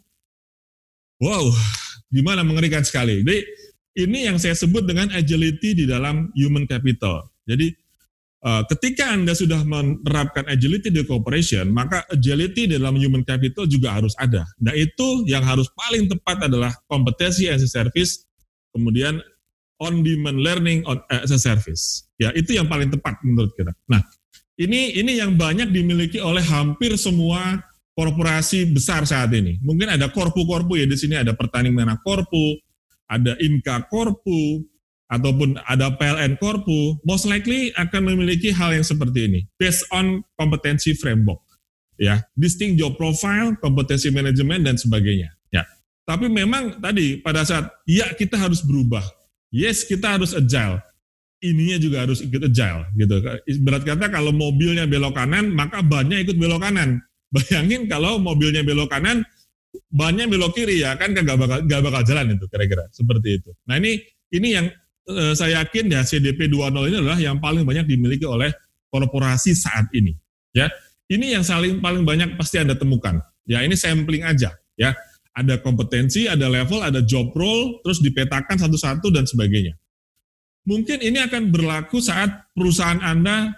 wow, gimana, mengerikan sekali. Jadi ini yang saya sebut dengan agility di dalam human capital. Jadi ketika Anda sudah menerapkan agility di corporation, maka agility dalam human capital juga harus ada. Nah itu yang harus paling tepat adalah kompetensi as a service, kemudian on-demand learning on, as a service. Ya, itu yang paling tepat menurut kita. Nah, ini ini yang banyak dimiliki oleh hampir semua korporasi besar saat ini. Mungkin ada Korpu-Korpu ya, di sini ada Pertamina Korpu, ada Inka Korpu, ataupun ada P L N Korpu, most likely akan memiliki hal yang seperti ini, based on competency framework. Ya, distinct job profile, kompetensi manajemen, dan sebagainya. Ya. Tapi memang tadi pada saat, ya kita harus berubah. Yes, kita harus agile. Ininya juga harus ikut agile, gitu. Berat kata kalau mobilnya belok kanan, maka bannya ikut belok kanan. Bayangin kalau mobilnya belok kanan, bannya belok kiri, ya kan nggak bakal nggak bakal jalan itu, kira-kira seperti itu. Nah ini ini yang eh, saya yakin ya C D P dua nol ini adalah yang paling banyak dimiliki oleh korporasi saat ini. Ya, ini yang saling paling banyak pasti Anda temukan. Ya, ini sampling aja, ya. Ada kompetensi, ada level, ada job role, terus dipetakan satu-satu dan sebagainya. Mungkin ini akan berlaku saat perusahaan Anda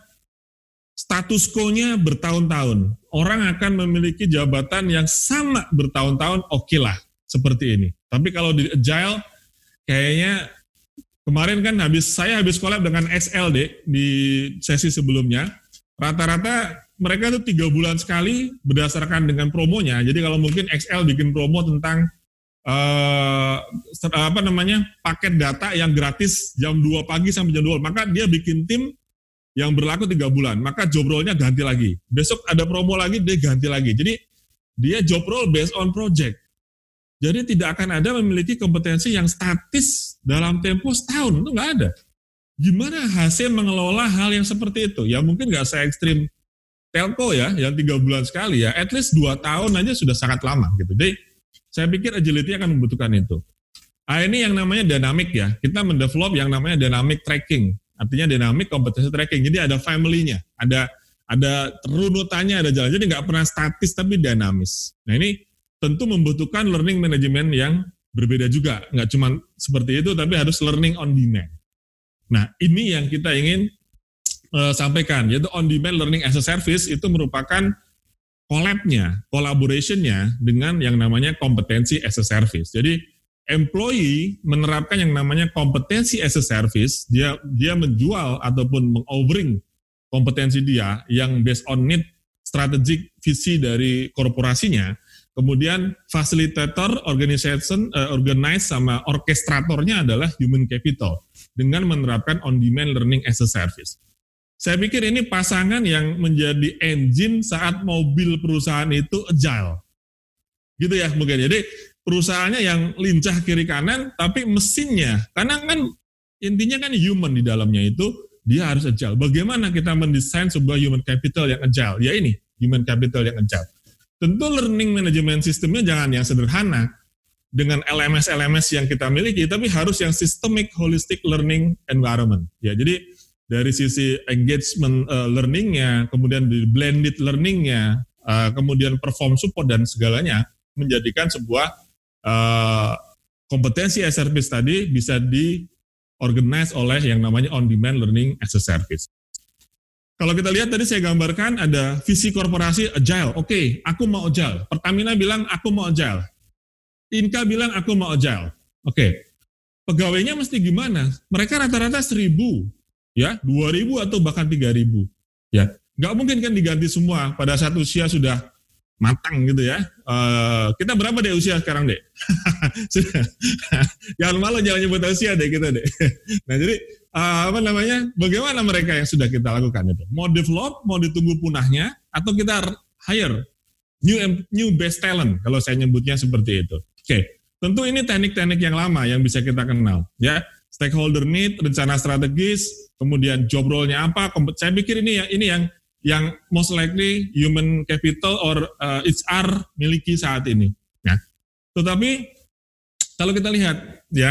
status quo-nya bertahun-tahun. Orang akan memiliki jabatan yang sama bertahun-tahun, oke lah, seperti ini. Tapi kalau di agile, kayaknya kemarin kan habis saya habis collab dengan X L D di sesi sebelumnya, rata-rata mereka tuh tiga bulan sekali berdasarkan dengan promonya. Jadi kalau mungkin X L bikin promo tentang uh, apa namanya paket data yang gratis jam dua pagi sampai jam dua, maka dia bikin tim yang berlaku tiga bulan. Maka job role-nya ganti lagi. Besok ada promo lagi, dia ganti lagi. Jadi dia job role based on project. Jadi tidak akan ada memiliki kompetensi yang statis dalam tempo setahun, itu nggak ada. Gimana hasil mengelola hal yang seperti itu? Ya mungkin nggak se ekstrim telco ya, yang tiga bulan sekali ya, at least dua tahun aja sudah sangat lama gitu. Jadi saya pikir agility akan membutuhkan itu. Ah, ini yang namanya dynamic ya, kita mendevelop yang namanya dynamic tracking, artinya dynamic kompetensi tracking. Jadi ada family-nya, ada ada runutannya, ada jalan. Jadi nggak pernah statis tapi dinamis. Nah ini tentu membutuhkan learning management yang berbeda juga, nggak cuma seperti itu, tapi harus learning on demand. Nah ini yang kita ingin sampaikan, yaitu on-demand learning as a service itu merupakan collab-nya, collaboration-nya dengan yang namanya kompetensi as a service. Jadi employee menerapkan yang namanya kompetensi as a service, dia dia menjual ataupun meng-offering kompetensi dia yang based on need, strategic visi dari korporasinya, kemudian facilitator, organization, uh, organize sama orkestratornya adalah human capital dengan menerapkan on-demand learning as a service. Saya pikir ini pasangan yang menjadi engine saat mobil perusahaan itu agile. Gitu ya mungkin. Jadi perusahaannya yang lincah kiri kanan, tapi mesinnya, karena kan intinya kan human di dalamnya itu, dia harus agile. Bagaimana kita mendesain sebuah human capital yang agile? Ya ini, human capital yang agile. Tentu learning management sistemnya jangan yang sederhana, dengan L M S-L M S yang kita miliki, tapi harus yang systemic holistic learning environment. Ya, jadi dari sisi engagement uh, learning-nya, kemudian di blended learning-nya, uh, kemudian perform support dan segalanya, menjadikan sebuah uh, kompetensi as a service tadi bisa di-organize oleh yang namanya on-demand learning as a service. Kalau kita lihat tadi saya gambarkan ada visi korporasi agile. Oke, okay, aku mau agile. Pertamina bilang aku mau agile. Inka bilang aku mau agile. Oke, okay. Pegawainya mesti gimana? Mereka rata-rata seribu. Ya, dua ribu atau bahkan tiga ribu. Ya, nggak mungkin kan diganti semua pada saat usia sudah matang gitu ya. Uh, kita berapa deh usia sekarang deh? Jangan malu, jangan nyebut usia deh kita deh. Nah jadi uh, apa namanya? Bagaimana mereka yang sudah kita lakukan itu? Mau develop, mau ditunggu punahnya, atau kita hire new new best talent kalau saya nyebutnya seperti itu. Oke, okay. Tentu ini teknik-teknik yang lama yang bisa kita kenal. Ya, stakeholder need, rencana strategis. Kemudian job role-nya apa? Saya pikir ini yang ini yang yang most likely human capital or uh, H R miliki saat ini. Ya. Tetapi kalau kita lihat ya,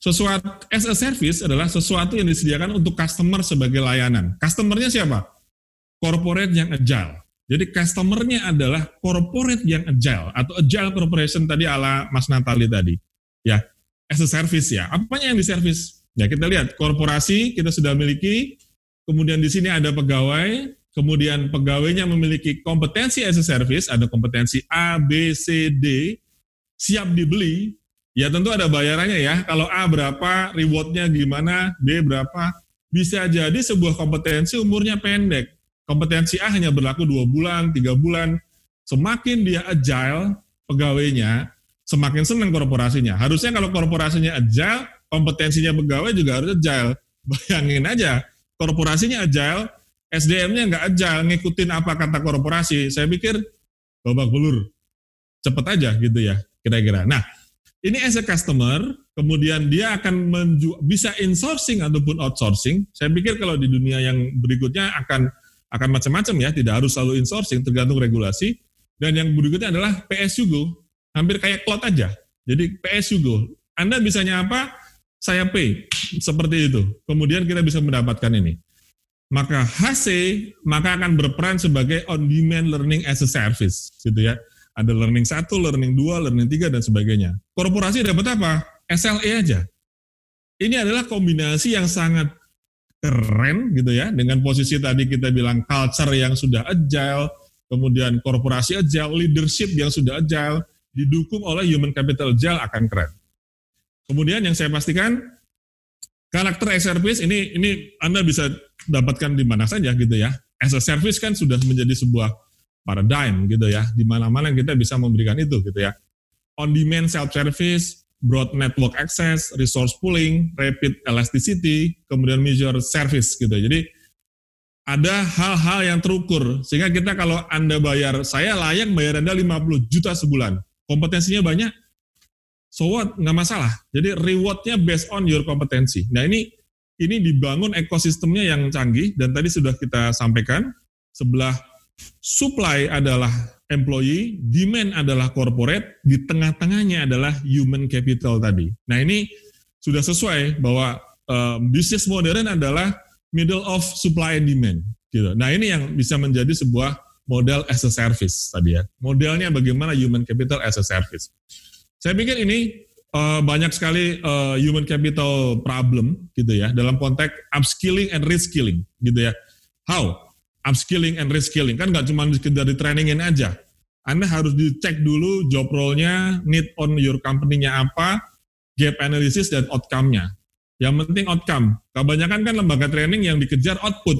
sesuatu as a service adalah sesuatu yang disediakan untuk customer sebagai layanan. Customernya siapa? Corporate yang agile. Jadi customernya adalah corporate yang agile atau agile corporation tadi ala Mas Natali tadi. Ya, as a service ya. Apanya yang di service? Ya kita lihat korporasi kita sudah miliki, kemudian di sini ada pegawai, kemudian pegawainya memiliki kompetensi as a service, ada kompetensi A, B, C, D, siap dibeli. Ya tentu ada bayarannya ya, kalau A berapa, rewardnya gimana, B berapa. Bisa jadi sebuah kompetensi umurnya pendek. Kompetensi A hanya berlaku dua bulan, tiga bulan. Semakin dia agile pegawainya, semakin senang korporasinya. Harusnya kalau korporasinya agile, kompetensinya pegawai juga harus agile. Bayangin aja, korporasinya agile, S D M-nya nggak agile, ngikutin apa kata korporasi. Saya pikir babak belur, cepet aja gitu ya kira-kira. Nah, ini as a customer, kemudian dia akan menju- bisa insourcing ataupun outsourcing. Saya pikir kalau di dunia yang berikutnya akan akan macam-macam ya, tidak harus selalu insourcing, tergantung regulasi. Dan yang berikutnya adalah P S U Go, hampir kayak cloud aja. Jadi P S U Go, Anda bisanya apa? Saya pay, seperti itu. Kemudian kita bisa mendapatkan ini. Maka H C, maka akan berperan sebagai on-demand learning as a service, gitu ya. Ada learning satu, learning dua, learning tiga, dan sebagainya. Korporasi dapat apa? S L A aja. Ini adalah kombinasi yang sangat keren gitu ya, dengan posisi tadi kita bilang culture yang sudah agile, kemudian korporasi agile, leadership yang sudah agile, didukung oleh human capital agile akan keren. Kemudian yang saya pastikan, karakter as a service ini, ini Anda bisa dapatkan di mana saja gitu ya. As a service kan sudah menjadi sebuah paradigm gitu ya, di mana-mana kita bisa memberikan itu gitu ya. On-demand self-service, broad network access, resource pooling, rapid elasticity, kemudian measure service gitu. Jadi ada hal-hal yang terukur, sehingga kita kalau Anda bayar, saya layak bayar Anda lima puluh juta sebulan, kompetensinya banyak, so what, nggak masalah. Jadi rewardnya based on your kompetensi. Nah ini ini dibangun ekosistemnya yang canggih, dan tadi sudah kita sampaikan, sebelah supply adalah employee, demand adalah corporate, di tengah-tengahnya adalah human capital tadi. Nah ini sudah sesuai bahwa uh, bisnis modern adalah middle of supply and demand. Gitu. Nah ini yang bisa menjadi sebuah model as a service tadi ya. Modelnya bagaimana human capital as a service. Saya pikir ini uh, banyak sekali uh, human capital problem gitu ya dalam konteks upskilling and reskilling gitu ya. How? Upskilling and reskilling, kan nggak cuma sekedar di trainingin aja. Anda harus dicek dulu job role-nya, need on your company-nya apa, gap analysis dan outcome-nya. Yang penting outcome. Kebanyakan kan lembaga training yang dikejar output.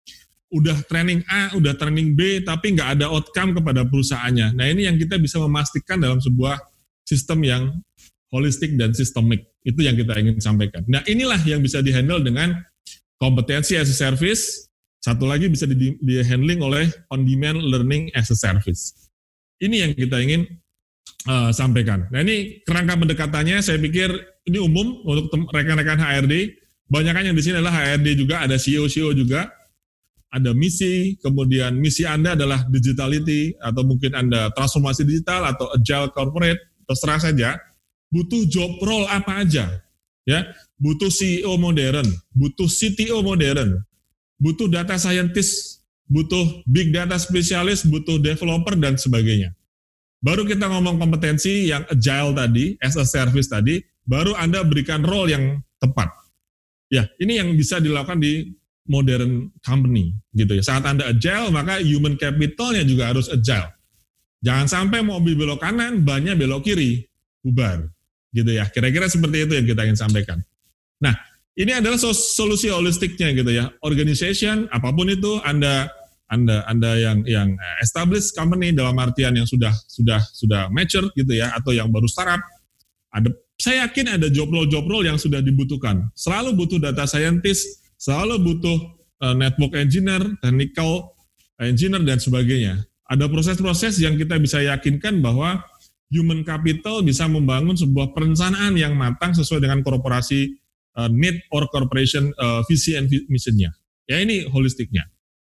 Udah training A, udah training B, tapi nggak ada outcome kepada perusahaannya. Nah ini yang kita bisa memastikan dalam sebuah sistem yang holistik dan sistemik. Itu yang kita ingin sampaikan. Nah inilah yang bisa di-handle dengan kompetensi as a service. Satu lagi bisa di, di handling oleh on-demand learning as a service. Ini yang kita ingin uh, sampaikan. Nah ini kerangka pendekatannya saya pikir ini umum untuk tem- rekan-rekan H R D. Banyakan yang di sini adalah H R D juga, ada C E O C E O juga, ada misi, kemudian misi Anda adalah digitality, atau mungkin Anda transformasi digital atau agile corporate, terserah saja. Butuh job role apa aja, ya? Butuh C E O modern, butuh C T O modern, butuh data scientist, butuh big data spesialis, butuh developer, dan sebagainya. Baru kita ngomong kompetensi yang agile tadi, as a service tadi, baru Anda berikan role yang tepat. Ya, ini yang bisa dilakukan di modern company, gitu ya. Saat Anda agile, maka human capitalnya juga harus agile. Jangan sampai mobil belok kanan, bannya belok kiri, bubar, gitu ya. Kira-kira seperti itu yang kita ingin sampaikan. Nah, ini adalah solusi holistiknya gitu ya. Organization apapun itu Anda Anda Anda yang yang established company dalam artian yang sudah sudah sudah mature gitu ya, atau yang baru startup. Ada, saya yakin ada job role job role yang sudah dibutuhkan. Selalu butuh data scientist, selalu butuh uh, network engineer, technical engineer, dan sebagainya. Ada proses-proses yang kita bisa yakinkan bahwa human capital bisa membangun sebuah perencanaan yang matang sesuai dengan korporasi Uh, need or corporation uh, visi and mission-nya. Ya ini holistiknya.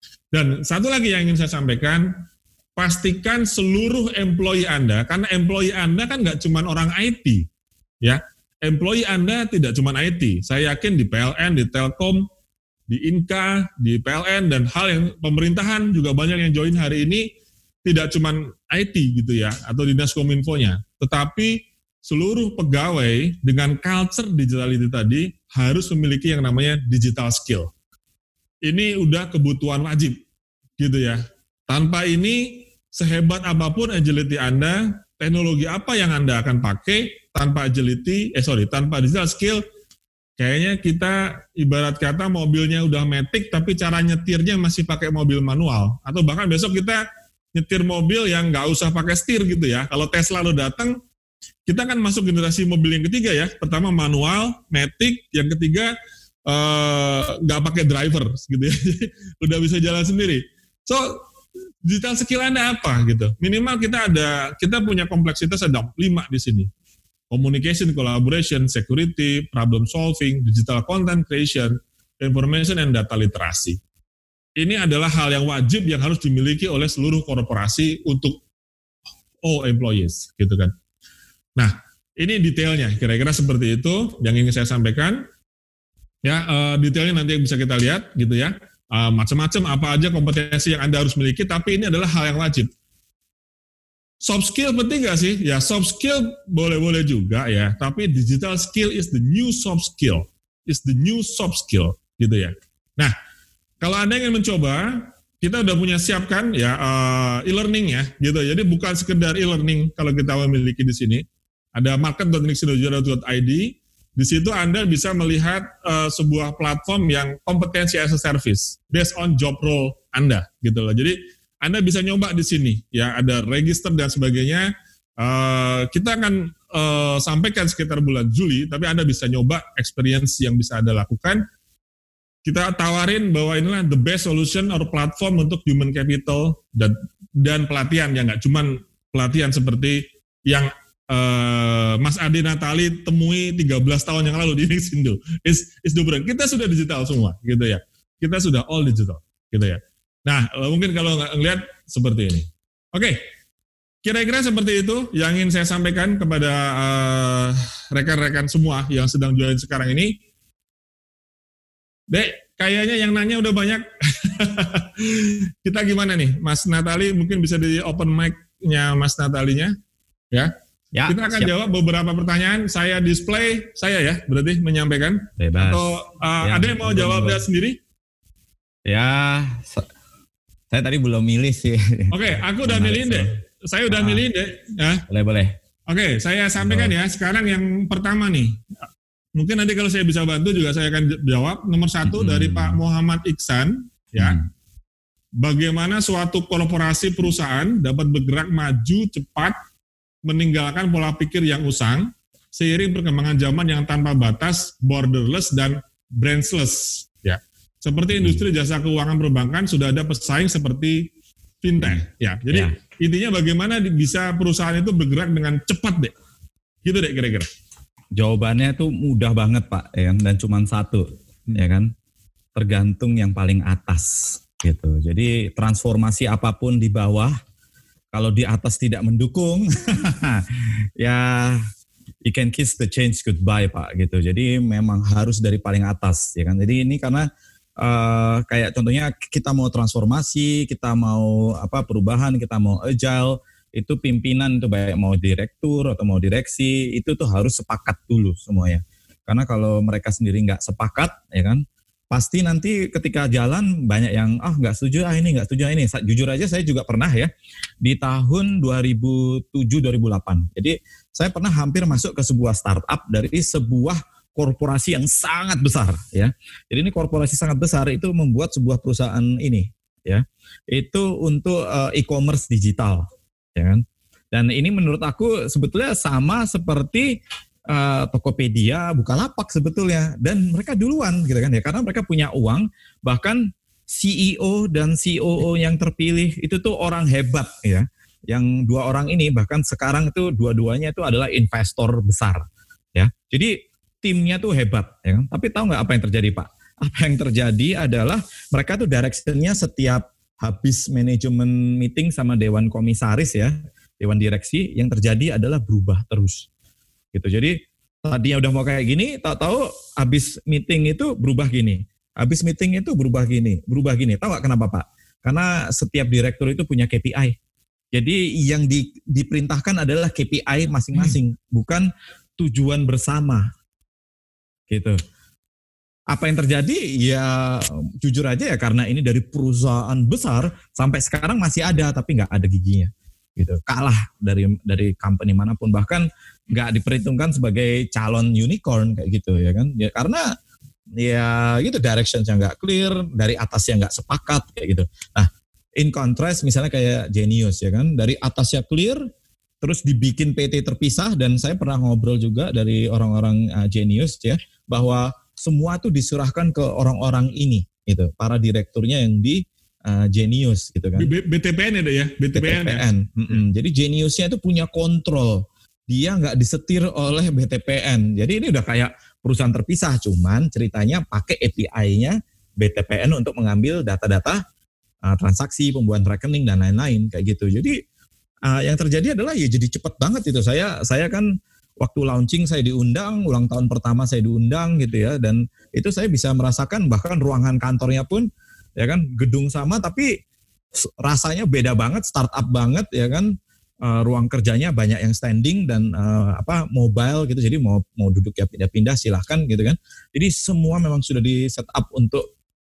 Dan satu lagi yang ingin saya sampaikan, pastikan seluruh employee Anda, karena employee Anda kan nggak cuma orang I T, ya. employee Anda tidak cuma I T. Saya yakin di P L N, di Telkom, di Inka, di P L N, dan hal yang pemerintahan juga banyak yang join hari ini tidak cuma I T gitu ya, atau dinas kominfonya. Tetapi seluruh pegawai dengan culture digitality tadi harus memiliki yang namanya digital skill. Ini udah kebutuhan wajib gitu ya. Tanpa ini, sehebat apapun agility Anda, teknologi apa yang Anda akan pakai, tanpa agility, eh sorry, tanpa digital skill, kayaknya kita ibarat kata mobilnya udah matic, tapi cara nyetirnya masih pakai mobil manual. Atau bahkan besok kita nyetir mobil yang nggak usah pakai setir gitu ya. Kalau Tesla lo datang, kita kan masuk generasi mobil yang ketiga ya. Pertama manual, matic, yang ketiga nggak uh, pakai driver gitu ya. Udah bisa jalan sendiri. So digital skill Anda apa gitu? Minimal kita ada, kita punya kompleksitas ada lima di sini. Communication, collaboration, security, problem solving, digital content creation, information and data literasi. Ini adalah hal yang wajib yang harus dimiliki oleh seluruh korporasi untuk all employees, gitu kan. Nah, ini detailnya, kira-kira seperti itu yang ingin saya sampaikan. Ya, uh, detailnya nanti bisa kita lihat, gitu ya. Uh, macam-macam apa aja kompetensi yang Anda harus miliki, tapi ini adalah hal yang wajib. Soft skill penting gak sih? Ya, soft skill boleh-boleh juga ya, tapi digital skill is the new soft skill, is the new soft skill, gitu ya. Nah, kalau Anda ingin mencoba, kita udah punya siapkan ya uh, e-learning ya, gitu. Jadi bukan sekedar e-learning kalau kita memiliki di sini. Ada market dot nixindojo dot I D. Di situ Anda bisa melihat uh, sebuah platform yang kompetensi as a service based on job role Anda, gitu loh. Jadi Anda bisa nyoba di sini, ya ada register dan sebagainya. Uh, kita akan uh, sampaikan sekitar bulan Juli, tapi Anda bisa nyoba experience yang bisa Anda lakukan. Kita tawarin bahwa inilah the best solution or platform untuk human capital dan dan pelatihan, ya nggak cuman pelatihan seperti yang Uh, Mas Ade Natali temui tiga belas tahun yang lalu di Nixindo. Is is different. Kita sudah digital semua, gitu ya. Kita sudah all digital, gitu ya. Nah, mungkin kalau nggak ngelihat seperti ini. Oke, okay. Kira-kira seperti itu yang ingin saya sampaikan kepada uh, rekan-rekan semua yang sedang join sekarang ini. Dek, kayaknya yang nanya udah banyak. Kita gimana nih, Mas Natali? Mungkin bisa di open mic-nya Mas Natalinya, ya. Ya, kita akan siap. Jawab beberapa pertanyaan. Saya display, saya ya berarti menyampaikan. Bebas. Atau uh, ya, ada yang mau jawab lihat sendiri? Ya, saya tadi belum milih sih. Oke, okay, aku udah milihin deh. Saya udah ah, milihin deh. Ya. Boleh, boleh. Oke, okay, saya sampaikan ya. Sekarang yang pertama nih. Mungkin nanti kalau saya bisa bantu juga saya akan jawab. Nomor satu hmm. dari Pak Muhammad Iksan. Ya. Hmm. Bagaimana suatu korporasi perusahaan dapat bergerak maju cepat meninggalkan pola pikir yang usang seiring perkembangan zaman yang tanpa batas, borderless dan branchless. Ya, seperti industri jasa keuangan perbankan sudah ada pesaing seperti fintech. Ya, jadi ya. Intinya bagaimana bisa perusahaan itu bergerak dengan cepat deh, gitu deh kira-kira. Jawabannya tuh mudah banget Pak, ya, dan cuma satu, hmm. ya kan, tergantung yang paling atas, gitu. Jadi transformasi apapun di bawah. Kalau di atas tidak mendukung, ya you can kiss the change goodbye Pak gitu. Jadi memang harus dari paling atas ya kan. Jadi ini karena uh, kayak contohnya kita mau transformasi, kita mau apa perubahan, kita mau agile, itu pimpinan itu baik mau direktur atau mau direksi itu tuh harus sepakat dulu semuanya. Karena kalau mereka sendiri nggak sepakat ya kan. Pasti nanti ketika jalan banyak yang ah nggak setuju ah ini nggak setuju ah, ini. Jujur aja saya juga pernah ya di tahun dua ribu tujuh dua ribu delapan. Jadi saya pernah hampir masuk ke sebuah startup dari sebuah korporasi yang sangat besar ya. Jadi ini korporasi sangat besar itu membuat sebuah perusahaan ini ya. Itu untuk uh, e-commerce digital ya kan. Dan ini menurut aku sebetulnya sama seperti Uh, Tokopedia, Bukalapak sebetulnya, dan mereka duluan gitu kan ya, karena mereka punya uang. Bahkan C E O dan C O O yang terpilih itu tuh orang hebat ya, yang dua orang ini bahkan sekarang itu dua-duanya itu adalah investor besar ya. Jadi timnya tuh hebat ya kan. Tapi tahu nggak apa yang terjadi Pak? Apa yang terjadi adalah mereka tuh directionnya setiap habis manajemen meeting sama dewan komisaris ya, dewan direksi, yang terjadi adalah berubah terus. Gitu. Jadi tadinya udah mau kayak gini, tahu-tahu habis meeting itu berubah gini. Habis meeting itu berubah gini, berubah gini. Tahu nggak kenapa Pak? Karena setiap direktur itu punya K P I. Jadi yang di, diperintahkan adalah K P I masing-masing, hmm. bukan tujuan bersama. Gitu. Apa yang terjadi? Ya jujur aja ya, karena ini dari perusahaan besar sampai sekarang masih ada, tapi nggak ada giginya. Gitu. Kalah dari dari company manapun, bahkan nggak diperhitungkan sebagai calon unicorn kayak gitu ya kan? Ya karena ya gitu direction-nya nggak clear, dari atasnya nggak sepakat kayak gitu. Nah, in contrast misalnya kayak Genius ya kan, dari atasnya clear, terus dibikin P T terpisah, dan saya pernah ngobrol juga dari orang-orang uh, Genius ya, bahwa semua tuh diserahkan ke orang-orang ini gitu, para direkturnya yang di uh, Genius gitu kan. B T P N ya, B T P N. B T P N. Ya? Jadi Geniusnya itu punya kontrol. Dia nggak disetir oleh B T P N. Jadi ini udah kayak perusahaan terpisah, cuman ceritanya pakai A P I-nya B T P N untuk mengambil data-data uh, transaksi, pembuatan rekening dan lain-lain kayak gitu. Jadi uh, yang terjadi adalah ya jadi cepet banget itu. Saya saya kan waktu launching saya diundang, ulang tahun pertama saya diundang gitu ya, dan itu saya bisa merasakan bahkan ruangan kantornya pun ya kan gedung sama tapi rasanya beda banget, startup banget ya kan. Uh, ruang kerjanya banyak yang standing dan uh, apa mobile gitu, jadi mau mau duduk ya pindah-pindah silahkan gitu kan. Jadi semua memang sudah di set up untuk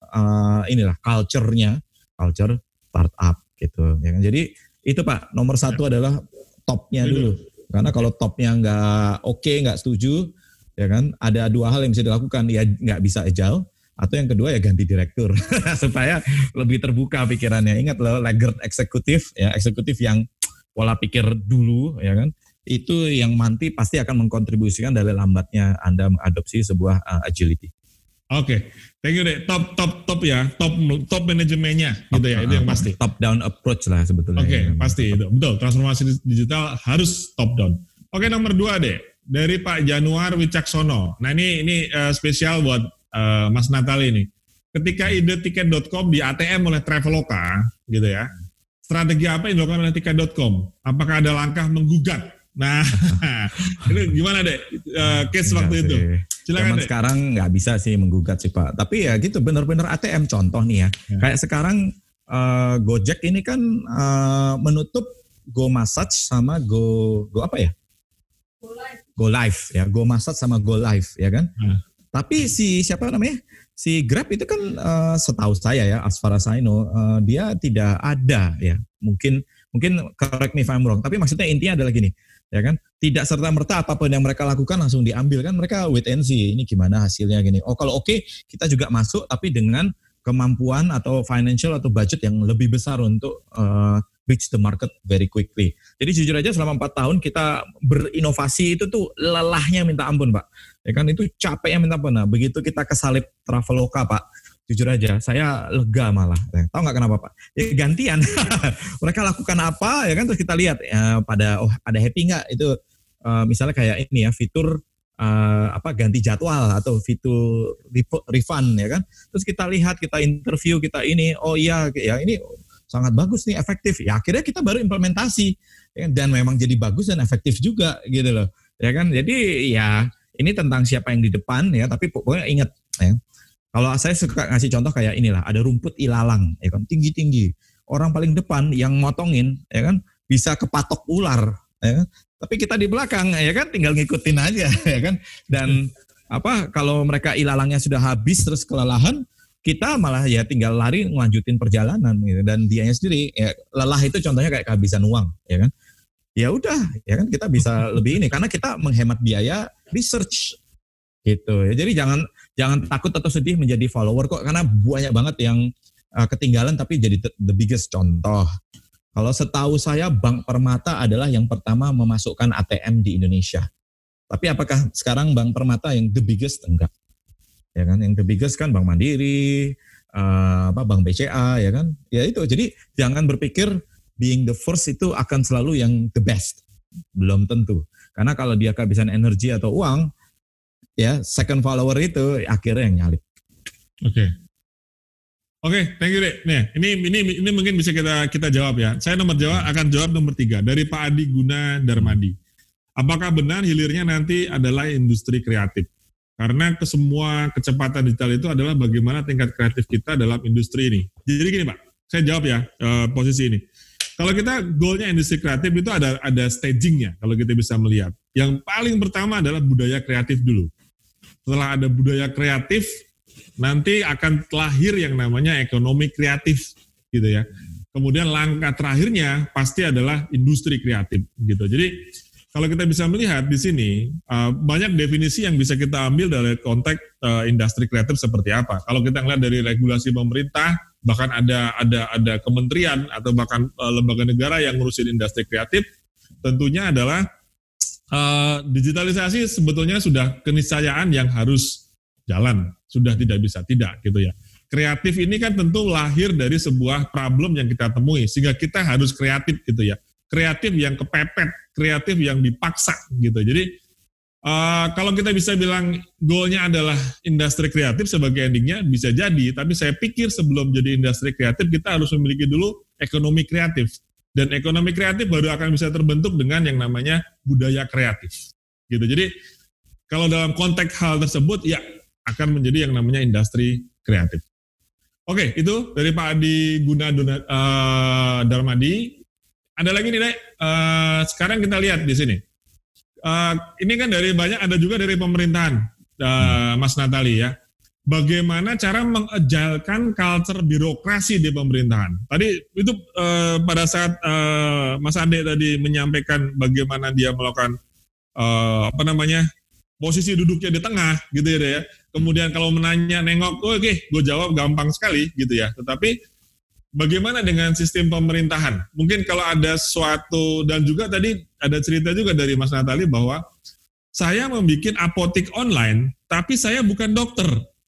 uh, inilah culture-nya, culture startup gitu ya kan. Jadi itu Pak, nomor satu ya. Adalah topnya dulu, karena kalau topnya nggak oke, okay, nggak setuju ya kan, ada dua hal yang bisa dilakukan, ya nggak bisa agile, atau yang kedua ya ganti direktur supaya lebih terbuka pikirannya. Ingat loh, laggard eksekutif ya, eksekutif yang pola pikir dulu ya kan, itu yang nanti pasti akan mengkontribusikan dari lambatnya Anda mengadopsi sebuah uh, agility. Oke, okay. Thank you deh. Top top top ya, top top manajemennya gitu ya, uh, itu yang pasti. Top down approach lah sebetulnya. Oke, okay, ya, pasti itu. Betul, transformasi digital harus top down. Oke, okay, nomor dua deh, dari Pak Januar Wicaksono. Nah ini ini uh, spesial buat uh, Mas Natali ini. Ketika ide tiket dot com di A T M oleh Traveloka gitu ya. Strategi apa yang dilakukan oleh tiket dot com? Apakah ada langkah menggugat? Nah, itu gimana deh uh, case Enggak waktu sih. itu? Silakan Zaman deh. sekarang nggak bisa sih menggugat sih Pak. Tapi ya gitu, benar-benar A T M contoh nih ya. ya. Kayak sekarang uh, Gojek ini kan uh, menutup Go Massage sama Go Go apa ya? Go Live. Go Live ya, Go Massage sama Go Live ya kan. Hmm. Tapi si siapa namanya? Si Grab itu kan uh, setahu saya ya, as far as I know, uh, dia tidak ada ya. Mungkin mungkin correct me if I'm wrong. Tapi maksudnya intinya adalah gini, ya kan? Tidak serta-merta apapun yang mereka lakukan langsung diambil kan. Mereka wait and see. Ini gimana hasilnya gini. Oh kalau oke okay, kita juga masuk, tapi dengan kemampuan atau financial atau budget yang lebih besar untuk uh, reach the market very quickly. Jadi jujur aja selama empat tahun kita berinovasi itu tuh lelahnya minta ampun Pak. Ya kan itu capeknya minta ampun. Nah begitu kita kesalip Traveloka Pak, jujur aja saya lega malah. Ya, tahu nggak kenapa Pak? Ya gantian. Mereka lakukan apa ya kan, terus kita lihat ya, pada oh ada happy nggak itu uh, misalnya kayak ini ya fitur uh, apa ganti jadwal atau fitur refund ya kan. Terus kita lihat, kita interview, kita ini oh iya ya ini sangat bagus nih, efektif. Ya akhirnya kita baru implementasi ya, dan memang jadi bagus dan efektif juga gitu loh. Ya kan? Jadi ya ini tentang siapa yang di depan ya, tapi pokoknya ingat ya. Kalau saya suka ngasih contoh kayak inilah, ada rumput ilalang ya kan, tinggi-tinggi. Orang paling depan yang motongin ya kan bisa kepatok ular ya kan. Tapi kita di belakang ya kan tinggal ngikutin aja ya kan. Dan apa kalau mereka ilalangnya sudah habis terus kelelahan, kita malah ya tinggal lari ngelanjutin perjalanan gitu. Dan dianya sendiri ya, lelah itu contohnya kayak kehabisan uang ya kan. Ya udah ya kan kita bisa lebih ini karena kita menghemat biaya research gitu ya. Jadi jangan jangan takut atau sedih menjadi follower kok, karena banyak banget yang uh, ketinggalan tapi jadi the biggest contoh. Kalau setahu saya Bank Permata adalah yang pertama memasukkan A T M di Indonesia. Tapi apakah sekarang Bank Permata yang the biggest? Enggak. Ya kan, yang the biggest kan Bank Mandiri, uh, apa Bank B C A ya kan. Ya itu. Jadi jangan berpikir being the first itu akan selalu yang the best. Belum tentu. Karena kalau dia kehabisan energi atau uang, ya second follower itu akhirnya yang nyalip. Oke. Okay. Oke, okay, thank you Dek. Nih, ini ini ini mungkin bisa kita kita jawab ya. Saya nomor jawab akan jawab nomor tiga dari Pak Adi Guna Darmadi. Apakah benar hilirnya nanti adalah industri kreatif? Karena kesemua kecepatan digital itu adalah bagaimana tingkat kreatif kita dalam industri ini. Jadi gini Pak, saya jawab ya uh, posisi ini. Kalau kita goalnya industri kreatif itu ada ada stagingnya kalau kita bisa melihat. Yang paling pertama adalah budaya kreatif dulu. Setelah ada budaya kreatif, nanti akan lahir yang namanya ekonomi kreatif gitu ya. Kemudian langkah terakhirnya pasti adalah industri kreatif gitu. Jadi kalau kita bisa melihat di sini uh, banyak definisi yang bisa kita ambil dari konteks uh, industri kreatif seperti apa. Kalau kita lihat dari regulasi pemerintah, bahkan ada ada ada kementerian atau bahkan uh, lembaga negara yang ngurusin industri kreatif, tentunya adalah uh, digitalisasi sebetulnya sudah keniscayaan yang harus jalan, sudah tidak bisa tidak gitu ya. Kreatif ini kan tentu lahir dari sebuah problem yang kita temui sehingga kita harus kreatif gitu ya. Kreatif yang kepepet, kreatif yang dipaksa gitu. Jadi uh, kalau kita bisa bilang goalnya adalah industri kreatif sebagai endingnya bisa jadi, tapi saya pikir sebelum jadi industri kreatif kita harus memiliki dulu ekonomi kreatif. Dan ekonomi kreatif baru akan bisa terbentuk dengan yang namanya budaya kreatif. Gitu. Jadi kalau dalam konteks hal tersebut ya akan menjadi yang namanya industri kreatif. Oke, itu dari Pak Adi Guna uh, Darmadi. Ada lagi nih, Dek. Uh, sekarang kita lihat di sini. Uh, ini kan dari banyak, ada juga dari pemerintahan, uh, Mas Natali ya. Bagaimana cara mengajalkan culture birokrasi di pemerintahan? Tadi itu uh, pada saat uh, Mas Ade tadi menyampaikan bagaimana dia melakukan uh, apa namanya posisi duduknya di tengah, gitu ya, Dek ya. Kemudian kalau menanya nengok, oh, oke, okay, gue jawab gampang sekali, gitu ya. Tetapi bagaimana dengan sistem pemerintahan? Mungkin kalau ada suatu, dan juga tadi ada cerita juga dari Mas Natali bahwa saya membuat apotek online, tapi saya bukan dokter.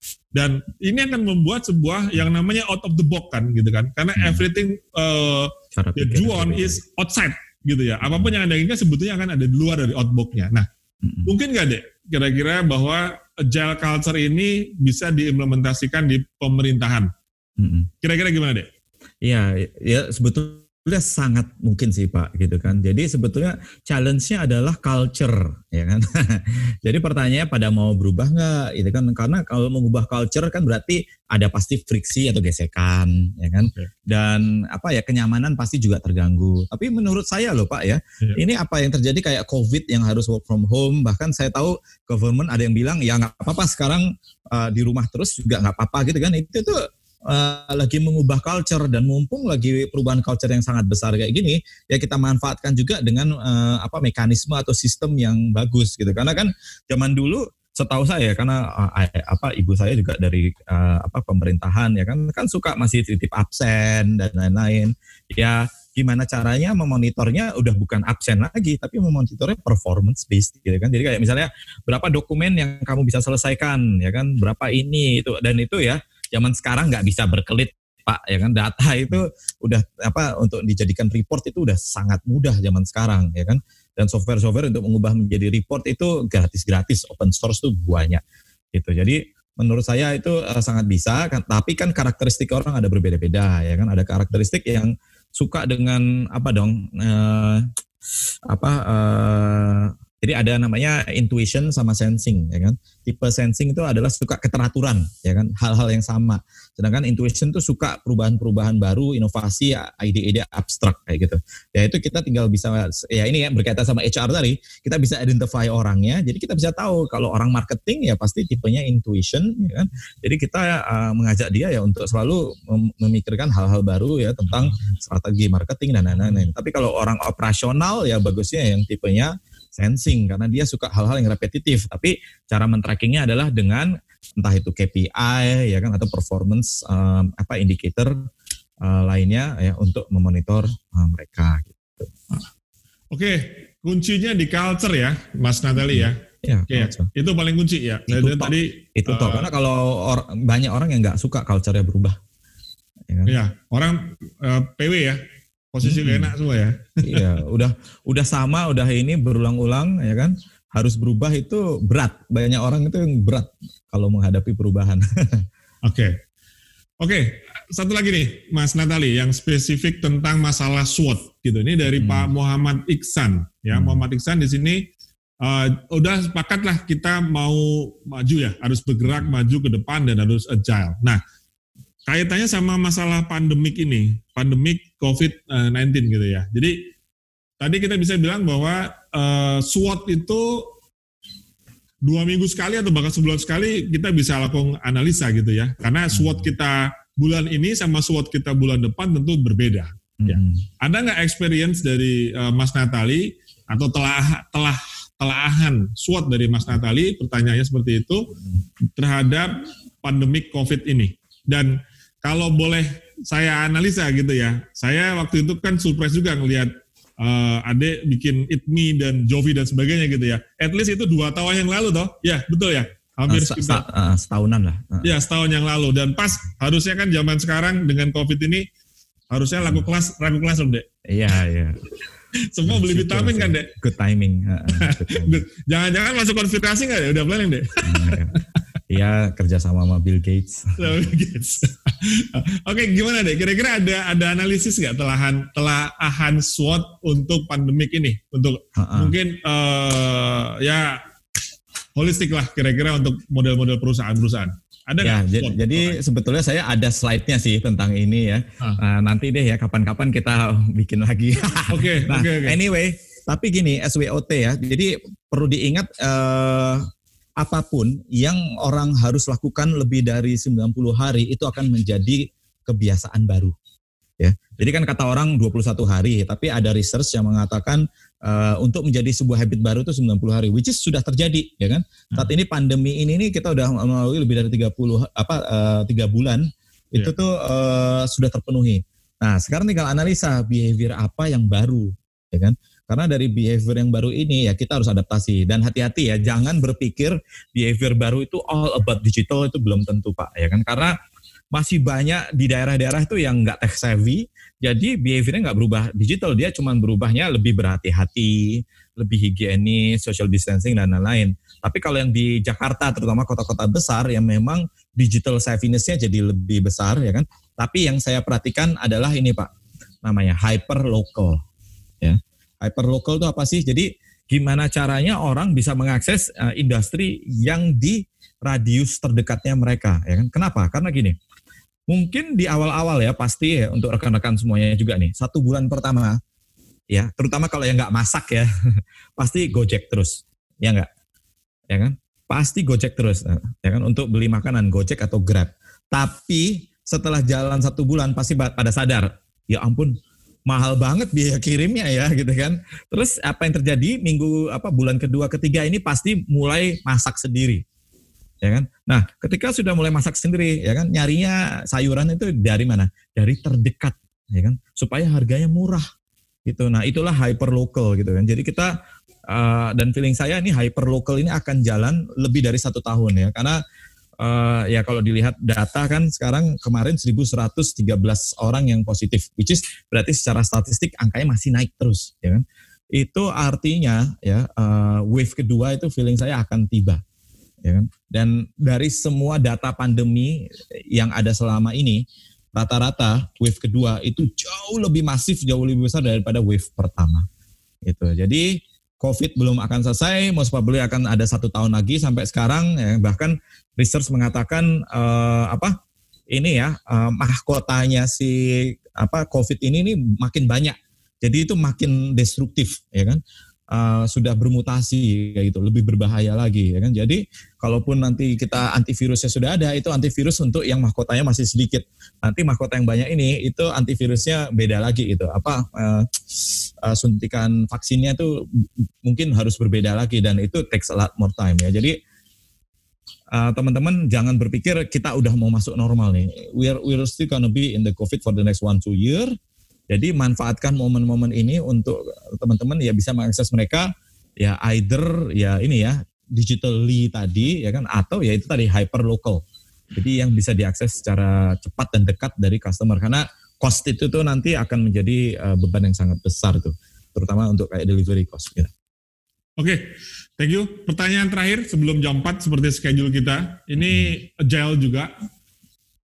Dan ini akan membuat sebuah yang namanya out of the box kan, gitu kan? Karena hmm. everything uh, that you want is outside, gitu ya. Apapun yang Anda inginkan sebetulnya akan ada di luar dari outbox-nya. Nah, hmm. mungkin nggak deh kira-kira bahwa agile culture ini bisa diimplementasikan di pemerintahan? Hmm. Kira-kira gimana deh? Iya, ya sebetulnya sangat mungkin sih Pak, gitu kan. Jadi sebetulnya challenge-nya adalah culture, ya kan. Jadi pertanyaannya pada mau berubah nggak, gitu kan? Karena kalau mengubah culture kan berarti ada pasti friksi atau gesekan, ya kan. Okay. Dan apa ya kenyamanan pasti juga terganggu. Tapi menurut saya loh Pak ya, yeah. ini apa yang terjadi kayak COVID yang harus work from home. Bahkan saya tahu government ada yang bilang ya nggak apa-apa sekarang uh, di rumah terus juga nggak apa-apa, gitu kan. Itu tuh Uh, lagi mengubah culture, dan mumpung lagi perubahan culture yang sangat besar kayak gini, ya kita manfaatkan juga dengan uh, apa mekanisme atau sistem yang bagus gitu. Karena kan zaman dulu setahu saya, karena uh, apa ibu saya juga dari uh, apa pemerintahan ya kan, kan suka masih titip absen dan lain-lain. Ya gimana caranya memonitornya udah bukan absen lagi, tapi memonitornya performance based gitu kan. Jadi kayak misalnya berapa dokumen yang kamu bisa selesaikan ya kan, berapa ini itu dan itu ya. Zaman sekarang nggak bisa berkelit Pak, ya kan, data itu udah apa untuk dijadikan report itu udah sangat mudah zaman sekarang ya kan, dan software-software untuk mengubah menjadi report itu gratis-gratis, open source tuh banyak gitu. Jadi menurut saya itu uh, sangat bisa, kan, tapi kan karakteristik orang ada berbeda-beda ya kan, ada karakteristik yang suka dengan apa dong uh, apa uh, jadi ada namanya intuition sama sensing ya kan. Tipe sensing itu adalah suka keteraturan ya kan, hal-hal yang sama. Sedangkan intuition itu suka perubahan-perubahan baru, inovasi, ide-ide abstrak kayak gitu. Ya itu kita tinggal bisa, ya ini ya berkaitan sama H R tadi, kita bisa identify orangnya. Jadi kita bisa tahu kalau orang marketing ya pasti tipenya intuition ya kan. Jadi kita uh, mengajak dia ya untuk selalu mem- memikirkan hal-hal baru ya tentang strategi marketing dan lain-lain. Tapi kalau orang operasional ya bagusnya yang tipenya sensing, karena dia suka hal-hal yang repetitif, tapi cara men-trackingnya adalah dengan entah itu K P I ya kan, atau performance um, apa indikator uh, lainnya ya untuk memonitor uh, mereka gitu. Oke, kuncinya di culture ya Mas Natali ya. Ya, Oke, itu paling kunci ya. Itu nah, toh, tadi itu toh uh, karena kalau or, banyak orang yang nggak suka culture-nya berubah. Ya, kan? Ya orang uh, P W ya. Posisi hmm. enak semua ya. Iya, udah udah sama, udah ini berulang-ulang ya kan. Harus berubah itu berat. Banyak orang itu yang berat kalau menghadapi perubahan. Oke. Okay. Oke, satu lagi nih Mas Natali yang spesifik tentang masalah SWOT gitu. Ini dari hmm. Pak Muhammad Iksan ya. Hmm. Muhammad Iksan di sini uh, udah sepakat lah kita mau maju ya, harus bergerak maju ke depan dan harus agile. Nah, kaitannya sama masalah pandemik ini, pandemik covid sembilan belas gitu ya. Jadi tadi kita bisa bilang bahwa uh, SWOT itu dua minggu sekali atau bahkan sebulan sekali kita bisa lakukan analisa gitu ya. Karena SWOT kita bulan ini sama SWOT kita bulan depan tentu berbeda. Hmm. Ya. Ada nggak experience dari uh, Mas Natali atau telah telah telaahan SWOT dari Mas Natali, pertanyaannya seperti itu, terhadap pandemik COVID ini? Dan kalau boleh saya analisa gitu ya, saya waktu itu kan surprise juga ngelihat Uh, Ade bikin Itmi dan Jovi dan sebagainya gitu ya. At least itu dua tahun yang lalu toh. Ya betul ya. Hampir uh, sekitar. Uh, setahunan lah. Uh. Ya setahun yang lalu. Dan pas harusnya kan zaman sekarang dengan COVID ini harusnya laku kelas, laku kelas loh Dek. Iya iya. Semua beli vitamin kan Dek. Good timing. Uh, good timing. Jangan-jangan masuk konfirmasi nggak ya? Udah planning Dek. Iya, kerja sama sama Bill Gates. Bill Gates. Oke, gimana deh? Kira-kira ada ada analisis nggak telahan telahan SWOT untuk pandemik ini? Untuk uh-uh. mungkin uh, ya holistik lah kira-kira untuk model-model perusahaan-perusahaan. Ada ya, nggak? J- jadi oh. sebetulnya saya ada slide-nya sih tentang ini ya. Uh. Uh, nanti deh ya kapan-kapan kita bikin lagi. Oke, nah, oke, oke. Anyway, tapi gini S W O T ya. Jadi perlu diingat. Uh, Apapun yang orang harus lakukan lebih dari sembilan puluh hari itu akan menjadi kebiasaan baru. Ya. Jadi kan kata orang dua puluh satu hari, tapi ada research yang mengatakan uh, untuk menjadi sebuah habit baru itu sembilan puluh hari, which is sudah terjadi, ya kan? Saat ini pandemi ini nih kita udah melalui lebih dari tiga puluh apa uh, tiga bulan itu yeah. tuh uh, sudah terpenuhi. Nah, sekarang tinggal analisa behavior apa yang baru, ya kan? Karena dari behavior yang baru ini ya kita harus adaptasi dan hati-hati ya, jangan berpikir behavior baru itu all about digital, itu belum tentu Pak, ya kan? Karena masih banyak di daerah-daerah itu yang nggak tech savvy, jadi behaviornya nggak berubah digital, dia cuma berubahnya lebih berhati-hati, lebih higienis, social distancing dan lain-lain. Tapi kalau yang di Jakarta, terutama kota-kota besar yang memang digital savviness-nya jadi lebih besar, ya kan? Tapi yang saya perhatikan adalah ini Pak, namanya hyper local, ya. Hyperlocal itu apa sih? Jadi gimana caranya orang bisa mengakses uh, industri yang di radius terdekatnya mereka, ya kan? Kenapa? Karena gini, mungkin di awal-awal ya pasti ya untuk rekan-rekan semuanya juga nih, satu bulan pertama, ya terutama kalau yang nggak masak ya, pasti Gojek terus, ya nggak? Ya kan? Pasti Gojek terus, ya kan? Untuk beli makanan Gojek atau Grab. Tapi setelah jalan satu bulan pasti pada sadar, ya ampun, mahal banget biaya kirimnya ya gitu kan. Terus apa yang terjadi minggu apa bulan kedua ketiga ini pasti mulai masak sendiri. Ya kan? Nah, ketika sudah mulai masak sendiri ya kan, nyarinya sayuran itu dari mana? Dari terdekat, ya kan? Supaya harganya murah. Gitu. Nah, itulah hyper local gitu kan. Jadi kita uh, dan feeling saya ini hyper local ini akan jalan lebih dari satu tahun ya. Karena Uh, ya kalau dilihat data kan sekarang kemarin seribu seratus tiga belas orang yang positif, which is berarti secara statistik angkanya masih naik terus, ya kan? Itu artinya ya uh, wave kedua itu feeling saya akan tiba, ya kan? Dan dari semua data pandemi yang ada selama ini, rata-rata wave kedua itu jauh lebih masif, jauh lebih besar daripada wave pertama, gitu. Jadi COVID belum akan selesai, most probably akan ada satu tahun lagi sampai sekarang. Ya, bahkan research mengatakan uh, apa ini ya uh, mahkotanya si apa COVID ini ini makin banyak. Jadi itu makin destruktif, ya kan? Uh, sudah bermutasi kayak gitu, lebih berbahaya lagi, ya kan? Jadi kalaupun nanti kita antivirusnya sudah ada, itu antivirus untuk yang mahkotanya masih sedikit. Nanti mahkota yang banyak ini itu antivirusnya beda lagi gitu. Apa uh, uh, suntikan vaksinnya itu mungkin harus berbeda lagi dan itu takes a lot more time ya. Jadi uh, teman-teman jangan berpikir kita udah mau masuk normal nih. We're we're still gonna be in the COVID for the next one two year. Jadi manfaatkan momen-momen ini untuk teman-teman ya bisa mengakses mereka ya either ya ini ya digitally tadi ya kan atau ya itu tadi hyper local. Jadi yang bisa diakses secara cepat dan dekat dari customer karena cost itu tuh nanti akan menjadi uh, beban yang sangat besar tuh terutama untuk kayak delivery cost gitu. Oke, okay, thank you. Pertanyaan terakhir sebelum jam empat seperti schedule kita. Ini agile juga.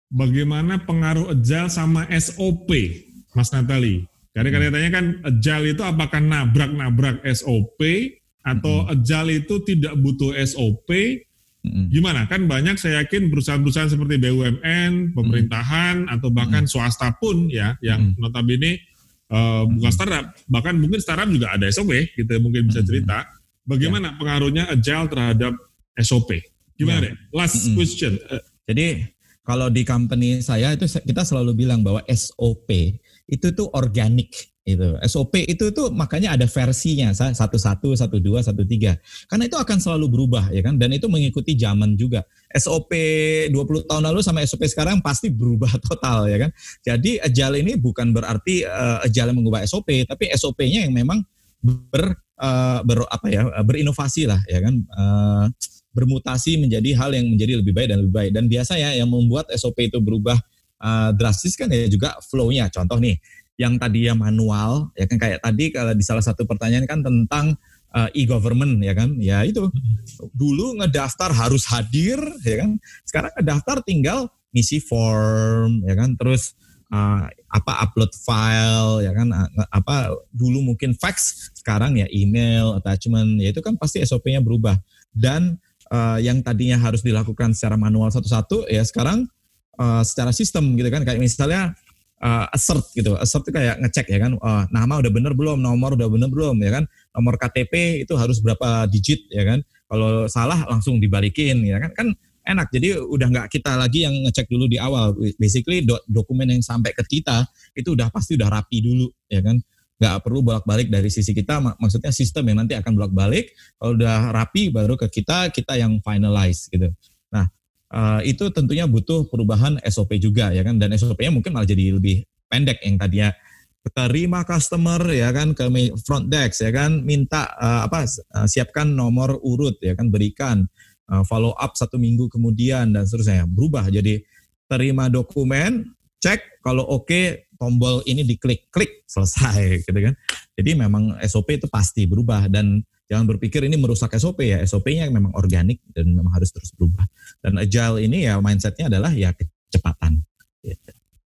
bagaimana pengaruh agile sama S O P, Mas Natali? Karena katanya kan agile itu apakah nabrak-nabrak S O P atau agile itu tidak butuh S O P? Gimana? Kan banyak saya yakin perusahaan-perusahaan seperti B U M N, pemerintahan atau bahkan swasta pun ya yang notabene uh, bukan startup, bahkan mungkin startup juga ada S O P, kita mungkin bisa cerita. Bagaimana pengaruhnya agile terhadap S O P? Gimana deh? Last question. Jadi kalau di company saya itu kita selalu bilang bahwa S O P itu tuh organik itu. S O P itu tuh makanya ada versinya satu satu, satu dua, satu tiga. Karena itu akan selalu berubah ya kan, dan itu mengikuti zaman juga. S O P dua puluh tahun lalu sama S O P sekarang pasti berubah total ya kan. Jadi agile ini bukan berarti uh, agile mengubah S O P, tapi S O P-nya yang memang ber, uh, ber apa ya, berinovasi lah ya kan. Uh, bermutasi menjadi hal yang menjadi lebih baik dan lebih baik. Dan biasanya yang membuat S O P itu berubah uh, drastis kan ya juga flow-nya. Contoh nih, yang tadinya manual, ya kan kayak tadi kalau di salah satu pertanyaan kan tentang uh, e-government ya kan, ya itu dulu ngedaftar harus hadir ya kan, sekarang ngedaftar tinggal ngisi form ya kan, terus uh, apa upload file ya kan, uh, apa dulu mungkin fax, sekarang ya email, attachment, ya itu kan pasti S O P-nya berubah. Dan uh, yang tadinya harus dilakukan secara manual satu-satu ya sekarang uh, secara sistem gitu kan, kayak misalnya Uh, assert gitu, assert itu kayak ngecek ya kan, uh, nama udah bener belum, nomor udah bener belum ya kan, nomor K T P itu harus berapa digit ya kan, kalau salah langsung dibalikin ya kan, kan enak. Jadi udah nggak kita lagi yang ngecek dulu di awal, basically do- dokumen yang sampai ke kita itu udah pasti udah rapi dulu ya kan, nggak perlu bolak-balik dari sisi kita, mak- maksudnya sistem yang nanti akan bolak-balik, kalau udah rapi baru ke kita, kita yang finalize gitu. Nah, Uh, itu tentunya butuh perubahan S O P juga ya kan, dan S O P-nya mungkin malah jadi lebih pendek, yang tadinya terima customer ya kan ke front desk ya kan, minta uh, apa uh, siapkan nomor urut ya kan, berikan uh, follow up satu minggu kemudian dan seterusnya, berubah jadi terima dokumen, cek kalau oke okay, tombol ini diklik, klik selesai gitu kan. Jadi memang S O P itu pasti berubah, dan jangan berpikir ini merusak S O P ya, S O P-nya memang organik dan memang harus terus berubah. Dan agile ini ya mindset-nya adalah ya kecepatan. Gitu.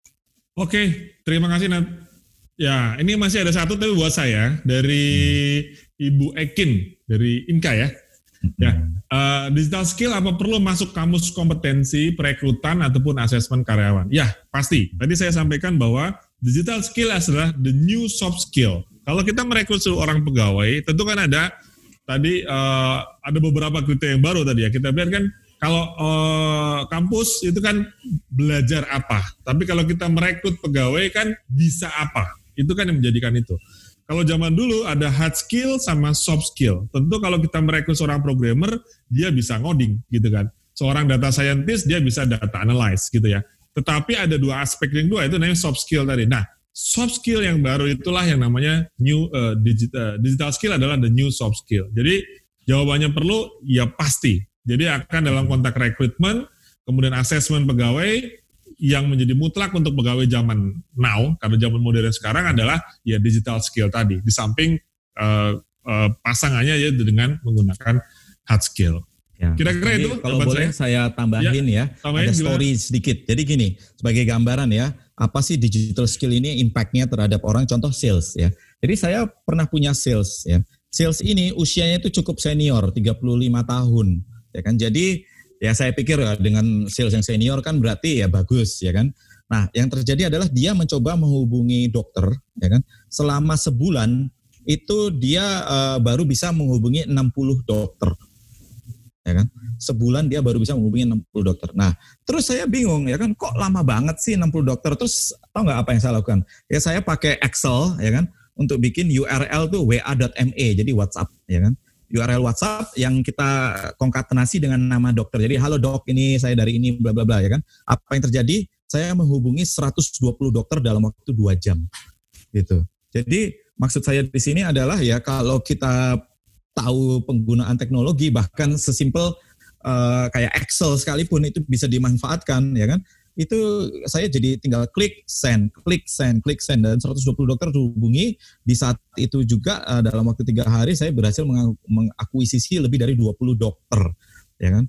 Oke, terima kasih Nat. Ya, ini masih ada satu tapi buat saya dari hmm. Ibu Ekin dari Inka ya. Hmm. Ya, uh, digital skill apa perlu masuk kamus kompetensi perekrutan ataupun asesmen karyawan? Ya, pasti. Tadi saya sampaikan bahwa digital skill adalah the new soft skill. Kalau kita merekrut seorang pegawai, tentu kan ada tadi uh, ada beberapa kriteria yang baru tadi ya. Kita lihat kan kalau uh, kampus itu kan belajar apa, tapi kalau kita merekrut pegawai kan bisa apa, itu kan yang menjadikan itu. Kalau zaman dulu ada hard skill sama soft skill. Tentu kalau kita merekrut seorang programmer, dia bisa ngoding gitu kan. Seorang data scientist dia bisa data analyze gitu ya. Tetapi ada dua aspek yang dua, itu namanya soft skill tadi. Nah, soft skill yang baru itulah yang namanya new uh, digital digital skill adalah the new soft skill. Jadi jawabannya perlu, ya pasti. Jadi akan dalam konteks rekrutmen, kemudian asesmen pegawai yang menjadi mutlak untuk pegawai zaman now, karena zaman modern sekarang adalah ya digital skill tadi. Di samping uh, uh, pasangannya ya dengan menggunakan hard skill. Ya. Kira-kira jadi, itu kalau boleh saya, saya tambahin ya, ya tambahin ada story gimana? Sedikit. Jadi gini, sebagai gambaran ya, apa sih digital skill ini impact-nya terhadap orang, contoh sales ya. Jadi saya pernah punya sales ya. Sales ini usianya itu cukup senior, tiga puluh lima tahun ya kan. Jadi ya saya pikir ya, dengan sales yang senior kan berarti ya bagus ya kan. Nah, yang terjadi adalah dia mencoba menghubungi dokter ya kan. Selama sebulan itu dia uh, baru bisa menghubungi enam puluh dokter. Ya kan? Sebulan dia baru bisa menghubungi enam puluh dokter. Nah, terus saya bingung ya kan, kok lama banget sih enam puluh dokter. Terus tahu nggak apa yang saya lakukan? Ya saya pakai Excel ya kan, untuk bikin U R L tuh w a dot m e, jadi WhatsApp ya kan. U R L WhatsApp yang kita konkatenasi dengan nama dokter. Jadi halo dok, ini saya dari ini bla bla bla ya kan. Apa yang terjadi? Saya menghubungi seratus dua puluh dokter dalam waktu dua jam. Gitu. Jadi maksud saya di sini adalah ya kalau kita tahu penggunaan teknologi, bahkan sesimpel uh, kayak Excel sekalipun itu bisa dimanfaatkan ya kan. Itu saya jadi tinggal klik send, klik send, klik send, dan seratus dua puluh dokter dihubungi. Di saat itu juga uh, dalam waktu tiga hari saya berhasil mengakuisisi lebih dari dua puluh dokter ya kan.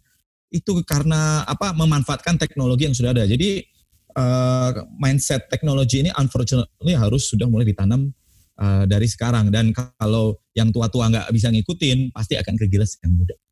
itu karena apa memanfaatkan teknologi yang sudah ada. Jadi uh, mindset teknologi ini unfortunately harus sudah mulai ditanam uh, dari sekarang. Dan kalau yang tua-tua nggak bisa ngikutin, pasti akan kegilas yang muda.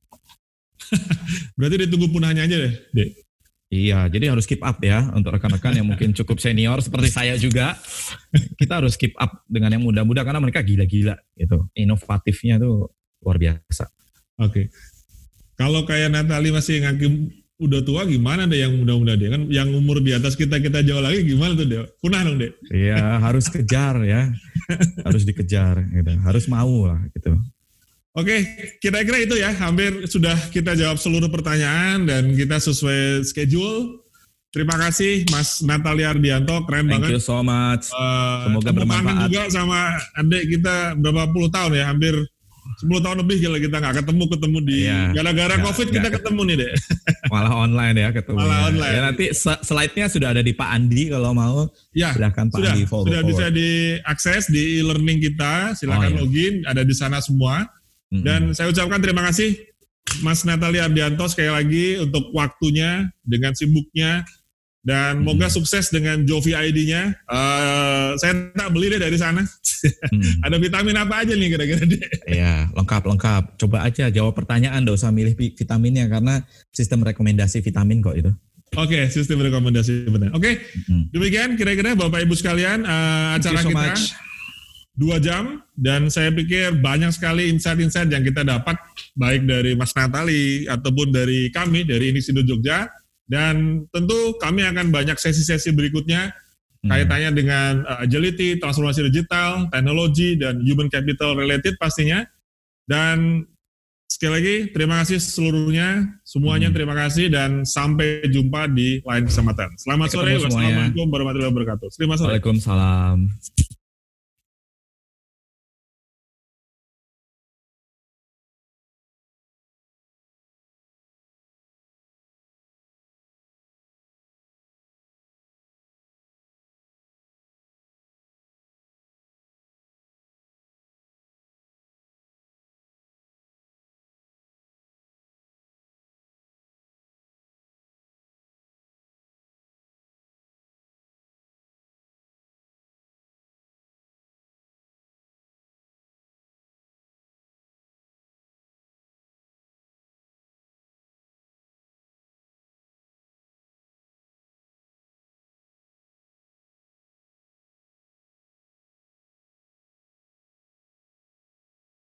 Berarti ditunggu punahnya aja deh, Dek. Iya, jadi harus keep up ya untuk rekan-rekan yang mungkin cukup senior seperti saya juga. Kita harus keep up dengan yang muda-muda karena mereka gila-gila gitu. Inovatifnya tuh luar biasa. Oke. Okay. Kalau kayak Natali masih ngakim udah tua gimana deh yang muda-muda dia? Kan yang umur di atas kita-kita jauh lagi gimana tuh dia? Punah dong deh. Iya, harus kejar ya. Harus dikejar gitu. Harus mau lah gitu. Oke, kira-kira itu ya, hampir sudah kita jawab seluruh pertanyaan dan kita sesuai schedule. Terima kasih Mas Natalia Ardianto, keren Thank banget. Thank you so much. Uh, Semoga bermanfaat. Juga sama adik kita berapa puluh tahun ya, hampir sepuluh tahun lebih kalau kita nggak ketemu-ketemu di yeah, gara-gara gak, COVID gak, kita ketemu nih deh. Malah online ya ketemu. Malah online. Ya, nanti slide-nya sudah ada di Pak Andi kalau mau. Ya, silahkan Pak sudah, Andi follow. Sudah bisa diakses di e-learning kita, silakan oh, login, ya. Ada di sana semua. Dan mm-hmm. saya ucapkan terima kasih Mas Natalia Ardianto sekali lagi untuk waktunya dengan sibuknya dan mm-hmm. moga sukses dengan Jovi I D-nya. Uh, saya tak beli deh dari sana. Mm-hmm. Ada vitamin apa aja nih kira-kira deh? Iya, lengkap-lengkap. Coba aja jawab pertanyaan, nggak usah milih vitaminnya karena sistem rekomendasi vitamin kok itu. Oke, okay, sistem rekomendasi vitamin. Oke, okay. mm-hmm. demikian kira-kira Bapak Ibu sekalian uh, acara so kita. Much. Dua jam, dan saya pikir banyak sekali insight-insight yang kita dapat, baik dari Mas Natali, ataupun dari kami, dari Inisido Jogja, dan tentu kami akan banyak sesi-sesi berikutnya, hmm. kaitannya dengan uh, agility, transformasi digital, teknologi, dan human capital related pastinya, dan sekali lagi, terima kasih seluruhnya, semuanya hmm. terima kasih, dan sampai jumpa di lain kesempatan. Selamat sore, wassalamualaikum warahmatullahi wabarakatuh. Selamat sore. Waalaikumsalam.